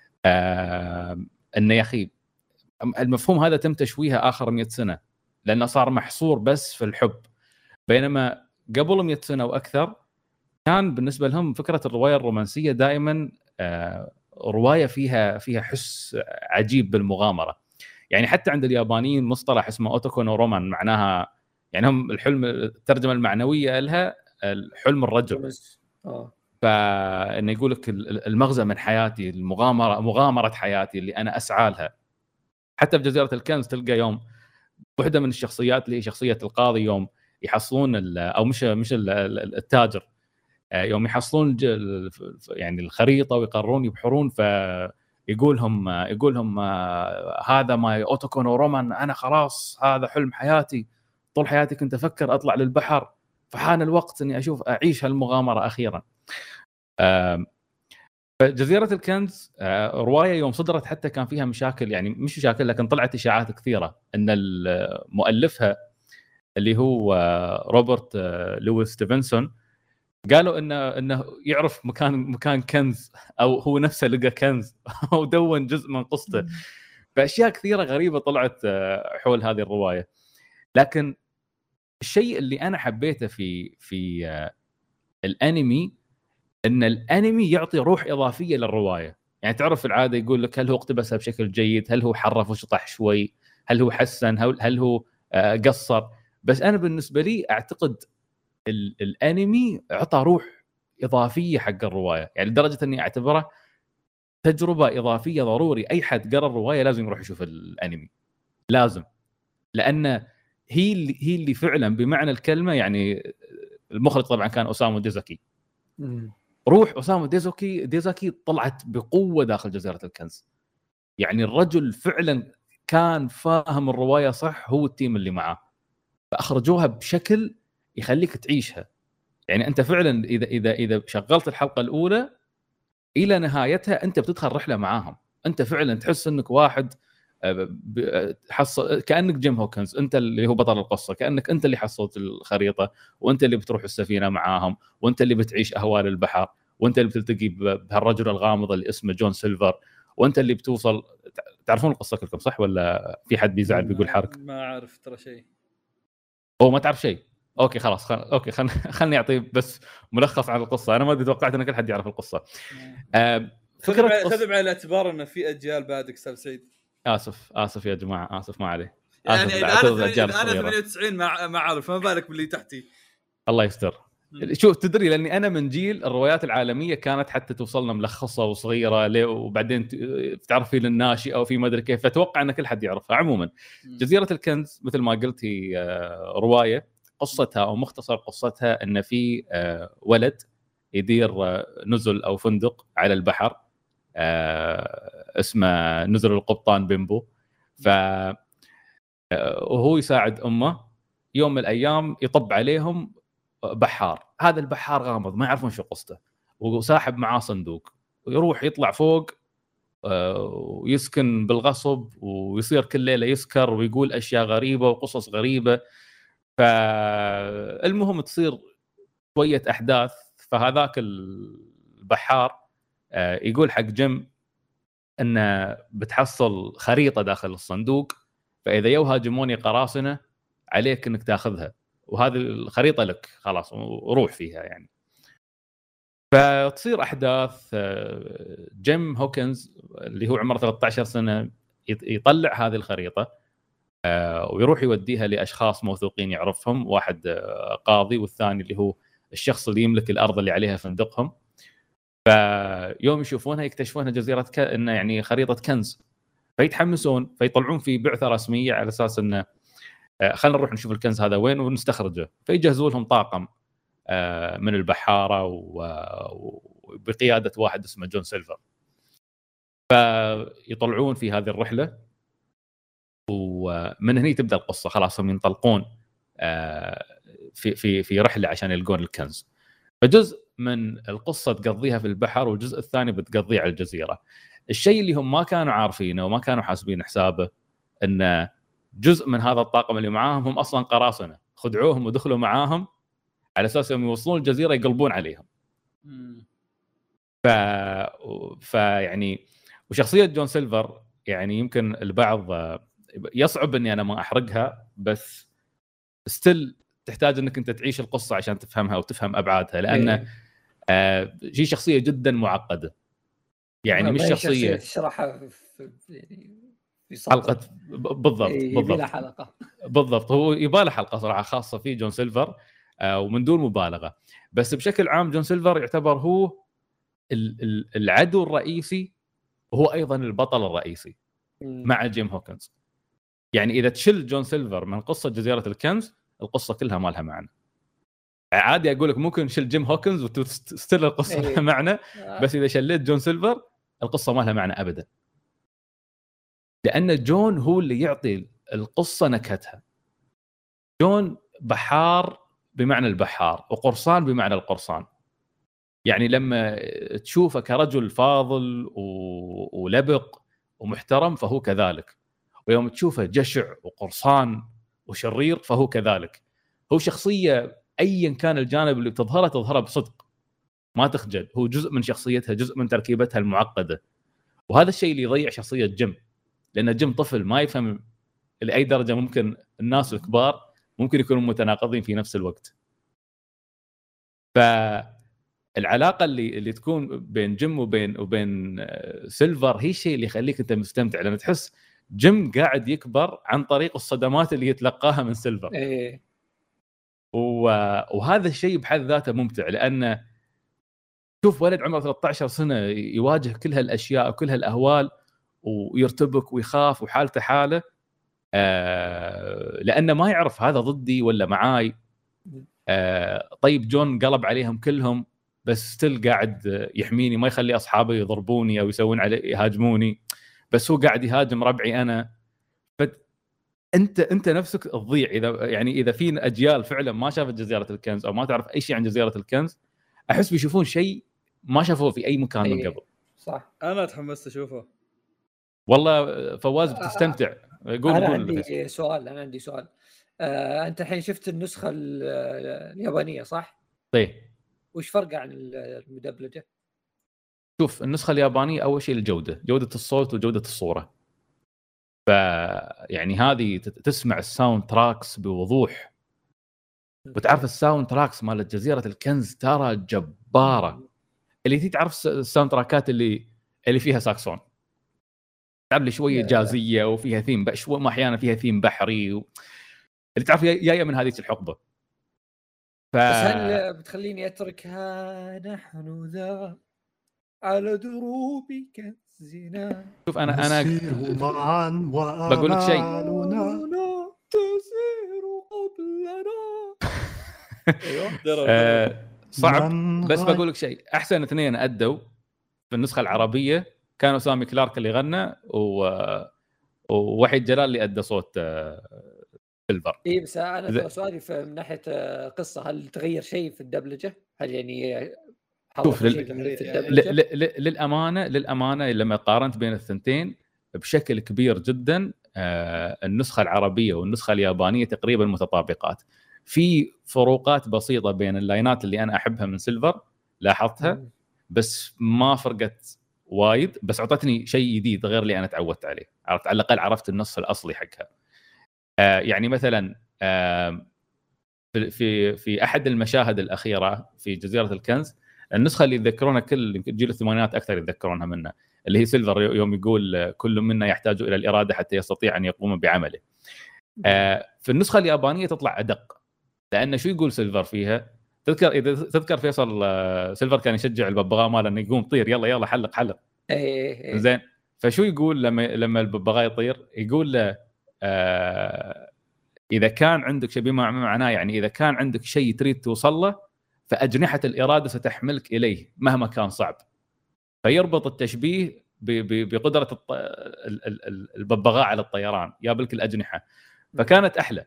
انه يا اخي المفهوم هذا تم تشويهه اخر 100 سنه، لانه صار محصور بس في الحب. بينما قبل 100 سنه واكثر كان بالنسبه لهم فكره الروايه الرومانسيه دائما روايه فيها حس عجيب بالمغامره. يعني حتى عند اليابانيين مصطلح اسمه اوتوكو نو رومان، معناها يعني هم الحلم، الترجمه المعنويه لها الحلم الرجل. فانه يقول لك المغزى من حياتي، مغامره حياتي اللي انا اسعى لها. حتى في جزيره الكنز تلقى يوم واحده من الشخصيات اللي هي شخصيه القاضي، يوم يحصلون او مش التاجر، يوم يحصلون يعني الخريطه ويقررون يبحرون، يقولهم هذا ماي اوتوكون ورومان، انا خلاص هذا حلم حياتي، طول حياتي كنت افكر اطلع للبحر، فحان الوقت اني اعيش هالمغامره اخيرا. جزيرة الكنز رواية يوم صدرت حتى كان فيها مشاكل، يعني مش مشاكل لكن طلعت إشاعات كثيرة أن مؤلفها اللي هو روبرت لويس ستيفنسون قالوا انه يعرف مكان كنز، او هو نفسه لقى كنز او دون جزء من قصته. فاشياء كثيره غريبه طلعت حول هذه الروايه. لكن الشيء اللي انا حبيته في الانمي ان الانمي يعطي روح اضافيه للروايه. يعني تعرف العاده يقول لك هل هو اقتبسها بشكل جيد، هل هو حرف وشطح شوي، هل هو حسن، هل هو قصر. بس انا بالنسبه لي اعتقد الانمي اعطى روح اضافيه حق الروايه، يعني لدرجه اني اعتبره تجربه اضافيه ضروري. اي حد قرأ الروايه لازم يروح يشوف الانمي، لازم، لان هي اللي فعلا بمعنى الكلمه. يعني المخرج طبعا كان اوسامو ديزاكي. روح اوسامو ديزاكي طلعت بقوه داخل جزيره الكنز. يعني الرجل فعلا كان فاهم الروايه صح، هو التيم اللي معاه، فاخرجوها بشكل يخليك تعيشها. يعني انت فعلا اذا شغلت الحلقه الاولى الى نهايتها انت بتدخل رحله معاهم. انت فعلا تحس انك واحد حصل، كانك جيم هوكنز، انت اللي هو بطل القصه، كانك انت اللي حصلت الخريطه، وانت اللي بتروح السفينه معاهم، وانت اللي بتعيش اهوال البحر، وانت اللي بتلتقي بهالرجل الغامض اللي اسمه جون سيلفر، وانت اللي بتوصل. تعرفون القصه كلكم صح ولا في حد بيزعل بيقول حرق؟ ما اعرف ترى شيء. او ما تعرف شيء؟ اوكي خلاص اوكي خلني اعطي بس ملخص عن القصه. انا ما توقعت ان كل حد يعرف القصه. خذ بعين الاعتبار ان في اجيال بعدك استاذ سعيد. اسف يا جماعه، اسف ما عليه. يعني اذا انا 98 ما اعرف، ما بالك باللي تحتي. الله يستر. شوف تدري لاني انا من جيل الروايات العالميه كانت حتى توصلنا ملخصه وصغيره وبعدين تعرفي للناشئه او في ما ادري كيف، فتوقع ان كل حد يعرفها. عموما جزيره الكنز مثل ما قلتي روايه، قصتها او مختصر قصتها ان في ولد يدير نزل او فندق على البحر اسمه نزل القبطان بيمبو. وهو يساعد امه. يوم من الايام يطب عليهم بحار. هذا البحار غامض ما يعرفون شو قصته، وساحب معاه صندوق، ويروح يطلع فوق ويسكن بالغصب، ويصير كل ليله يسكر ويقول اشياء غريبه وقصص غريبه. فالمهم تصير شويه احداث. فهذاك البحار يقول حق جيم انه بتحصل خريطه داخل الصندوق، فاذا يو هاجموني قراصنه عليك انك تاخذها، وهذه الخريطه لك خلاص وروح فيها يعني. فتصير احداث. جيم هوكنز اللي هو عمره 13 سنه يطلع هذه الخريطه ويروح يوديها لاشخاص موثوقين يعرفهم، واحد قاضي والثاني اللي هو الشخص اللي يملك الارض اللي عليها فندقهم. فيوم يشوفونها يكتشفونها جزيره انه يعني خريطه كنز، فيتحمسون فيطلعون في بعثه رسميه على اساس انه خلينا نروح نشوف الكنز هذا وين ونستخرجه. فيجهزوا لهم طاقم من البحاره وبقياده واحد اسمه جون سيلفر. فيطلعون في هذه الرحله، ومن هنا تبدا القصه. خلاص هم ينطلقون في رحله عشان يلقون الكنز. فجزء من القصه تقضيها في البحر، والجزء الثاني بتقضيه على الجزيره. الشيء اللي هم ما كانوا عارفينه وما كانوا حاسبين حسابه ان جزء من هذا الطاقم اللي معاهم هم اصلا قراصنه، خدعوهم ودخلوا معاهم على اساس يوم يوصلون الجزيره يقلبون عليهم. يعني وشخصيه جون سيلفر يعني يمكن البعض يصعب اني انا ما احرقها، بس ستيل تحتاج انك انت تعيش القصه عشان تفهمها وتفهم ابعادها، لان هي شخصيه جدا معقده. يعني مش شخصيه تشرحها يعني في حلقه بالضبط. يبي حلقه بالضبط. هو يباله حلقه صراحه خاصه في جون سيلفر ومن دون مبالغه. بس بشكل عام جون سيلفر يعتبر هو العدو الرئيسي، وهو ايضا البطل الرئيسي مع جيم هوكنز. يعني اذا تشيل جون سيلفر من قصه جزيره الكنز القصه كلها ما لها معنى. عادي اقول لك ممكن نشيل جيم هوكنز وتستل القصه لها معنى، بس اذا شليت جون سيلفر القصه ما لها معنى ابدا. لان جون هو اللي يعطي القصه نكهتها. جون بحار بمعنى البحار، وقرصان بمعنى القرصان. يعني لما تشوفه كرجل فاضل ولبق ومحترم فهو كذلك، ويوم تشوفه جشع وقرصان وشرير فهو كذلك. هو شخصيه ايا كان الجانب اللي تظهره بصدق، ما تخجل. هو جزء من شخصيتها، جزء من تركيبتها المعقده. وهذا الشيء اللي يضيع شخصيه جيم، لان جيم طفل ما يفهم لاي درجه ممكن الناس الكبار ممكن يكونوا متناقضين في نفس الوقت. فالعلاقه اللي تكون بين جيم وبين سيلفر هي الشيء اللي يخليك انت مستمتع، لان تحس جيم قاعد يكبر عن طريق الصدمات اللي يتلقاها من سيلفر. وهذا الشيء بحد ذاته ممتع، لأن شوف ولد عمره 13 سنة يواجه كل هالأشياء وكل هالأهوال ويرتبك ويخاف وحالته حالة، لأنه ما يعرف هذا ضدي ولا معاي. طيب جون قلب عليهم كلهم بس ستيل قاعد يحميني، ما يخلي أصحابي يضربوني أو يسوون علي يهاجموني، بس هو قاعد يهاجم ربعي أنا. انت نفسك تضيع اذا في اجيال فعلا ما شافت جزيره الكنز او ما تعرف اي شيء عن جزيره الكنز، احس بيشوفون شيء ما شافوه في اي مكان من قبل. صح، انا تحمست اشوفه والله. فواز بتستمتع. قول. انا عندي سؤال. انت الحين شفت النسخه اليابانيه صح؟ طيب وش فرق عن المدبلجه؟ شوف النسخه اليابانيه اول شيء الجوده، جوده الصوت وجوده الصوره. يعني هذه تسمع الساوند تراكس بوضوح، وتعرف الساوند تراكس مالت جزيره الكنز ترى جباره. اللي تعرف الساوند تراكات اللي فيها ساكسون، تعرف لي شويه جازيه وفيها ثيم شوي، ما احيانا فيها ثيم بحري اللي تعرف جايه من هذيك الحقبه. بس هل بتخليني اتركها نحن ذا على دروب كنزنا؟ شوف انا معا بقول لك شيء. تسير قبلنا. صعب، بس بقول لك شيء. احسن اثنين ادوا في النسخه العربيه كانوا سامي كلارك اللي غنى ووحيد جلال اللي ادى صوت سيلفر. اي بس انا سؤالي من ناحيه قصه، هل تغير شيء في الدبلجه؟ هل يعني شوف للامانه لما قارنت بين الثنتين بشكل كبير جدا، النسخه العربيه والنسخه اليابانيه تقريبا متطابقات. في فروقات بسيطه بين اللاينات اللي انا احبها من سيلفر لاحظتها، بس ما فرقت وايد، بس اعطتني شيء جديد غير اللي انا تعودت عليه. على الاقل عرفت النص الاصلي حقها. يعني مثلا في احد المشاهد الاخيره في جزيره الكنز، النسخه اللي يتذكرونها كل جيل الثمانينات اكثر يتذكرونها منها، اللي هي سيلفر يوم يقول كل منا يحتاج الى الاراده حتى يستطيع ان يقوم بعمله. في النسخه اليابانيه تطلع ادق، لان شو يقول سيلفر فيها؟ تذكر فيصل سيلفر كان يشجع الببغاء ماله انه يقوم طير، يلا حلق. زين، فشو يقول لما الببغاء يطير؟ يقول له اذا كان عندك شيء، بما معناه يعني اذا كان عندك شيء تريد توصل له فاجنحه الاراده ستحملك اليه مهما كان صعب. فيربط التشبيه بقدره الببغاء على الطيران، يابلك الاجنحه. فكانت احلى.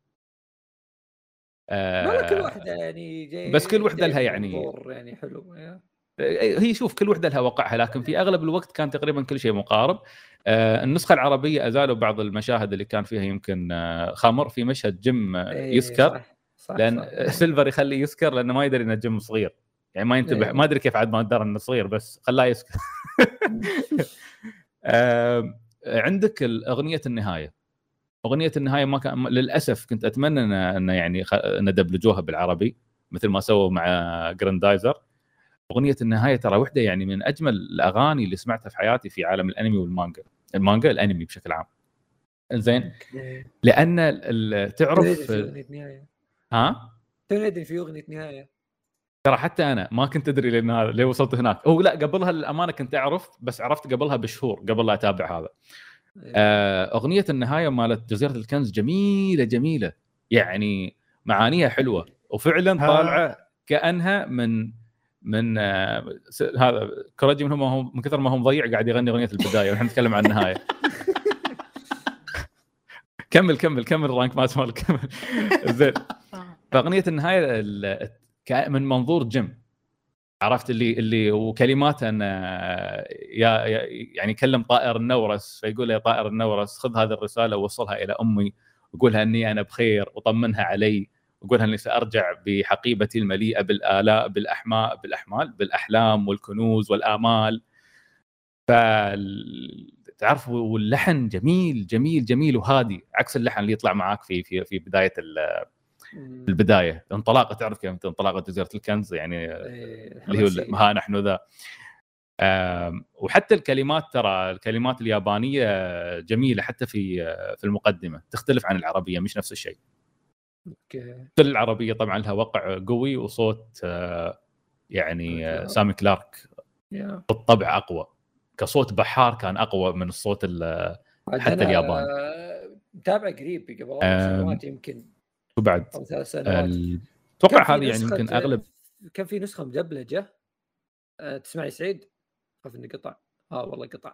والله كل واحده يعني بس كل وحده لها يعني حلو. هي شوف كل وحده لها وقعها، لكن في اغلب الوقت كان تقريبا كل شيء مقارب. النسخه العربيه ازالوا بعض المشاهد اللي كان فيها يمكن خمر. في مشهد جيم يسكر، لان سيلفر يخليه يسكر لانه ما يدري ان جيم صغير، يعني ما ينتبه. ما ادري كيف عاد ما درى انه صغير، بس خلاه يسكر. عندك اغنيه النهايه. اغنيه النهايه ما كان للاسف، كنت اتمنى ان يعني ان دبلجوها بالعربي مثل ما سووا مع جراندايزر. اغنيه النهايه ترى وحده يعني من اجمل الاغاني اللي سمعتها في حياتي في عالم الانمي والمانجا. الانمي بشكل عام. زين، لان تعرف تندري في اغنيه نهايه. ترى حتى انا ما كنت ادري ليه وصلت هناك. او لا، قبلها للامانه كنت اعرف، بس عرفت قبلها بشهور قبل لا اتابع هذا. اغنيه النهايه مالت جزيره الكنز جميله، يعني معانيها حلوه، وفعلا طالعه كانها من هذا كوراجي من كثر ما هو مضيع قاعد يغني اغنيه البدايه ونحن نتكلم عن النهايه. كمل رانك مال كمل. زين فاغنيه النهايه من منظور جيم، عرفت اللي وكلماته ان يعني يكلم طائر النورس فيقول يا طائر النورس خذ هذه الرساله ووصلها الى امي وقولها اني انا بخير وطمنها علي وقولها اني سارجع بحقيبتي المليئه بالالاء بالاحلام والكنوز والامال. فتعرف واللحن جميل جميل جميل وهادي عكس اللحن اللي يطلع معاك في بدايه البدايه انطلاقه. تعرف كيف انطلاقه جزيره الكنز يعني اللي هو ها نحن ذا. وحتى الكلمات ترى الكلمات اليابانيه جميله حتى في المقدمه تختلف عن العربيه مش نفس الشيء. اوكي العربيه طبعا لها وقع قوي وصوت يعني سامي كلارك بالطبع اقوى كصوت بحار كان اقوى من الصوت حتى اليابان. متابع قريب قبل 4 سنوات يمكن وبعد او 3 سنوات اتوقع هذه يعني يمكن اغلب كان في نسخه مدبلجه. تسمعني سعيد؟ خاف اني قطع. والله قطع.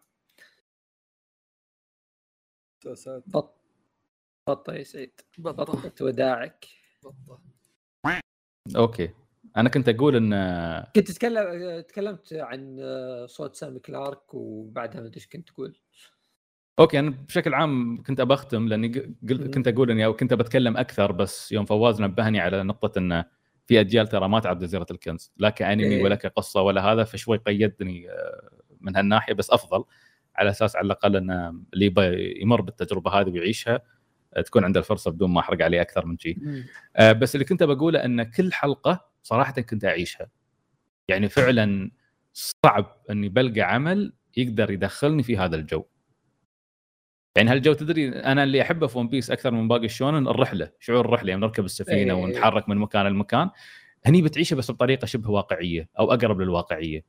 بطة يا سعيد بطة وداعك بطة. اوكي انا كنت اقول ان كنت تكلمت عن صوت سامي كلارك وبعدها ما ادري ايش كنت تقول. اوكي انا بشكل عام كنت ابختم لاني كنت اقول اني او كنت بتكلم اكثر بس يوم فواز نبهني على نقطه انه في اجيال ترى ما تعرف جزيره الكنز لا كانمي ولا كقصه ولا هذا فشوي قيدني من هالناحيه بس افضل على اساس على الاقل ان اللي يمر بالتجربه هذه ويعيشها تكون عنده الفرصه بدون ما احرق عليه اكثر من شيء. بس اللي كنت بقوله ان كل حلقه صراحه كنت اعيشها يعني فعلا صعب اني بلقى عمل يقدر يدخلني في هذا الجو. يعني هالجو تدري انا اللي احبه في ون بيس اكثر من باقي الشونن الرحله شعور الرحله يوم نركب السفينه ونتحرك من مكان لمكان هني بتعيشه بس بطريقه شبه واقعيه او اقرب للواقعيه.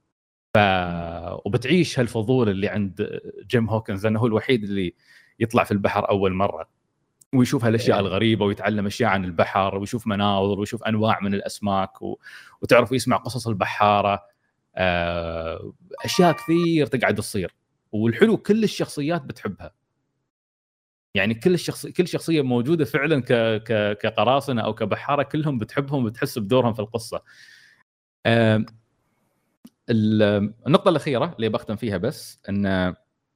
وبتعيش هالفضول اللي عند جيم هوكنز لانه هو الوحيد اللي يطلع في البحر اول مره ويشوف هالاشياء الغريبه ويتعلم اشياء عن البحر ويشوف مناظر ويشوف انواع من الاسماك وتعرف يسمع قصص البحاره اشياء كثير تقعد تصير. والحلو كل الشخصيات بتحبها يعني كل شخصيه موجوده فعلا كقراصنه او كبحاره كلهم بتحبهم وبتحس بدورهم في القصه. النقطه الاخيره اللي بختم فيها بس ان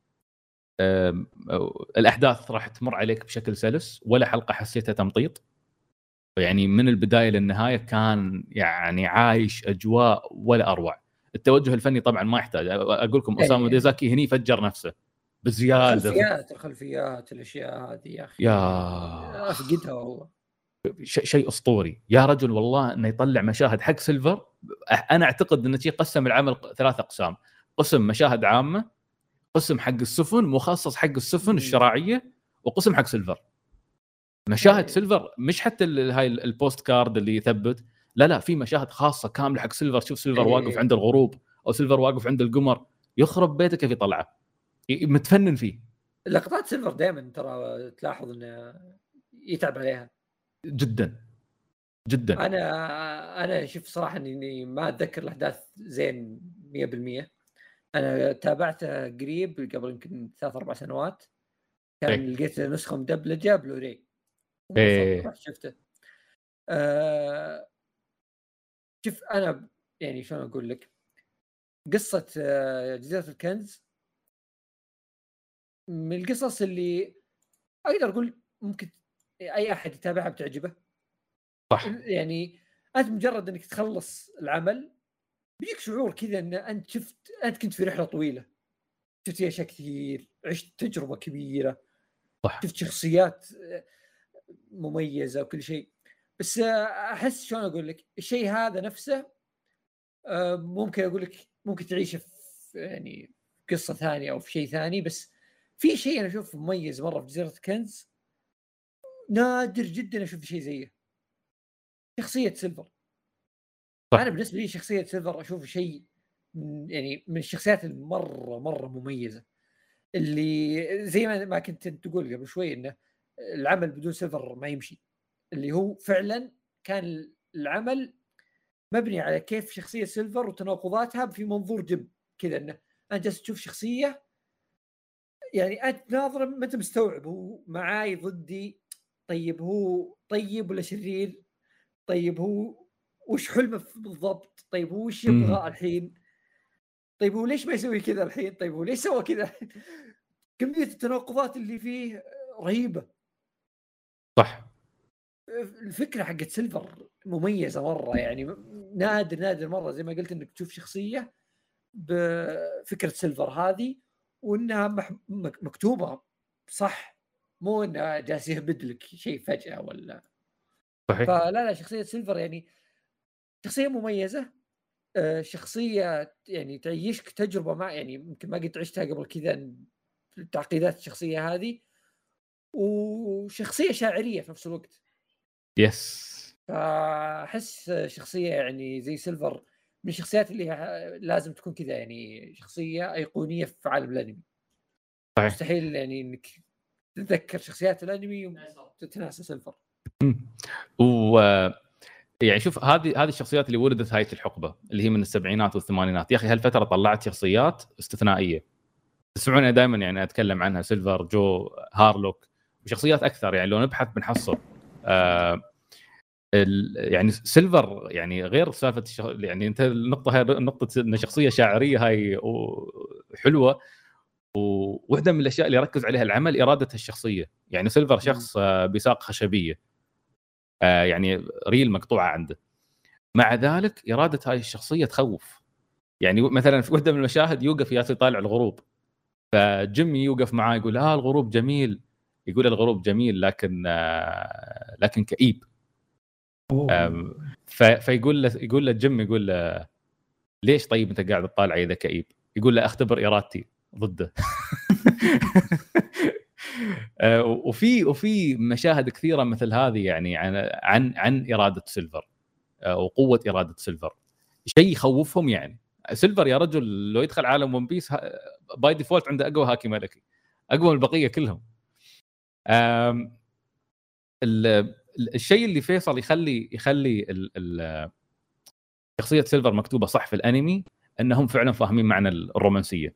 الاحداث راح تمر عليك بشكل سلس ولا حلقه حسيتها تمطيط يعني من البدايه للنهايه كان يعني عايش اجواء ولا اروع. التوجه الفني طبعا ما يحتاج اقول لكم اسامه ديزاكي هني فجر نفسه بزياده الخلفيات الاشياء هذه يا اخي يا افقدها والله شيء اسطوري يا رجل والله انه يطلع مشاهد حق سيلفر. انا اعتقد انه يقسم العمل 3 اقسام قسم مشاهد عامه قسم حق السفن مخصص حق السفن الشراعيه وقسم حق سيلفر. مشاهد سيلفر مش حتى هاي البوست كارد اللي يثبت لا في مشاهد خاصه كامله حق سيلفر. شوف سيلفر واقف عند الغروب او سيلفر واقف عند القمر يخرب بيتك كيف يطلعه متفنن فيه. لقطات سيلفر دائما ترى تلاحظ انه يتعب عليها جدا. انا شوف صراحه اني ما اتذكر الاحداث زين 100%. انا تابعته قريب قبل يمكن 3-4 سنوات كان لقيت نسخه مدبلجه بلوراي رحت شفته. شوف انا يعني شلون اقول لك قصه جزيره الكنز من القصص اللي اقدر اقول ممكن اي احد يتابعها بتعجبه صح. يعني انت مجرد انك تخلص العمل بيجيك شعور كذا ان انت كنت في رحله طويله شفت اشياء كثير عشت تجربه كبيره صح. شفت شخصيات مميزه وكل شيء. بس احس شلون اقول لك الشيء هذا نفسه ممكن اقول لك ممكن تعيشه في يعني قصه ثانيه او في شيء ثاني. بس في شيء انا اشوفه مميز مره في جزيره كنز نادر جدا اشوف شيء زيه شخصيه سيلفر. انا بالنسبه لي شخصيه سيلفر اشوف شيء يعني من الشخصيات المره مميزه اللي زي ما كنت تقول قبل شوي انه العمل بدون سيلفر ما يمشي. اللي هو فعلا كان العمل مبني على كيف شخصيه سيلفر وتناقضاتها في منظور جيم كذا انه انت جالس تشوف شخصيه يعني انت ناظر ما انت مستوعب هو معاي ضدي، طيب هو طيب ولا شرير؟ طيب هو وش حلمه بالضبط؟ طيب هو وش يبغى الحين؟ طيب هو ليش ما يسوي كذا الحين؟ طيب هو ليش سوى كذا؟ كمية التناقضات اللي فيه رهيبة. صح. الفكرة حقت سيلفر مميزة مرة، يعني نادر مرة زي ما قلت انك تشوف شخصية بفكرة سيلفر هذه وانها مكتوبة صح، مو انها جالس يهبد لك شيء فجأة ولا. صحيح. فلا شخصية سيلفر يعني شخصية مميزة، شخصية يعني تعيشك تجربة ما يعني يمكن ما قد عشتها قبل كذا، تعقيدات الشخصية هذه، وشخصية شاعرية في نفس الوقت. يس. فأحس شخصية يعني زي سيلفر من الشخصيات اللي لازم تكون كذا، يعني شخصية أيقونية في عالم الأنمي. صحيح. مستحيل يعني إنك تتذكر شخصيات الأنمي وتتناسى سيلفر. و يعني شوف هذه الشخصيات اللي ولدت هاي الحقبه اللي هي من السبعينات والثمانينات، يا اخي هالفتره طلعت شخصيات استثنائيه تسمعوني دائما يعني اتكلم عنها، سيلفر، جو، هارلوك وشخصيات اكثر يعني لو نبحث بنحصل. يعني سيلفر يعني غير سالفه يعني انت النقطه هاي نقطه ان شخصيه شاعريه هاي حلوه، وواحده من الاشياء اللي ركز عليها العمل اراده الشخصيه. يعني سيلفر شخص بساق خشبيه، يعني ريل مقطوعه عنده، مع ذلك اراده هاي الشخصيه تخوف. يعني مثلا في واحده من المشاهد يوقف ياسي طالع الغروب، فجيمي يوقف معاه يقول الغروب جميل، يقول الغروب جميل لكن كئيب. يقول له جيمي، يقول له ليش طيب انت قاعد تطالع اذا كئيب؟ يقول له اختبر ارادتي ضده. وفي مشاهد كثيره مثل هذه يعني عن اراده سيلفر وقوه اراده سيلفر، شيء يخوفهم. يعني سيلفر يا رجل لو يدخل عالم ون بيس باي ديفولت عنده اقوى هاكي ملكي، اقوى من البقيه كلهم. الشيء اللي فيصل يخلي شخصيه سيلفر مكتوبه صح في الانمي انهم فعلا فاهمين معنى الرومانسيه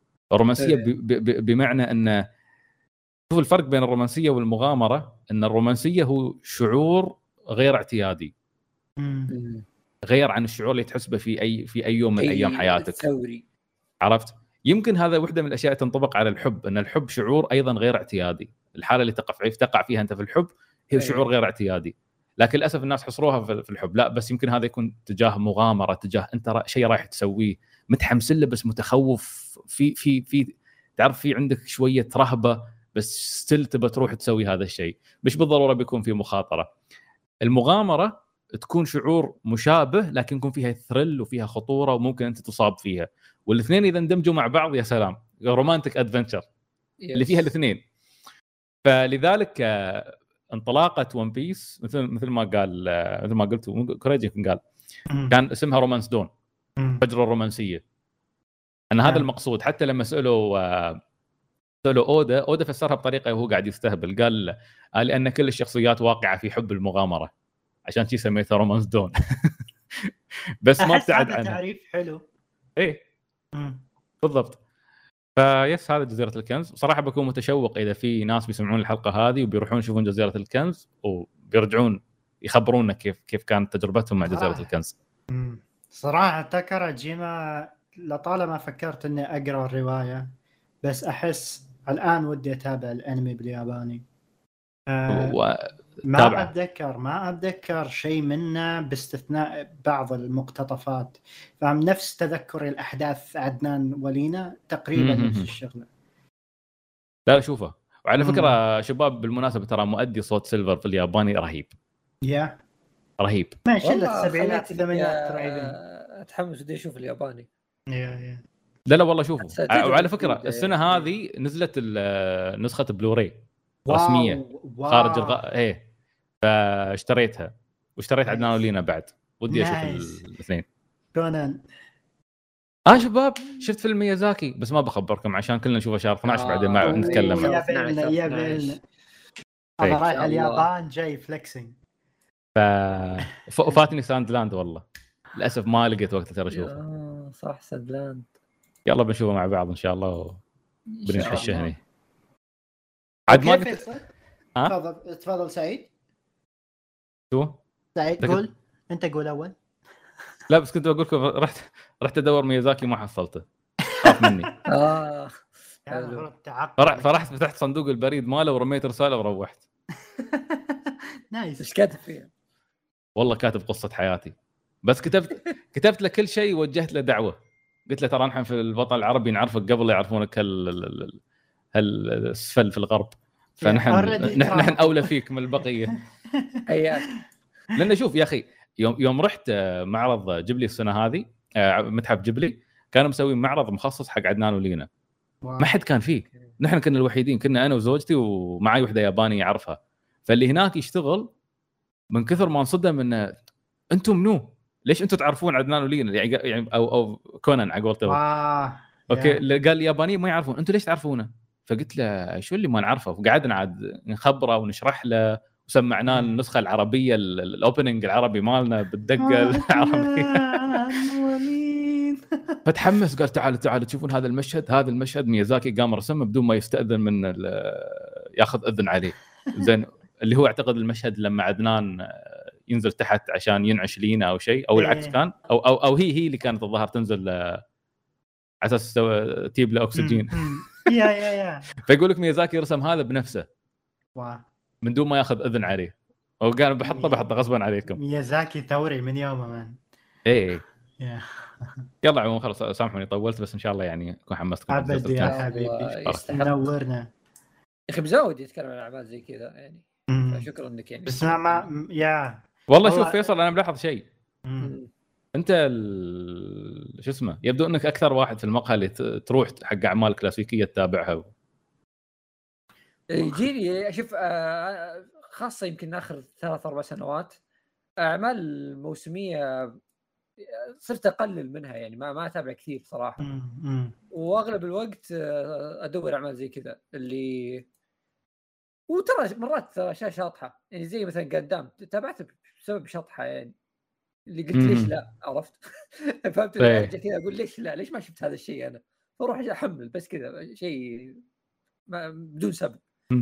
بمعنى ان شوف الفرق بين الرومانسيه والمغامره، ان الرومانسيه هو شعور غير اعتيادي، غير عن الشعور اللي تحس به في اي يوم من ايام حياتك. ثوري. عرفت؟ يمكن هذا وحده من الاشياء تنطبق على الحب، ان الحب شعور ايضا غير اعتيادي. الحاله اللي تقع فيها انت في الحب هي شعور غير اعتيادي، لكن للاسف الناس حصروها في الحب. لا، بس يمكن هذا يكون تجاه مغامره، تجاه انت شيء رايح تسويه متحمس له بس متخوف، في تعرف في عندك شويه رهبه بس ستيل تبى تروح تسوي هذا الشيء. مش بالضروره بيكون في مخاطره. المغامره تكون شعور مشابه لكن يكون فيها ثريل وفيها خطوره وممكن انت تصاب فيها، والاثنين اذا اندمجوا مع بعض يا سلام، رومانتك ادفنتشر اللي فيها الاثنين. فلذلك انطلاقه ون بيس مثل ما قلت كوريجي قال كان اسمها رومانس دون، فجر الرومانسيه. ان هذا المقصود. حتى لما سالوا اودا فسرها بطريقه وهو قاعد يستهبل، قال لان كل الشخصيات واقعه في حب المغامره، عشان شي سميتها رومانس دون. بس ما ابتعد عنها. تعريف حلو. ايه بالضبط. فيس هذا جزيره الكنز. صراحه بكون متشوق اذا في ناس بيسمعون الحلقه هذه وبيروحون يشوفون جزيره الكنز وبيرجعون يخبرونا كيف كانت تجربتهم مع جزيره الكنز. صراحه تاكاراجيما لطالما فكرت اني اقرا الروايه، بس احس الان ودي اتابع الانمي بالياباني. ما اتذكر شيء منه باستثناء بعض المقتطفات، فهم نفس تذكري الاحداث عدنان ولينا تقريبا نفس الشغله. لا شوفه. وعلى فكره شباب بالمناسبه ترى مؤدي صوت سيلفر في الياباني رهيب. رهيب. ماشي السبعينات الثمانينات تقريبا. اتحمس بدي اشوف الياباني. لا والله شوفوا. وعلى فكره السنه هذه نزلت نسخه بلوراي رسميه خارج ايه، فاشتريتها واشتريت عدنان ولينا بعد. ودي اشوف الاثنين. كونان شباب شفت فيلم ميازاكي بس ما بخبركم عشان كلنا نشوفه شهر 12 بعدين ما نتكلم عنه. هذا رايح اليابان جاي فليكسينج. فاتني ساندلاند والله للاسف ما لقيت وقت ترى اشوفه. صح ساندلاند. يلا بنشوفه مع بعض ان شاء الله بنحشه هنا عاد ما قلت تفضل سعيد. شو سعيد قول انت، قول اول. لا بس كنت بقول لكم رحت ادور ميازاكي ما حصلته، خاف مني. فرحت فتحت صندوق البريد ماله ورميت رساله وروحت. نايس. ايش كاتب فيها؟ والله كاتب قصه حياتي، بس كتبت له كل شيء ووجهت له دعوه. قلت له ترى نحن في الوطن العربي نعرفك قبل لا يعرفونك هالسفل في الغرب، فنحن اولى فيك من البقيه. اياك. لان شوف يا اخي يوم رحت معرض جبلي السنه هذه، متحف جبلي، كانوا مسوين معرض مخصص حق عدنان ولينا. ما حد كان فيه، نحن كنا الوحيدين، كنا انا وزوجتي ومعي وحده يابانيه اعرفها. فاللي هناك يشتغل من كثر ما انصدم انه انتم منو؟ ليش انتم تعرفون عدنان ولينا يعني او كونان على قولته. اوكي قال اليابانيين ما يعرفون، انتم ليش تعرفونه؟ فقلت له شو اللي ما نعرفه؟ وقعدنا عاد نخبره ونشرح له وسمعناه النسخه العربيه الاوبننج العربي مالنا بالدقه العربيه. فتحمس قال تعالوا تشوفون هذا المشهد ميازاكي قام رسمه بدون ما يستأذن من ياخذ اذن عليه. زين اللي هو اعتقد المشهد لما عدنان ينزل تحت عشان ينعش لينا او شيء، او العكس كان او هي اللي كانت الظاهر تنزل على اساس تجيب له اكسجين. يا فيقول لك ميازاكي رسم هذا بنفسه من دون ما ياخذ اذن عليه، وقال بحطه غصبا عليكم. ميازاكي ثوري من يومه مان. ايه يلا عموما خلاص سامحوني طولت، بس ان شاء الله يعني اكون حمستكم. ابد يا حبيبي نورنا يا اخي. مزود يتكلم عن اعمال زي كذا يعني. فشكرا انك يعني. بس ما يا والله شوف فيصل، انا ملاحظ شيء. انت شو اسمه، يبدو انك اكثر واحد في المقهى اللي تروح حق اعمال كلاسيكيه تتابعها. يجيني اشوف خاصه يمكن اخر 3-4 سنوات اعمال موسميه صرت اقلل منها يعني، ما اتابع كثير صراحه. واغلب الوقت ادور اعمال زي كذا اللي وترى مرات اشياء شاطحه يعني، زي مثلا قدام تابعت بسبب شطحه يعني، اللي قلت ليش لا، عرفت؟ فهمت؟ ارجع كذا اقول ليش لا، ليش ما شفت هذا الشيء انا؟ فاروح احمل بس كذا شيء بدون سبب.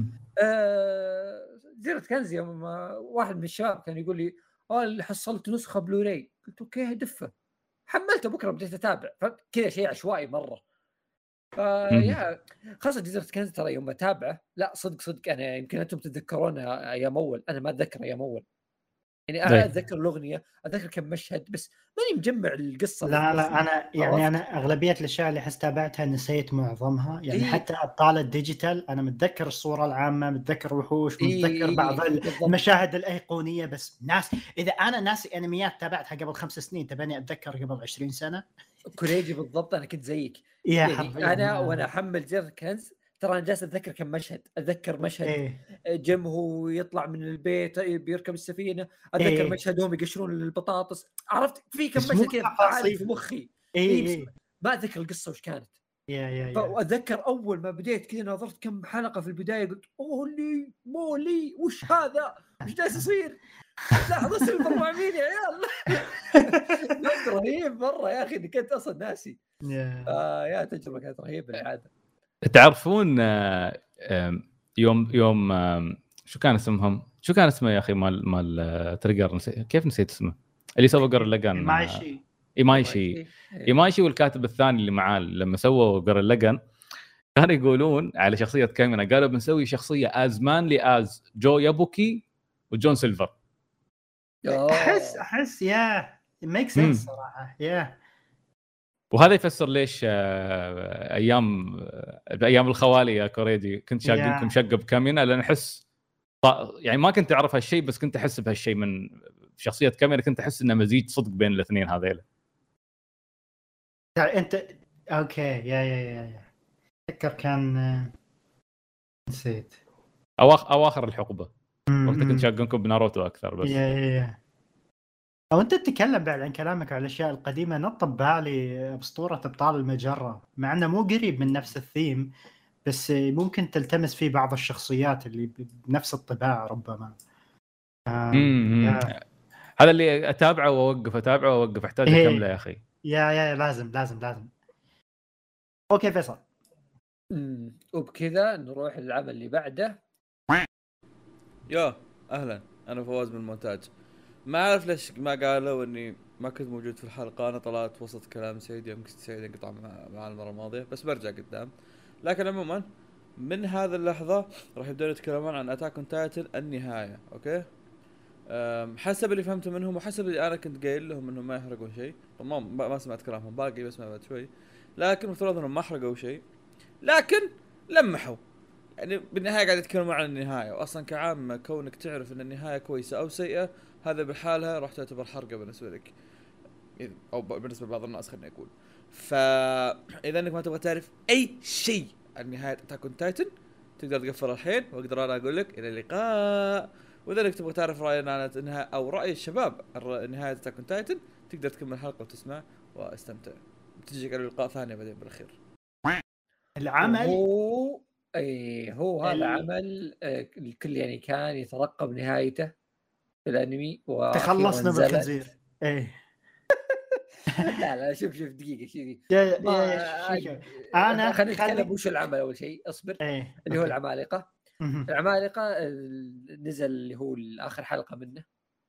زيرة كنز يوم واحد من الشباب كان يقول لي اللي حصلت نسخه بلوراي، قلت اوكي دفه، حملته بكره بديت اتابع. فكذا شيء عشوائي مره. يا خاصه جزيرة كنز ترى يوم اتابعه لا صدق انا يمكن انتم تتذكرونها ايام اول، انا ما اتذكر ايام اول يعني. اتذكر الاغنيه، اتذكر كم مشهد، بس ماني مجمع القصه. لا انا يعني انا اغلبيه الاشياء اللي تابعتها نسيت معظمها يعني. حتى ابطال الديجيتال انا متذكر الصوره العامه، متذكر وحوش، متذكر بعض المشاهد الايقونيه، بس ناس اذا انا ناسي انميات تابعتها قبل 5 سنين تباني اتذكر قبل 20 سنه. كوريجي بالضبط، انا كنت زيك يعني انا وانا احمل جزيرة كنز ترى انا جالس اتذكر كم مشهد. اتذكر مشهد جيم هو يطلع من البيت بيركب السفينه، اتذكر مشهد هم يقشرون البطاطس، عرفت؟ في كم مشهد كذا عالي في مخي. ما اتذكر القصه وش كانت. فاتذكر اول ما بديت كذا ناظرت كم حلقه في البدايه، قلت مولي وش هذا، وش جالس يصير؟ لحظه سيلفر مع مين يا عيال؟ رهيب مره يا اخي، كنت اصلا ناسي. يا تجربه كانت رهيبه بالعاده. تعرفون يوم شو كان اسمهم؟ شو كان اسمه يا اخي مال تريجر؟ كيف نسيت اسمه اللي سوى جورلاغان؟ ايمايشي والكاتب الثاني اللي معاه لما سووا جورلاغان كانوا يقولون على شخصيه كامينا، قالوا بنسوي شخصيه از مانلي از جو يابوكي وجون سيلفر. احس يا ميك سنس صراحه. وهذا يفسر ليش ايام الخوالي يا كوريجي كنت شاقنكم شقه بكامينا، لان احس يعني ما كنت اعرف هالشيء، بس كنت احس بهالشيء من شخصيه كامينا، كنت احس انه مزيج صدق بين الاثنين هذيل. انت اوكي يا فكر كان نسيت اواخر الحقبه وقت كنت شاقنكم بناروتو اكثر. بس او انت تتكلم بعد عن كلامك على الاشياء القديمه، نطب بالي اسطوره ابطال المجره، مع انه مو قريب من نفس الثيم، بس ممكن تلتمس فيه بعض الشخصيات اللي بنفس الطباع ربما. هذا اللي اتابعه واوقف احتاج اكمله يا اخي. يا لازم. اوكي فيصل، وبكذا نروح للعمل اللي بعده. يا اهلا، انا فواز من المونتاج. ما اعرف ليش ما قالوا اني ما كنت موجود في الحلقه. انا طلعت وسط كلام سعيد، يمكن سعيد انقطع مع المره الماضيه، بس برجع قدام. لكن عموما من هذه اللحظه راح يبدأوا يتكلمون عن اتاك اون تايتن النهايه. اوكي، حسب اللي فهمته منهم وحسب اللي انا كنت قايل لهم انهم ما يحرقون شيء. طبعا ما سمعت كلامهم باقي، بسمع بعد شوي. لكن مفترض انهم ما حرقوا شيء، لكن لمحوا. يعني بالنهايه قاعد يتكلمون عن النهايه، واصلا كعامه كونك تعرف ان النهايه كويسه او سيئه هذا بحالها راح تعتبر حرقه بالنسبه لك، او بالنسبه لبعض الناس خلينا نقول. فاذا انك ما تبغى تعرف اي شيء عن نهايه اتاك اون تايتن تقدر تقفل الحين، واقدر انا اقول لك الى اللقاء. واذا انك تبغى تعرف راينا عن انها او راي الشباب نهايه اتاك اون تايتن تقدر تكمل الحلقه وتسمع واستمتع. بتجيك على لقاء ثاني بعدين بالاخير. العمل هو هذا عمل الكل يعني كان يترقب نهايته في الانمي تخلصنا من الخنزير. ايه لا شوف دقيقه انا خلينا نتكلم وش العمل اول شيء. اصبر. اللي هو العمالقه. نزل اللي هو اخر حلقه منه،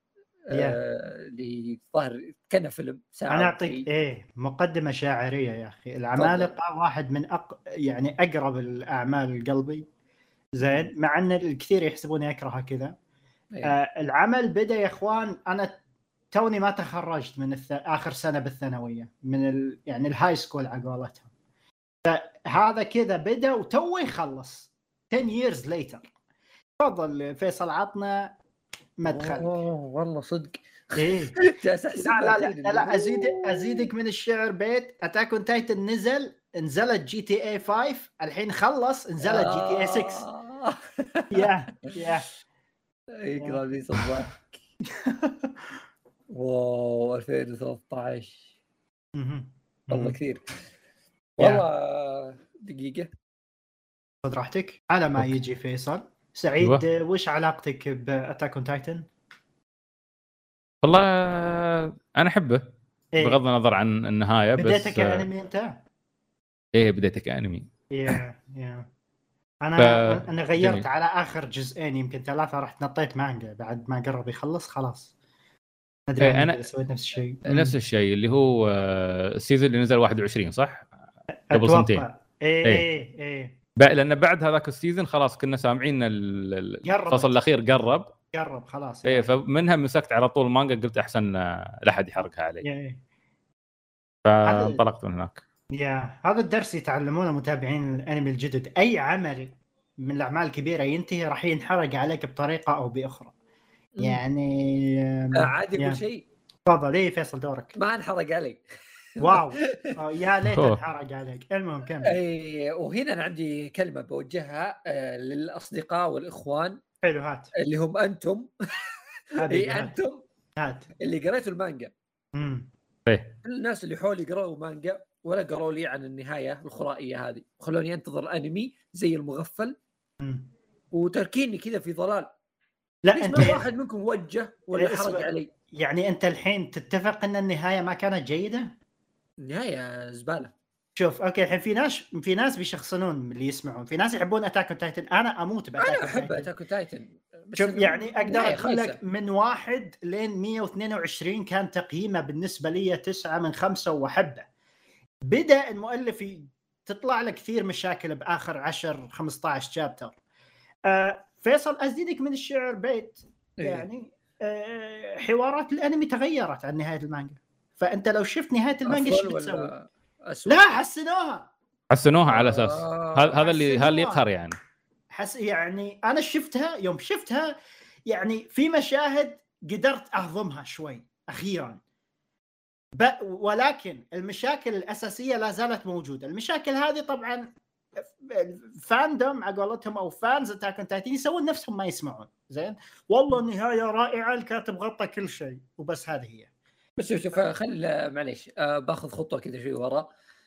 اللي ظهر كان فيلم ساعه. انا اعطيك مقدمه شاعريه يا اخي. العمالقه واحد من يعني اقرب الاعمال لقلبي، زين، مع ان الكثير يحسبوني اكرهها كذا. العمل بدا يا اخوان، انا توني ما تخرجت من اخر سنه بالثانويه من يعني الهاي سكول على قولتهم. فهذا كذا بدا وتوي يخلص 10 years later. تفضل فيصل، عطنا مدخل. والله صدق. ايه لا ازيدك من الشعر بيت. اتاك اون تايتن نزلت جي تي اي 5 الحين خلص، نزلت جي تي اي 6. يا يقرا لي صباح. واو 2013 والله كثير. والله دقيقة خذ راحتك على ما يجي فيصل. سعيد وش علاقتك بأتاك اون تايتن؟ والله انا احبه بغض النظر عن النهايه. بس بديتك انمي انت؟ ايه بديتك انمي. انا غيرت جميل. على اخر جزئين يمكن 3 رحت نطيت مانجا بعد ما قرب يخلص خلاص. ادري انا سويت نفس الشيء. نفس الشيء اللي هو السيزون اللي نزل 21 صح؟ قبل سنتين. ايه لان بعد هذاك السيزون خلاص كنا سامعين الفصل الاخير قرب خلاص. فمنها مسكت على طول مانجا، قلت احسن لا احد يحرقها علي. فانطلقت من هناك. هذا الدرس يتعلمونه متابعين الانمي الجدد. اي عمل من الاعمال الكبيره ينتهي راح ينحرق عليك بطريقه او باخرى. يعني عادي كل شيء. تفضل. ايه فيصل دورك. ما انحرق علي. واو يا ليت انحرق عليك. المهم كمل. وهنا انا عندي كلمه بوجهها للاصدقاء والاخوان. حلو هات. اللي هم انتم. انتم هات اللي قريتوا المانجا. الناس اللي حولي قرأوا مانجا ولا قرأوا لي عن النهايه الخرائيه هذه، وخلوني انتظر انمي زي المغفل وتركيني كذا في ضلال. لا انت ما واحد منكم وجه ولا حرق علي. يعني انت الحين تتفق ان النهايه ما كانت جيده؟ نهايه زباله. شوف اوكي، الحين في ناس بيشخصنون اللي يسمعون. في ناس يحبون اتاك اون تايتن. انا اموت باتاك اون تايتن. انا احب اتاك اون تايتن. شوف يعني اقدر اقول لك من 1 لين 122 كان تقييمه بالنسبه لي 9 من 5 واحبه. بدا المؤلف تطلع له كثير مشاكل باخر 10 15 شابتر. فيصل ازيدك من الشعر بيت. يعني حوارات الانمي تغيرت عن نهايه المانجا. فانت لو شفت نهايه المانجا ايش بتسوي؟ لا حسنوها على اساس هذا اللي يقهر يعني. يعني انا يوم شفتها يعني في مشاهد قدرت اهضمها شوي اخيرا. ولكن المشاكل الاساسيه لا زالت موجوده. المشاكل هذه طبعا فاندوم على قولتهم او فانز اتاك اون تايتن يسوون نفسهم ما يسمعون. زين والله النهايه رائعه، الكاتب غطى كل شيء وبس. هذه هي. بس شوف معليش باخذ خطوه كذا شوي ورا.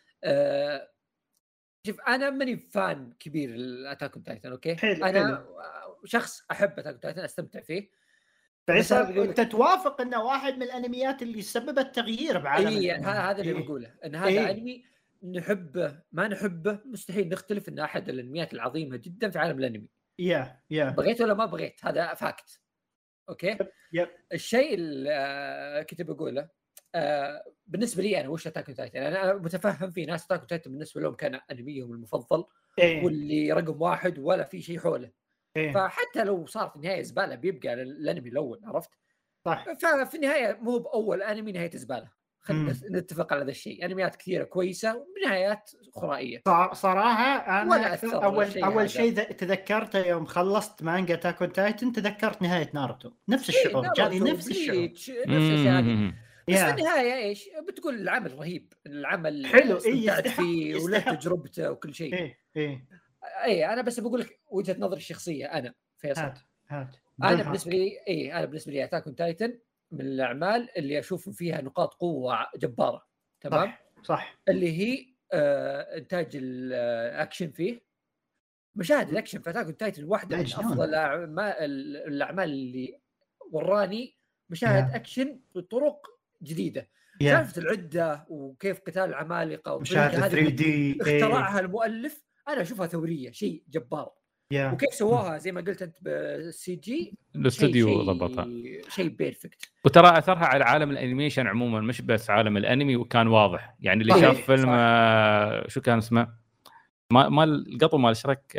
شوف انا ماني فان كبير لاتاك اون تايتن. اوكي انا شخص احب اتاك اون تايتن، استمتع فيه. فيصل انت توافق انه واحد من الانميات اللي سببت تغيير بعالم هذا اللي بقوله ان هذا انمي نحبه ما نحبه مستحيل نختلف ان احد الانميات العظيمه جدا في عالم الانمي. يا بغيت ولا ما بغيت هذا فاكت. اوكي يب. الشيء اللي كنت بقوله بالنسبه لي انا وش اتاك تايتن. انا متفهم في ناس اتاك تايتن بالنسبه لهم كان انميهم المفضل واللي رقم واحد ولا في شيء حوله. فحتى لو صارت نهايه زباله بيبقى الانمي الاول، عرفت؟ صح. ففي النهايه مو باول انمي نهايه زباله، خلينا نتفق على هذا الشيء. انميات كثيره كويسه ونهايات خرائيه صراحه. انا اول شيء تذكرته يوم خلصت مانجا تاكون تايتن، تذكرت نهايه ناروتو. نفس الشعور جاني، نفس الشعور، نفس الشيء هذه. بس في النهايه ايش بتقول؟ العمل رهيب، العمل حلو، استمتعت فيه وله تجربته وكل شيء. اي انا بس بقول لك وجهه نظري الشخصيه انا فيصل. هات. انا بالنسبه لي اتاك اون تايتن من الاعمال اللي اشوف فيها نقاط قوه جباره. تمام صح. اللي هي انتاج الاكشن فيه، مشاهد الاكشن في اتاك اون تايتن واحده من افضل الاعمال اللي وراني مشاهد اكشن بطرق جديده. سالفه العده وكيف قتال العمالقه مشاهد 3D اخترعها المؤلف، انا اشوفها ثوريه، شيء جبار. وكيف سواها زي ما قلت انت بالسي جي، الاستوديو ضبطها، شيء بيرفكت. وترى اثرها على عالم الانيميشن عموما مش بس عالم الانمي، وكان واضح يعني. اللي شاف فيلم شو كان اسمه مال القطو مال شرك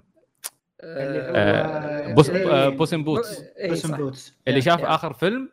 بوس ان بوتس اللي شاف اخر فيلم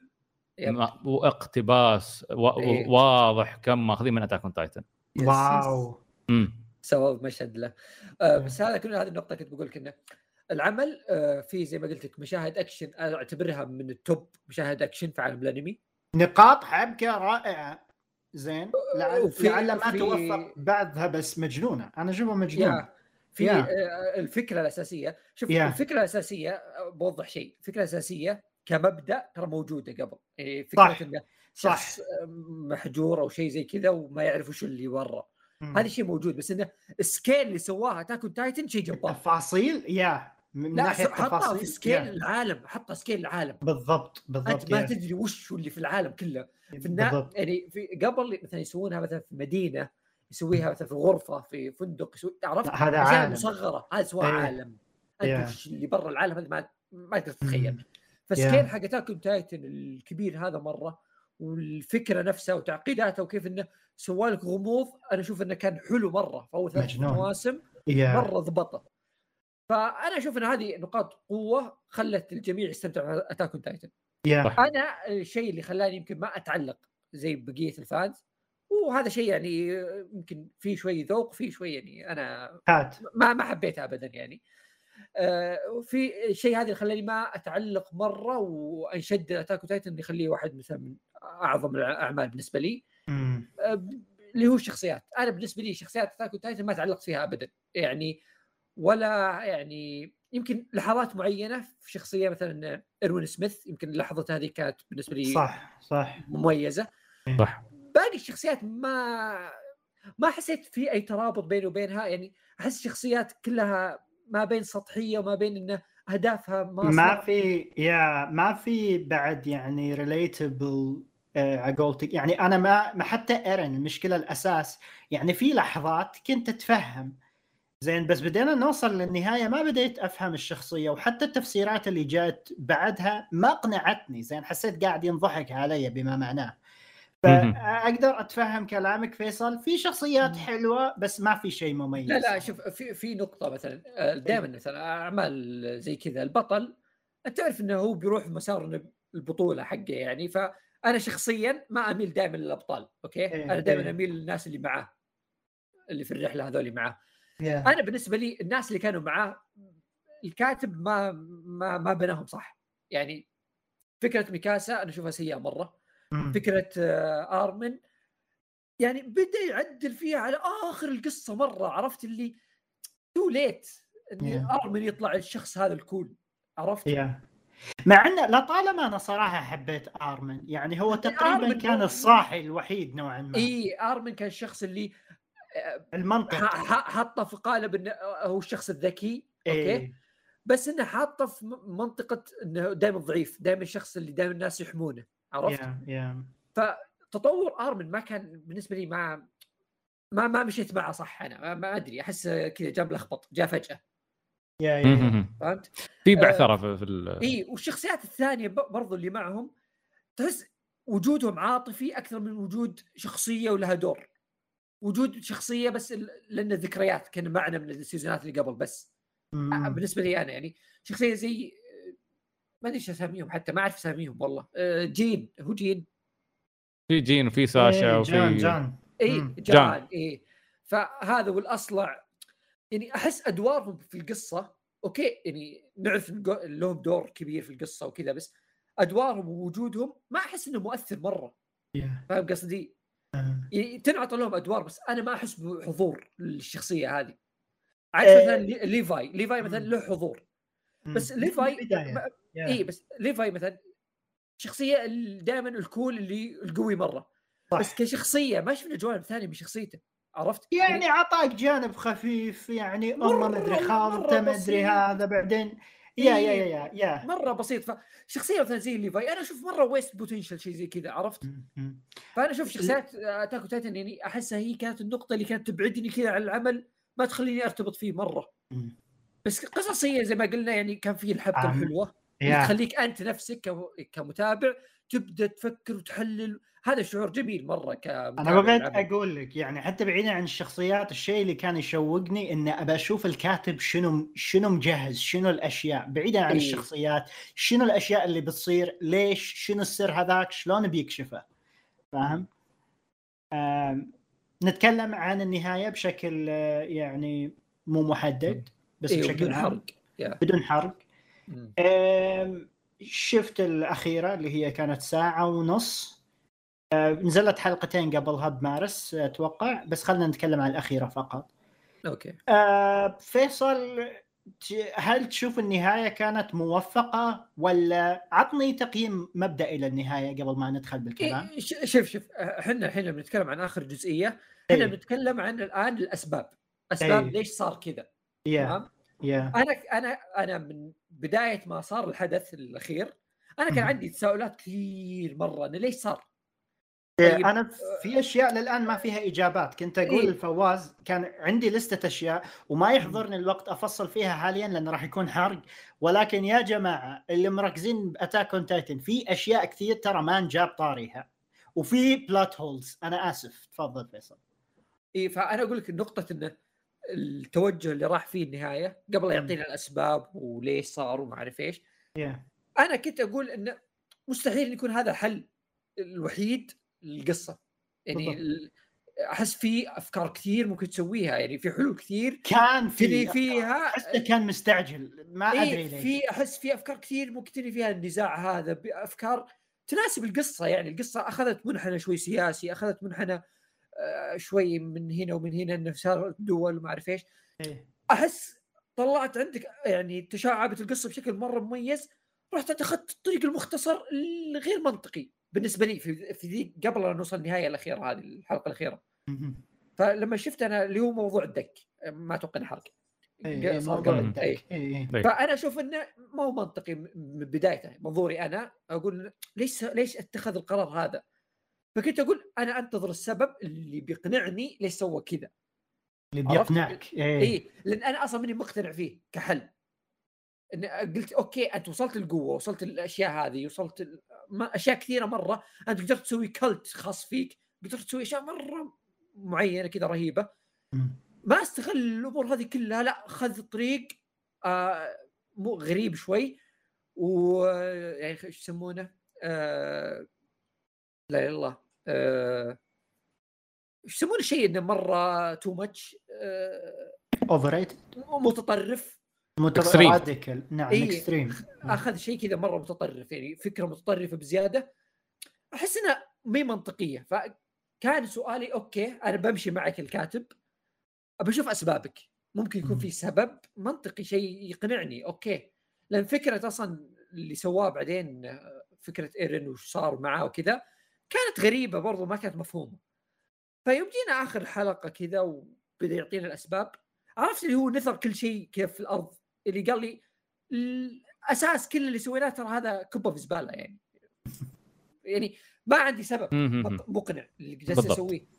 واقتباس واضح كم ماخذين من اتاك اون تايتن. واو. سووا مشهد له. بس هذا كل هذه النقطه كنت بقول لك انه العمل فيه زي ما قلت لك مشاهد اكشن اعتبرها من التوب مشاهد اكشن في عالم الانمي. نقاط حبكه رائعه. زين لعل ما توفق بعضها بس مجنونه. انا اشوفها مجنونه. في الفكره الاساسيه. شوف الفكره الاساسيه بوضح شيء. الفكره الاساسيه كمبدا ترى موجوده قبل. فكره انه شخص محجور او شيء زي كذا وما يعرف وش اللي ورا. هذا الشيء موجود، بس انه السكيل اللي سواها تاكل تايتن شيء جبار. تفاصيل من ناحيه التفاصيل في سكيل العالم، حطها سكيل العالم بالضبط. انت ما تدري وش اللي في العالم كله. في يعني في قبل مثلا يسوونها مثلا في مدينه، يسويها مثلا في غرفه في فندق، عرفت؟ هذا عالم مصغره، هذا سواء عالم. انت وش اللي برا العالم هذا ما تقدر تتخيل. فسكيل حق تاكل تايتن الكبير هذا مره، والفكره نفسها وتعقيداتها وكيف انه سوالك غموض، انا اشوف انه كان حلو مره في اول 3 مواسم مره ضبطه. فانا اشوف ان هذه نقاط قوه خلت الجميع يستمتع باتاك اون تايتن. انا الشيء اللي خلاني يمكن ما اتعلق زي بقيه الفانز، وهذا شيء يعني يمكن فيه شوي ذوق، فيه شوي يعني انا ما حبيته ابدا يعني. في شيء هذا اللي خلاني ما اتعلق مره وانشد اتاك اون تايتن، يخليه واحد مثلا من اعظم الاعمال بالنسبه لي. اللي هو الشخصيات. انا بالنسبه لي شخصيات اتاك اون تايتن ما تعلقت فيها ابدا يعني، ولا يعني يمكن لحظات معينه في شخصيه مثلا إروين سميث، يمكن اللحظه هذه كانت بالنسبه لي صح مميزه. صح. باقي الشخصيات ما حسيت في اي ترابط بيني وبينها يعني. احس شخصيات كلها ما بين سطحيه وما بين انه اهدافها ما في بعد يعني ريليتبل عقولتك يعني. انا ما حتى ايرن المشكله الاساس يعني. في لحظات كنت اتفهم زين، بس بدينا نوصل للنهايه ما بديت افهم الشخصيه، وحتى التفسيرات اللي جات بعدها ما اقنعتني. زين حسيت قاعد ينضحك علي بما معناه. فاقدر اتفهم كلامك فيصل، في شخصيات حلوه بس ما في شيء مميز. لا شوف في نقطه مثلا دائما مثلا اعمال زي كذا البطل انت تعرف انه هو بيروح مسار البطوله حقه يعني. فانا شخصيا ما اميل دائما للابطال. اوكي انا دائما اميل للناس اللي معاه، اللي في الرحله هذول معاه. انا بالنسبه لي الناس اللي كانوا معاه الكاتب ما بناهم صح يعني. فكره ميكاسا انا اشوفها سيئه مره. فكره ارمن يعني بدا يعدل فيها على اخر القصه مره، عرفت اللي تو ليت ان ارمن يطلع الشخص هذا الكول، عرفت؟ مع انه لطالما انا صراحه حبيت ارمن يعني. هو تقريبا كان الصاحي الوحيد نوعا ما. ارمن كان الشخص اللي المنطق حاطه في قالب انه هو الشخص الذكي. اوكي بس انه حاطه في منطقه انه دائما ضعيف، دائما الشخص اللي دائما الناس يحمونه، عرفت؟ فتطور ارمن ما كان بالنسبه لي ما مشيت معه صح. انا ما ادري، احس كذا جاب لخبط، جاء فجاه. يا فهمت؟ في بعثره في اي. والشخصيات الثانيه برضو اللي معهم تحس وجودهم عاطفي اكثر من وجود شخصيه ولها دور. وجود شخصيه بس لان ذكريات كان معنا من السيزونات اللي قبل بس. بالنسبه لي انا يعني شخصيه زي ما ادري ايش اساميهم، حتى ما اعرف اساميهم والله. جين، هو جين، في جين وفي ساشا وفي جان جان. فهذا والاصلع يعني احس ادوارهم في القصه اوكي، يعني نعرف لهم دور كبير في القصه وكذا، بس ادوارهم ووجودهم ما احس انه مؤثر مره. فاهم قصدي؟ يعني تنعطى لهم ادوار بس انا ما احس بحضور للشخصيه هذه. عكس مثلا ليفاي مثلا له حضور، بس ليفاي بس ليفاي مثلا شخصيه دائما الكول اللي القوي مره صح. بس كشخصيه ما شفنا جوانب ثانيه من شخصيته، عرفت؟ يعني عطاك جانب خفيف يعني ما ادري خالته ما ادري هذا بعدين يا مره بسيط. فشخصيه مثلا زي ليفاي انا اشوف مره ويست بوتنشل شيء زي كذا، عرفت؟ فانا اشوف شخصيات اتاك تايتن يعني احسها هي كانت النقطه اللي كانت تبعدني كذا عن العمل، ما تخليني ارتبط فيه مره. بس قصصيه زي ما قلنا يعني كان فيه الحبكه الحلوه اللي تخليك انت نفسك كمتابع تبدا تفكر وتحلل. هذا شعور جميل مره كمتابع. انا بغيت اقول لك يعني حتى بعيدا عن الشخصيات، الشيء اللي كان يشوقني ان ابى اشوف الكاتب شنو مجهز، شنو الاشياء بعيدا عن الشخصيات، شنو الاشياء اللي بتصير، ليش، شنو السر هذاك، شلون بيكشفه. فاهم؟ نتكلم عن النهايه بشكل يعني مو محدد بس بشكل عام بدون حرق. شفت الأخيرة اللي هي كانت 1.5 ساعة. نزلت حلقتين قبلها بمارس أتوقع، بس خلنا نتكلم عن الأخيرة فقط. أوكي. فيصل، هل تشوف النهاية كانت موفقة ولا عطني تقييم مبدئي للنهاية قبل ما ندخل بالكلام؟ شوف احنا الحين بنتكلم عن آخر جزئية، احنا بنتكلم عن الآن الأسباب ليش صار كذا. تمام. أنا من بداية ما صار الحدث الأخير أنا كان عندي تساؤلات كثير مرة أنا ليش صار. طيب أنا في أشياء للآن ما فيها إجابات. كنت أقول الفواز كان عندي لستة أشياء وما يحضرني الوقت أفصل فيها حاليا لأن راح يكون حرق، ولكن يا جماعة اللي مركزين بأتاك أون تايتن في أشياء كثير ترى ما نجاب طاريها وفي بلات هولز. أنا آسف، تفضل فيصل. فأنا أقول لك النقطة إنه التوجه اللي راح فيه النهاية قبل يعطينا الأسباب وليش صار وما أعرف إيش. أنا كنت أقول إنه مستحيل يكون هذا الحل الوحيد للقصة. يعني أحس في أفكار كثير ممكن تسويها، يعني في حلول كثير كان فيها. حتى كان مستعجل ما أدري ليش. أحس في أفكار كثير ممكن تني فيها النزاع هذا بأفكار تناسب القصة. يعني القصة أخذت منحنى شوي سياسي، أخذت منحنى شوي من هنا ومن هنا انه صار الدول وما اعرف ايش. احس طلعت عندك يعني تشعبت القصه بشكل مره مميز، رحت اخذت الطريق المختصر الغير منطقي بالنسبه لي في ذي قبل ان نوصل النهايه الاخيره، هذه الحلقه الاخيره. فلما شفت انا اللي هو موضوع الدك، ما اتوقع حرق موضوع الدك. فانا اشوف انه ما هو منطقي من بدايته. منظوري انا اقول ليش اتخذ القرار هذا. فكنت أقول أنا أنتظر السبب اللي بيقنعني ليش سوى كذا، اللي بيقنعك. لأن أنا أصلا مني مقتنع فيه كحل. إن قلت أوكي أنت وصلت القوة، وصلت الأشياء هذه، وصلت أشياء كثيرة مرة. أنت قدرت تسوي كلت خاص فيك، قدرت تسوي أشياء مرة معينة كذا رهيبة. ما استغل الأمور هذه كلها، لا خذ الطريق مو غريب شوي ويعني إيش يسمونه لا اله الا الله ايش يسمون الشيء انه مره تو ماتش اوفريت، متطرف راديكال. نعم اكستريم. اخذ شيء كذا مره متطرف، يعني فكره متطرفه بزياده، احس انها مي منطقيه. فكان سؤالي اوكي انا بمشي معك الكاتب، ابى اشوف اسبابك، ممكن يكون في سبب منطقي شيء يقنعني اوكي. لان فكره اصلا اللي سواه بعدين فكره ايرين وش صار معاه وكذا كانت غريبة برضو، ما كانت مفهومة. فيوم جينا آخر حلقة كذا وبدأ يعطينا الأسباب، عرفت اللي هو نثر كل شيء كيف في الأرض، اللي قال لي الأساس كل اللي سويناه ترى هذا كبة في زبالة. يعني ما عندي سبب مقنع اللي جالس أسويه.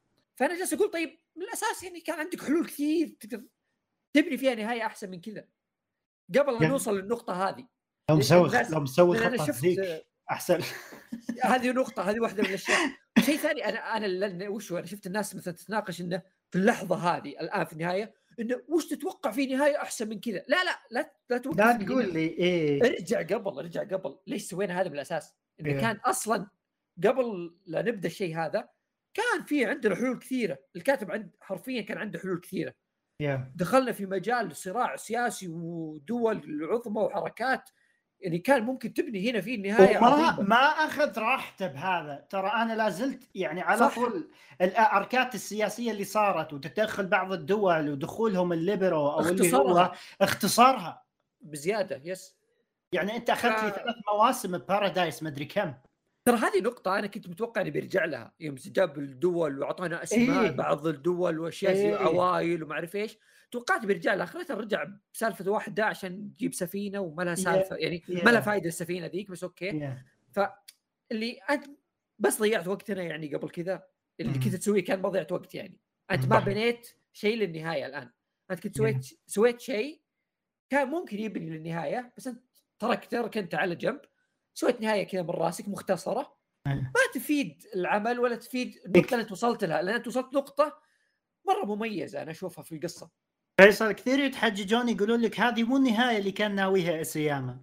فانا جالس اقول طيب من الاساس يعني كان عندك حلول كثير تقدر تبني فيها نهايه احسن من كذا قبل ان نوصل للنقطه هذه. لو مسوي خطه ذيك احسن. هذه نقطه، هذه واحده من الاشياء. شيء ثاني انا وش انا شفت الناس مثلا تتناقش انه في اللحظه هذه الان في النهايه انه وش تتوقع في نهايه احسن من كذا. لا توقف، لا تقول لي ايه ارجع قبل ليش سوينا هذا بالاساس؟ انه كان اصلا قبل لا نبدا الشيء هذا كان في عندنا حلول كثيره، الكاتب حرفيا كان عنده حلول كثيره. دخلنا في مجال صراع سياسي ودول عظمى وحركات، يعني كان ممكن تبني هنا في النهايه ما اخذ راحته بهذا. ترى انا لازلت يعني على طول الاركات السياسيه اللي صارت وتدخل بعض الدول ودخولهم الليبرو او اللي هو اختصارها بزياده. يس يعني انت اخذت لي 3 مواسم ببارادايس ما ادري كم. ترى هذه نقطة أنا كنت متوقع إنه بيرجع لها يوم جاب الدول وعطانا أسماء بعض الدول وأشياء زي عوائل وما أعرف إيش. توقعت بيرجع لها، خليته رجع بسالفة واحد ده عشان يجيب سفينة وما لها سالفة يعني ما لها فائدة السفينة ذيك، بس أوكي. فاللي أنت بس ضيعت وقتنا يعني قبل كذا اللي كنت تسويه كان ما ضيعت وقت يعني. أنت ما بنيت شيء للنهاية الآن، أنت كنت سويت شيء كان ممكن يبني للنهاية بس أنت تركت على جنب، سويت نهاية كذا من راسك مختصرة ما تفيد العمل ولا تفيد النقطة اللي وصلت لها، لأن وصلت نقطة مرة مميزة أنا أشوفها في القصة. فيصل كثير يتحججون يقولون لك هذه مو النهاية اللي كان ناويها إسياما.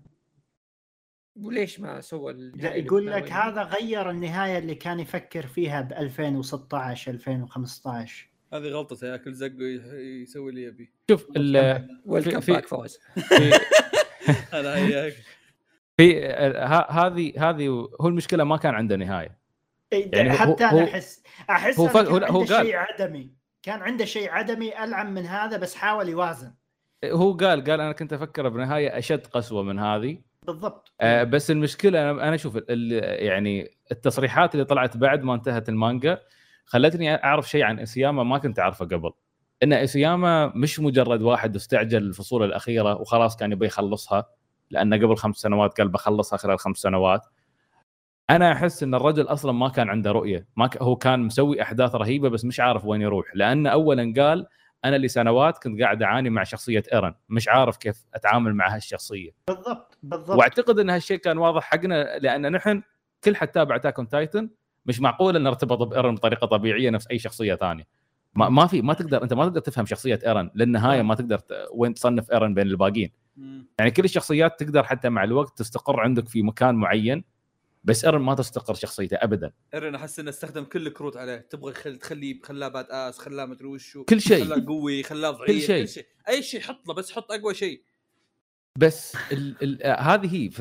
وليش ما سوى النهاية؟ يقول لك هذا غير النهاية اللي كان يفكر فيها ب 2016 2015. هذه غلطته يا كل زق يسوي اللي يبي. شوف ويلكم باك فوز. انا هيك في هذه هو المشكله ما كان عنده نهايه يعني حتى انا احس هو شيء عدمي، كان عنده شيء عدمي ألعن من هذا بس حاول يوازن. هو قال انا كنت افكر بنهايه اشد قسوه من هذه بالضبط. بس المشكله انا اشوف يعني التصريحات اللي طلعت بعد ما انتهت المانجا خلتني اعرف شيء عن إسياما ما كنت اعرفه قبل، ان إسياما مش مجرد واحد استعجل الفصول الاخيره وخلاص كان يبي يخلصها، لأنه قبل 5 سنوات قال بخلصها خلال 5 سنوات. أنا أحس إن الرجل أصلاً ما كان عنده رؤية، هو كان مسوي أحداث رهيبة بس مش عارف وين يروح، لأن أولاً قال أنا لسنوات كنت قاعد أعاني مع شخصية إيرين، مش عارف كيف أتعامل مع هالشخصية. بالضبط. وأعتقد إن هالشيء كان واضح حقنا، لأن نحن كل حد تابع أتاك أون تايتن مش معقول إن نرتبط بإيرين بطريقة طبيعية نفس أي شخصية ثانية. ما تقدر تفهم شخصية إيرين للنهاية، ما تقدر وين تصنف إيرين بين الباقين. يعني كل الشخصيات تقدر حتى مع الوقت تستقر عندك في مكان معين، بس إيرين ما تستقر شخصيته ابدا. إيرين احس انه استخدم كل الكروت عليه، تبغى خلاه باد اس، خلاه مدري وشو، كل شيء، خلاه قوي، خلاه ضعيف، كل شيء اي شيء حط له، بس حط اقوى شيء. بس هذه هي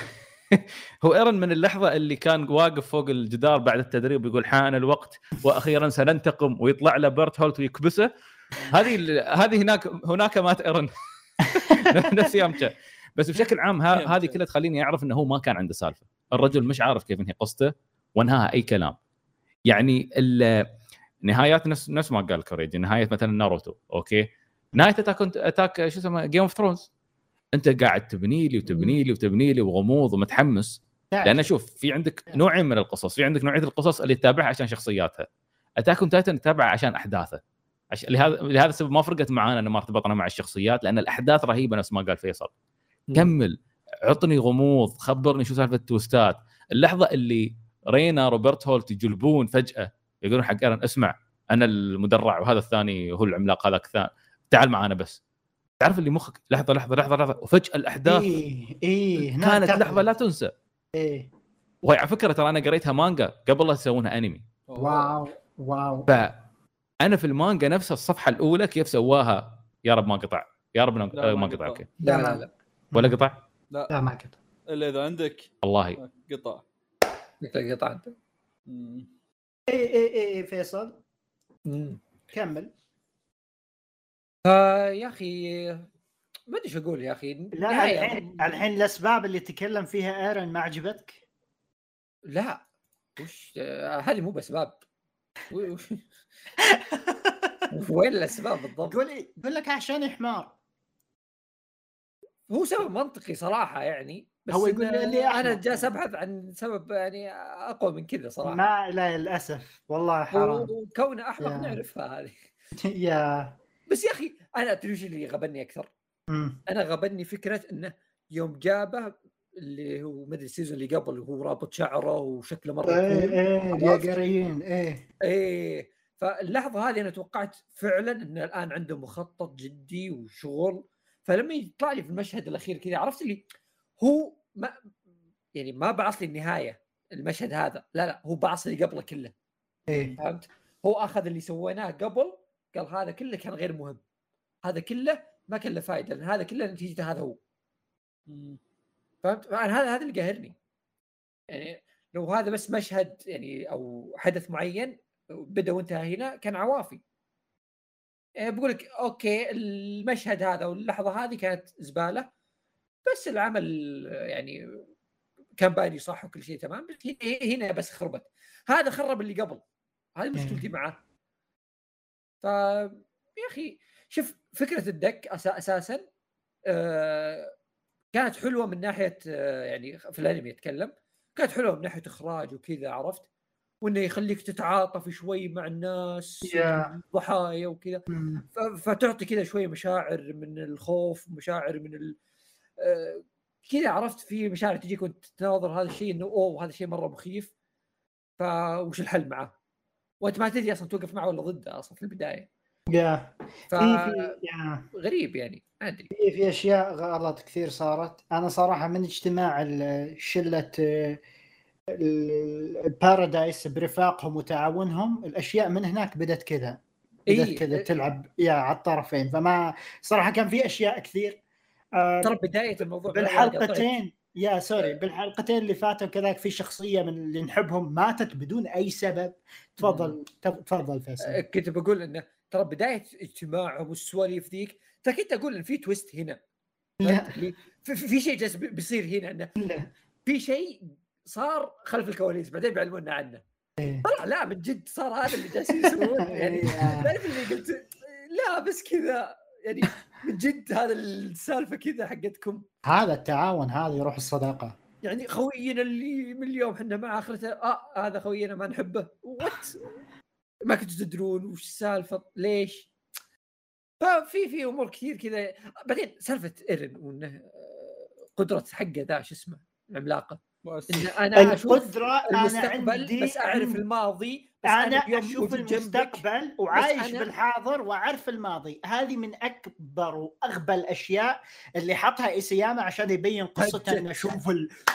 هو إيرين من اللحظه اللي كان واقف فوق الجدار بعد التدريب يقول حان الوقت واخيرا سننتقم، ويطلع له بيرتهولت ويكبسه. هذه هناك مات إيرين نفس يامتشا. بس بشكل عام هذه كلها تخليني اعرف انه هو ما كان عنده سالفه، الرجل مش عارف كيف ينهي قصته وانهاها اي كلام. يعني النهايات نفس ما قال كوريجي، نهايه مثلا ناروتو اوكي، نهايه اتاك شو اسمه جيم اوف ثرونز، انت قاعد تبني لي وغموض ومتحمس، لان شوف في عندك نوعين من القصص، في عندك نوعيه القصص اللي تتابعها عشان شخصياتها، اتاك اون تايتن تتابعها عشان احداثه، لهذا السبب ما فرقت معانا ان ما ارتبطنا مع الشخصيات، لان الاحداث رهيبه نفس ما قال فيصل. كمل، عطني غموض، خبرني شو سالفه التوستات. اللحظه اللي رينا روبرت هولت يجلبون فجاه يقولون حق ايرن اسمع انا المدرع وهذا الثاني هو العملاق هذاك الثاني، تعال معنا بس، تعرف اللي مخك لحظه وفجاه الاحداث كانت لحظه لا تنسى. وهي على فكره ترى انا قريتها مانجا قبل لا يسوونها انمي. واو. فانا في المانجا نفسها الصفحه الاولى كيف سواها، يا رب ما قطع، يا رب ما قطع. اوكي لا ولا قطع، لا ما قطع الا اذا عندك والله قطع انت. اي فيصل كمل. يا اخي ما ادري ايش اقول يا اخي. لا الحين الاسباب اللي تكلم فيها ايرن ما عجبتك؟ لا وش هذه مو باسباب. وين الاسباب بالضبط؟ قول لك عشان حمار. هو سبب منطقي صراحه يعني، بس هو يقول لي انا أحمق. جالس ابحث عن سبب يعني اقوى من كذا صراحه. ما لا للاسف والله حرام. وكونه احمق يا. نعرفها هذه. يا بس يا اخي انا ادري وش اللي غبني اكثر. انا غبني فكره انه يوم جابه اللي هو مدري السيزون اللي قبل وهو رابط شعره وشكله مره ايه كول. يا قريين ايه فاللحظه هذه انا توقعت فعلا ان الان عنده مخطط جدي وشغل. فلما يطلع لي في المشهد الاخير كذا عرفت اللي هو ما يعني ما بعص لي النهايه المشهد هذا، لا هو بعص لي قبله كله. ايه فهمت؟ هو اخذ اللي سويناه قبل قال هذا كله كان غير مهم، هذا كله ما كان له فائده، لان هذا كله نتيجته هذا هو. فهمت؟ هذا اللي قاهرني يعني. لو هذا بس مشهد يعني او حدث معين بدا وانتهى هنا كان عوافي. يعني بقول لك اوكي المشهد هذا واللحظه هذه كانت زباله، بس العمل يعني كان باين صح وكل شيء تمام، بس هنا بس خربت. هذا خرب اللي قبل، هذه مشكلتي معه. يا اخي شوف فكره الدك اساسا كانت حلوه من ناحيه يعني في الانمي اتكلم كانت حلوه من ناحيه اخراج وكذا عرفت، وانه يخليك تتعاطف شوي مع الناس الضحايا وكذا، فتعطي كذا شويه مشاعر من الخوف، مشاعر من كذا عرفت، في مشاعر تجيك وانت تناظر هذا الشيء انه اوه هذا الشيء مره مخيف، فوش الحل معه وانت ما تدري اصلا توقف معه ولا ضده اصلا في البدايه. غريب يعني ما ادري. في اشياء غلط كثير صارت. انا صراحه من اجتماع شله البارادايس برفاقهم وتعاونهم، الاشياء من هناك بدت كذا كذا تلعب على الطرفين. فما صراحه كان في اشياء كثير ترى بدايه الموضوع بالحلقتين بالحلقتين اللي فاتوا كذاك في شخصيه من اللي نحبهم ماتت بدون اي سبب. تفضل فيصل. كنت بقول انه ترى بدايه اجتماعهم والسواليف ذيك كنت اقول ان في تويست هنا. لا في شيء جالس بيصير هنا انه في شيء صار خلف الكواليس بعدين بيعلمونا عنه. طلع لا من جد صار هذا اللي جالسين يسوون يعني. تعرف اللي قلت لا بس كذا يعني من جد هذا السالفه كذا حقتكم، هذا التعاون، هذا يروح الصداقه يعني خوينا اللي من اليوم احنا مع اخرته هذا خوينا ما نحبه وات ما كنتوا تدرون وش السالفه ليش. ففي امور كثير كذا. بعدين سالفه ايرن وانه قدره حقه ذا شو اسمه العملاقه، إن انا اشوف المستقبل بس اعرف الماضي، بس انا اشوف المستقبل وعايش بالحاضر واعرف الماضي. هذه من اكبر واغبى الاشياء اللي حطها ايسياما عشان يبين قصته. انه شوف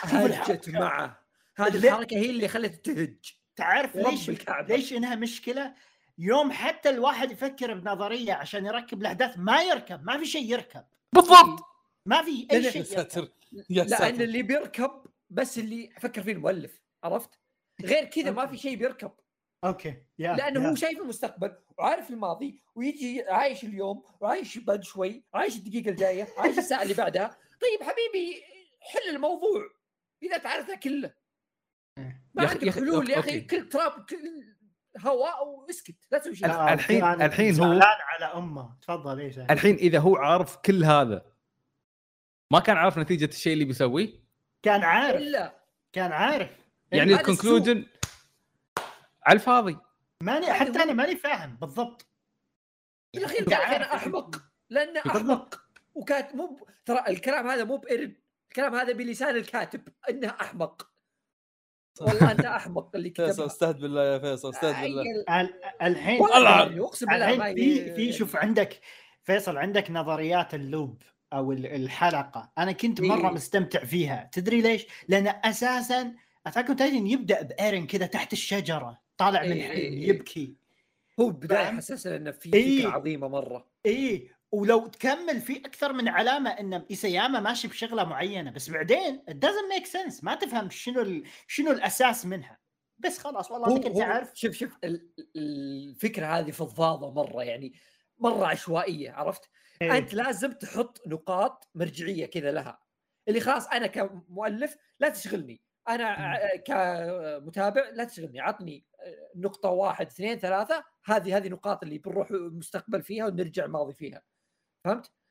معه هذه الحركه هي اللي خلته تهج. تعرف ليش انها مشكله؟ يوم حتى الواحد يفكر بنظريه عشان يركب الاحداث ما يركب، ما في شيء يركب بالضبط، ما في اي شيء. لان اللي بيركب بس اللي افكر فيه المؤلف عرفت، غير كذا ما في شيء بيركب. اوكي لانه هو شايف المستقبل وعارف الماضي ويجي عايش اليوم وعايش بعد شوي، عايش الدقيقه الجايه، عايش الساعه اللي بعدها. طيب حبيبي حل الموضوع اذا تعرفه كله. ما عندك حلول يا اخي، كل تراب كل هواء واسكت لا تسوي شيء. الحين هو زعلان على امه. تفضل ايش الحين اذا هو عارف كل هذا ما كان عارف نتيجه الشيء اللي بيسويه؟ كان عارف إلا. كان عارف يعني الكونكلوجن على الفاضي. حتى انا ماني فاهم بالضبط. بالاخير قال انا احمق لانه احمق وكاتب مو ترى الكلام هذا مو بإرن، الكلام هذا بلسان الكاتب انه احمق. والله انت احمق اللي كتبها. استهد بالله يا فيصل، استهد بالله. الحين اقسم بالله في شوف عندك فيصل، عندك نظريات اللوب او الحلقه. انا كنت مره مستمتع فيها. تدري ليش؟ لان اساسا اتاك تايتن يبدا بإيرن كذا تحت الشجره طالع من حلم يبكي. هو بدايه حسسنا انه في فكره عظيمه مره. ولو تكمل في اكثر من علامه ان ايسياما ماشي بشغله معينه، بس بعدين it doesn't make sense. ما تفهم شنو الاساس منها. بس خلاص والله انك انت عارف. شوف الفكره هذه فضفاضه مره، يعني مره عشوائيه عرفت. انت لازم تحط نقاط مرجعيه كذا لها، اللي خلاص انا كمؤلف لا تشغلني، انا كمتابع لا تشغلني. عطني نقطه 1 2 3 هذه نقاط اللي بنروح المستقبل فيها ونرجع الماضي فيها. فهمت؟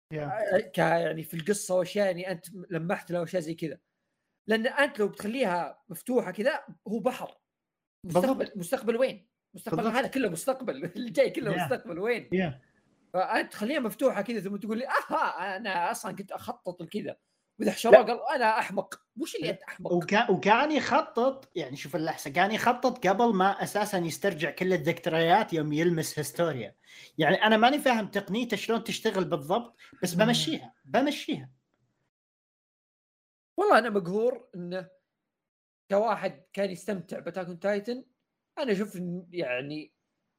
يعني في القصه واشياء، يعني انت لمحت له اشياء زي كذا، لان انت لو بتخليها مفتوحه كذا هو بحر. مستقبل وين؟ مستقبل هذا كله مستقبل اللي جاي كله مستقبل وين؟ فانت تخليها مفتوحه كذا ثم تقول لي انا اصلا كنت اخطط لكذا، واذا حشره قال انا احمق. وش اللي انت احمق؟ وكان يخطط، يعني شوف اللحظه، كان يخطط قبل ما اساسا يسترجع كل الذكريات يوم يلمس هيستوريا. يعني انا ماني فاهم تقنيته شلون تشتغل بالضبط، بس بمشيها. والله انا مقهور انه كواحد كان يستمتع بأتاك أون تايتن، انا اشوف يعني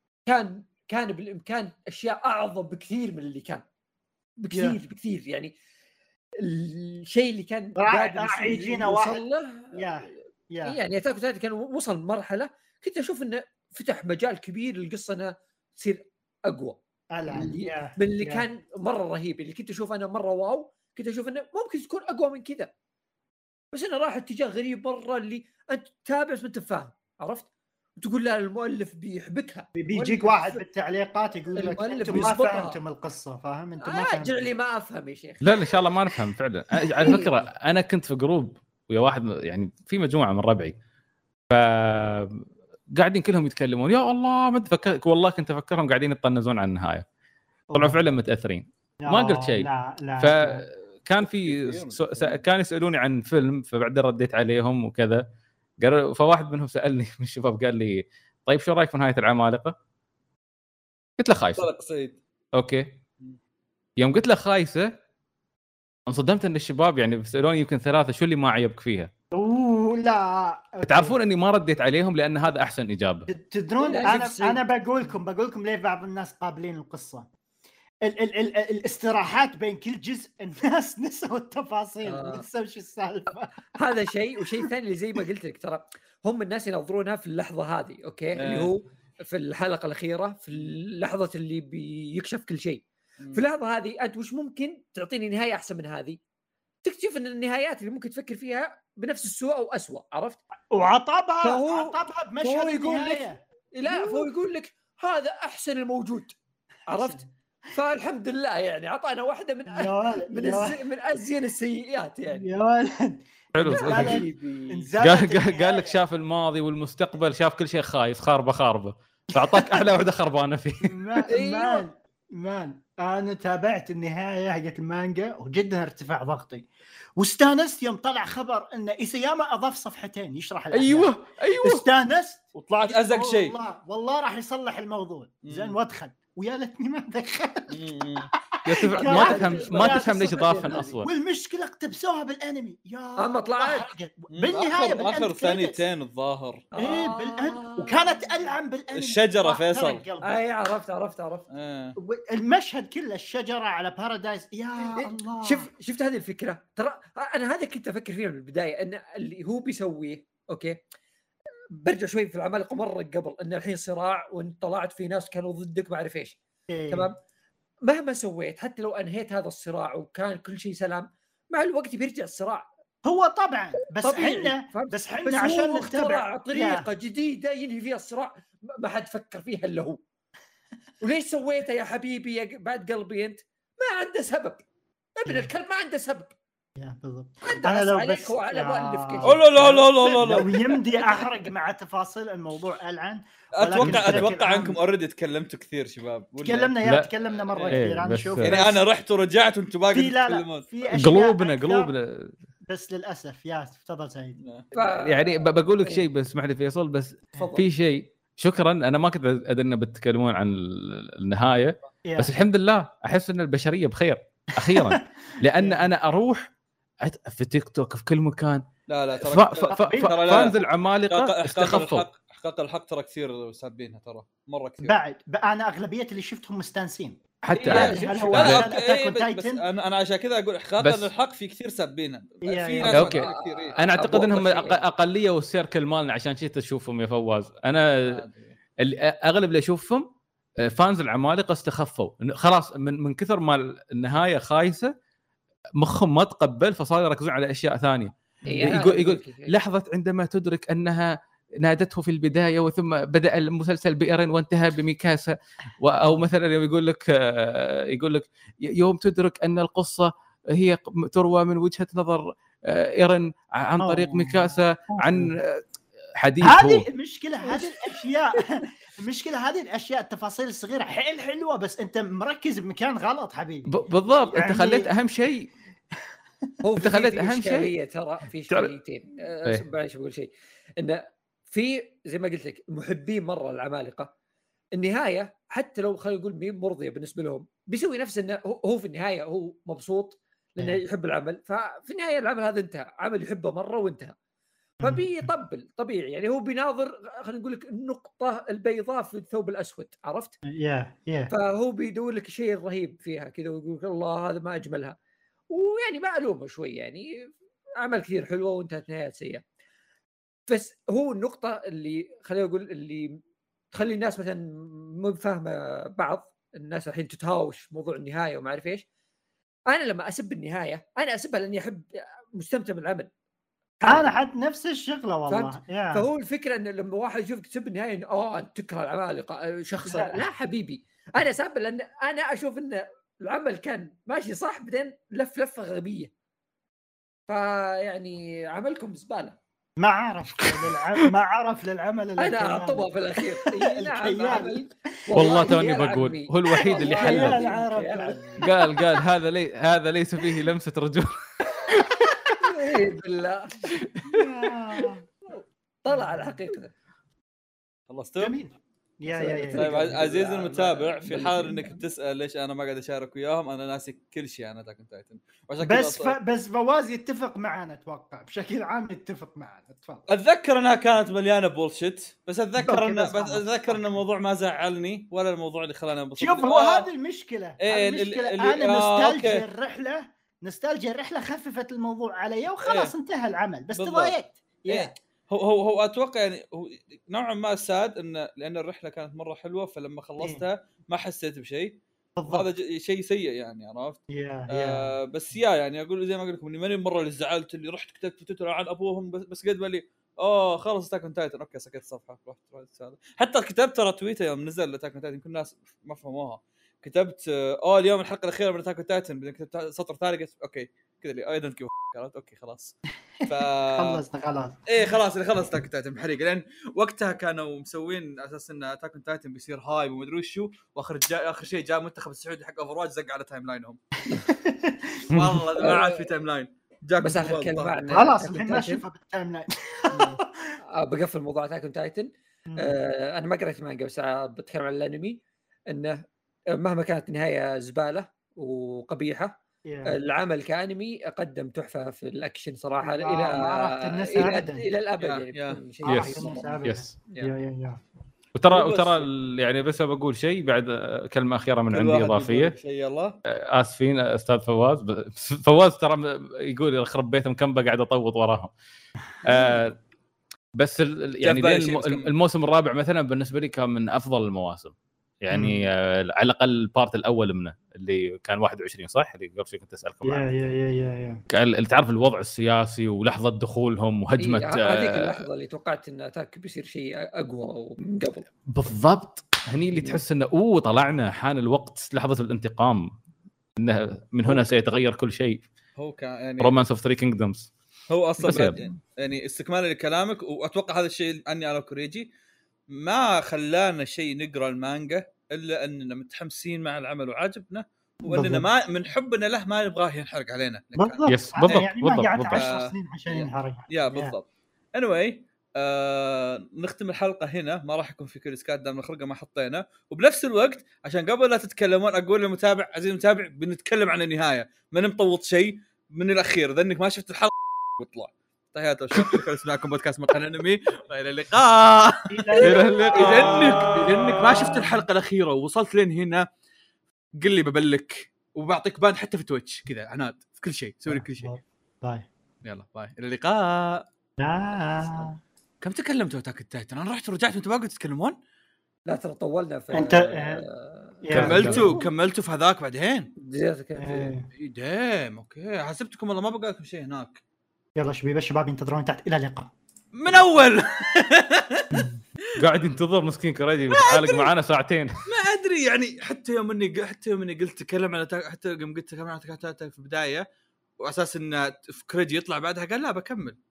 كان بالامكان اشياء اعظم بكثير من اللي كان، بكثير يعني الشيء اللي كان راح يجينا واحد يعني أتاك أون تايتن كان وصل مرحله كنت اشوف انه فتح مجال كبير للقصه انها تصير اقوى من اللي كان مره رهيب، اللي كنت اشوف انا مره واو، كنت اشوف انه ممكن تكون اقوى من كذا، بس انا راح اتجاه غريب مره اللي انت تتابع بس ما انت فاهم، عرفت؟ تقول لا المؤلف بيحبكها، بيجيك واحد بالتعليقات يقول لك انتم ما فهمتم القصه، فاهم؟ انتم ما فهمتم. اجعل لي ما افهم يا شيخ. لا ان شاء الله ما نفهم فعلا. على فكره انا كنت في جروب ويا واحد، يعني في مجموعه من ربعي، ف قاعدين كلهم يتكلمون يا الله ما تفكر، والله كنت افكرهم قاعدين يطنزون عن النهايه، طلعوا فعلا متاثرين. ما قلت شيء. فكان في كان يسالوني عن فيلم، فبعدين رديت عليهم وكذا. قال فواحد منهم سالني من الشباب قال لي طيب شو رايك في نهايه العمالقه؟ قلت له خايسه. اوكي. يوم قلت له خايسه انصدمت ان الشباب يعني بيسالوني يمكن ثلاثه شو اللي ما عجبك فيها. لا تعرفون اني ما رديت عليهم لان هذا احسن اجابه. تدرون انا بقول لكم ليه بعض الناس قابلين القصه. الاستراحات بين كل جزء الناس نسوا التفاصيل، نسوا شو السالفه. هذا شيء، وشيء ثاني اللي زي ما قلت لك ترى هم الناس ينظرونها في اللحظه هذه، اوكي اللي هو في الحلقه الاخيره، في اللحظه اللي بيكشف كل شيء. في اللحظه هذه انت وش ممكن تعطيني نهايه احسن من هذه؟ تكتشف ان النهايات اللي ممكن تفكر فيها بنفس السوء او اسوء، عرفت؟ وعطبها بمشهد النهايه. لا فهو يقول لك هذا احسن الموجود، عرفت؟ فالحمد لله يعني عطانا واحده من ازين السيئات يعني. يا ولد حلو. قال لك شاف الماضي والمستقبل، شاف كل شيء خايس خاربه، فاعطاك احلى واحده خربانه فيه. مان انا تابعت النهايه حقت المانجا وجدا ارتفع ضغطي، واستانست يوم طلع خبر ان إيساياما اضاف صفحتين يشرح ايوه استانست وطلعت ازق شيء. والله راح يصلح الموضوع زين وادخل، ويا ليتني ما دخلت. ما تفهم ليش ضافن اصلا. والمشكله اقتبسوها بالانمي يا اما طلعت بالنهايه اخر ثانيتين الظاهر. ايه وكانت العن بالانمي الشجره فيصل. اي عرفت المشهد كله الشجره على بارادايس. يا الله شفت هذه الفكره. ترى انا هذا كنت افكر فيها من البدايه، ان اللي هو بيسويه اوكي برجع شوي في العمالقه مره قبل، ان الحين صراع وانت طلعت في ناس كانوا ضدك ما اعرف ايش. تمام. مهما سويت حتى لو انهيت هذا الصراع وكان كل شيء سلام، مع الوقت بيرجع الصراع. هو طبعا بس احنا عشان نتبع طريقه جديده ينهي فيها الصراع ما حد فكر فيها الا هو. وليش سويته يا حبيبي يا بعد قلبي انت؟ ما عنده سبب. ابن الكلب ما عنده سبب. يا بالضبط. انا لو بس على مؤلف كذا لا لو يمدي احرق مع تفاصيل الموضوع العن. اتوقع انكم اوريدي تكلمتوا كثير شباب. تكلمنا مره كثير. انا شوف يعني انا رحت ورجعت وانتم باقي تتكلمون قلوبنا بس للاسف. يا تفضل سعيد. يعني بقول لك شيء بس اسمح لي فيصل، بس في شيء شكرا. انا ما كنت ادري بتتكلمون عن النهايه بس الحمد لله احس ان البشريه بخير اخيرا. لان انا اروح في تيك توك في كل مكان. لا فانز العمالقه استخفوا. احقاق الحق ترى كثير سابينها، ترى مره كثير. بعد انا اغلبيه اللي شفتهم مستانسين حتى هل هو انا عشان كذا اقول احقاق الحق في كثير سابينها. في ناس اوكي انا اعتقد انهم اقليه والسيركل مالنا عشان شيء تشوفهم يا فواز. انا اغلب اللي اشوفهم فانز العمالقه استخفوا خلاص من كثر ما النهايه خايسه، مخهم ما تقبل فصاروا يركزون على اشياء ثانيه. يقول لحظه عندما تدرك انها نادته في البدايه وثم بدا المسلسل بإيرين وانتهى بميكاسا، او مثلا يقول لك يوم تدرك ان القصه هي تروى من وجهه نظر إيرين عن طريق ميكاسا عن حديث. هذه المشكله، هذه الاشياء المشكله هذه الاشياء التفاصيل الصغيره حلوه، بس انت مركز بمكان غلط حبيبي. بالضبط يعني... انت خليت اهم شيء. هو انت خليت اهم شيء. ترى في اشكاليتين. معليش بقول شيء، انه في زي ما قلت لك محبين مره العمالقه، النهايه حتى لو خلينا نقول مين مرضيه بالنسبه لهم، بيسوي نفس انه هو في النهايه هو مبسوط لانه يحب العمل، ففي النهايه العمل هذا انتهى، عمل يحبه مره وانتهى، فبيطبل طبيعي يعني. هو بيناظر خلينا نقول لك النقطه البيضاء في الثوب الاسود، عرفت؟ فهو بيدور لك شيء رهيب فيها كذا ويقول الله هذا ما اجملها، ويعني ما الومه شوي يعني، عمل كثير حلوه وانتهت نهايه سيئه. بس هو النقطه اللي خلينا نقول اللي تخلي الناس مثلا مو فاهمه، بعض الناس الحين تتهاوش موضوع النهايه وما اعرف ايش. انا لما اسب النهايه انا اسبها لاني احب مستمتع بالعمل، انا حد نفس الشغله والله. فهو الفكره ان لما واحد يشوفك تسب النهايه انت تكره العمالقه شخص، لا حبيبي انا ساب لان انا اشوف ان العمل كان ماشي صح بعدين لفه غبيه، فيعني عملكم زباله. ما عرف للعمل انا اعطبها في الاخير. والله توني بقول هو الوحيد اللي حل قال هذا ليس فيه لمسه رجوع. بالله طلع الحقيقه. خلصت جميل. يا طيب عزيزي المتابع، في حال انك تسال ليش انا ما قاعد اشارك وياهم، انا ناسي كل شيء. انا تاكن تايتن بس فواز يتفق معنا، اتوقع بشكل عام يتفق معنا. تفضل. اتذكر انها كانت مليانه بولشيت، بس اتذكر ان الموضوع ما زعلني ولا الموضوع اللي خلاني انبسط. شوف هو هذه المشكله. انا نستالجيا الرحله خففت الموضوع علي وخلاص انتهى العمل، بس تضايقت. هو اتوقع يعني هو نوعا ما ساد ان لان الرحله كانت مره حلوه، فلما خلصتها ما حسيت بشيء. هذا شيء سيء يعني، عرفت؟ بس يعني اقول زي ما اقول لكم اني ماني مره اللي زعلت اللي رحت كتبت في تويتر عن ابوهم، بس قد ما لي خلص تاكن تايتن اوكي سكت الصفحه رحت هذا. حتى كتبت ترى تويتر يوم نزل تاكن تايتن كل الناس ما فهموها، كتبت اليوم الحلقه الاخيره من تاكن تايتن، بعدين كتبت سطر ثاني اوكي كذا لي ايضا قالت اوكي خلاص خلصنا خلاص. خلاص اللي خلص تاكن تايتن بحريق، لان وقتها كانوا مسوين اساس ان تاكن تايتن بيصير هاي وما ادري وشو، واخر شيء جاء منتخب السعودي حق اوفر واتش زق على تايم لاينهم. والله ما عاد في تايم لاين بس اخر كلمه خلاص الحين ما اشوفها بالتايم لاين. بقفل موضوع تاكن تايتن. انا ما قريت مانجا بس بتكلم عن الانمي، انه مهما كانت نهايه زباله وقبيحه العمل كانمي قدم تحفه في الاكشن صراحه الى الابد يعني. وترى يعني بس بقول شيء بعد كلمه اخيره من عندي اضافيه. اسفين استاذ فواز ترى يقول يخرب بيتهم كم قاعد اطوط وراهم. بس يعني الموسم الرابع مثلا بالنسبه لي كان من افضل المواسم يعني. على الاقل البارت الاول منه اللي كان 21 صح اللي قبل شوي كنت اسالكم عنه. اللي تعرف الوضع السياسي ولحظه دخولهم وهجمه هذيك اللحظه اللي توقعت ان اتاك بيصير شيء اقوى من قبل بالضبط. هني اللي تحس انه طلعنا حان الوقت لحظه الانتقام، انه من هنا سيتغير كل شيء. هو كان يعني رومانس اوف 3 كينجدومز هو اصلا يعني استكمالا لكلامك، واتوقع هذا الشيء اني انا كوريجي ما خلانا شيء نقرا المانجا الا اننا متحمسين مع العمل وعاجبنا، واننا ما من حبنا له ما نبغاه ينحرق علينا. بالضبط يعني ما قعدت 10 سنين عشان ينحرق. بالضبط. anyway نختم الحلقه هنا، ما راح يكون في كريسكات دام الخرقه ما حطينا. وبنفس الوقت عشان قبل لا تتكلمون اقول للمتابع عزيزي المتابع بنتكلم عن النهايه، ما نمطوط شيء من الاخير. اذا انك ما شفت الحلقه واطلع. تحياتي وشكرا اسمعكم بودكاست مقال انمي، والى اللقاء. اذا انك ما شفت الحلقه الاخيره ووصلت لين هنا قل لي ببلك وبعطيك باند حتى في تويتش كذا عناد في كل شيء، سوي كل شيء. باي يلا باي الى اللقاء. كم تكلمتوا تاكن تايتن؟ انا رحت ورجعت وانتوا باقي تتكلمون. لا ترى طولنا في انت كملتوا في هذاك بعدين دام اوكي حسبتكم والله ما بقى لكم شيء هناك. يلا شباب ينتظرون تحت. الى اللقاء. من اول. قاعد ينتظر مسكين كريدي متعالق معانا ساعتين. ما ادري يعني حتى يوم اني قلت تكلم على حتى يوم قلت تكلم على في البدايه واساس ان كريدي يطلع بعدها قال لا بكمل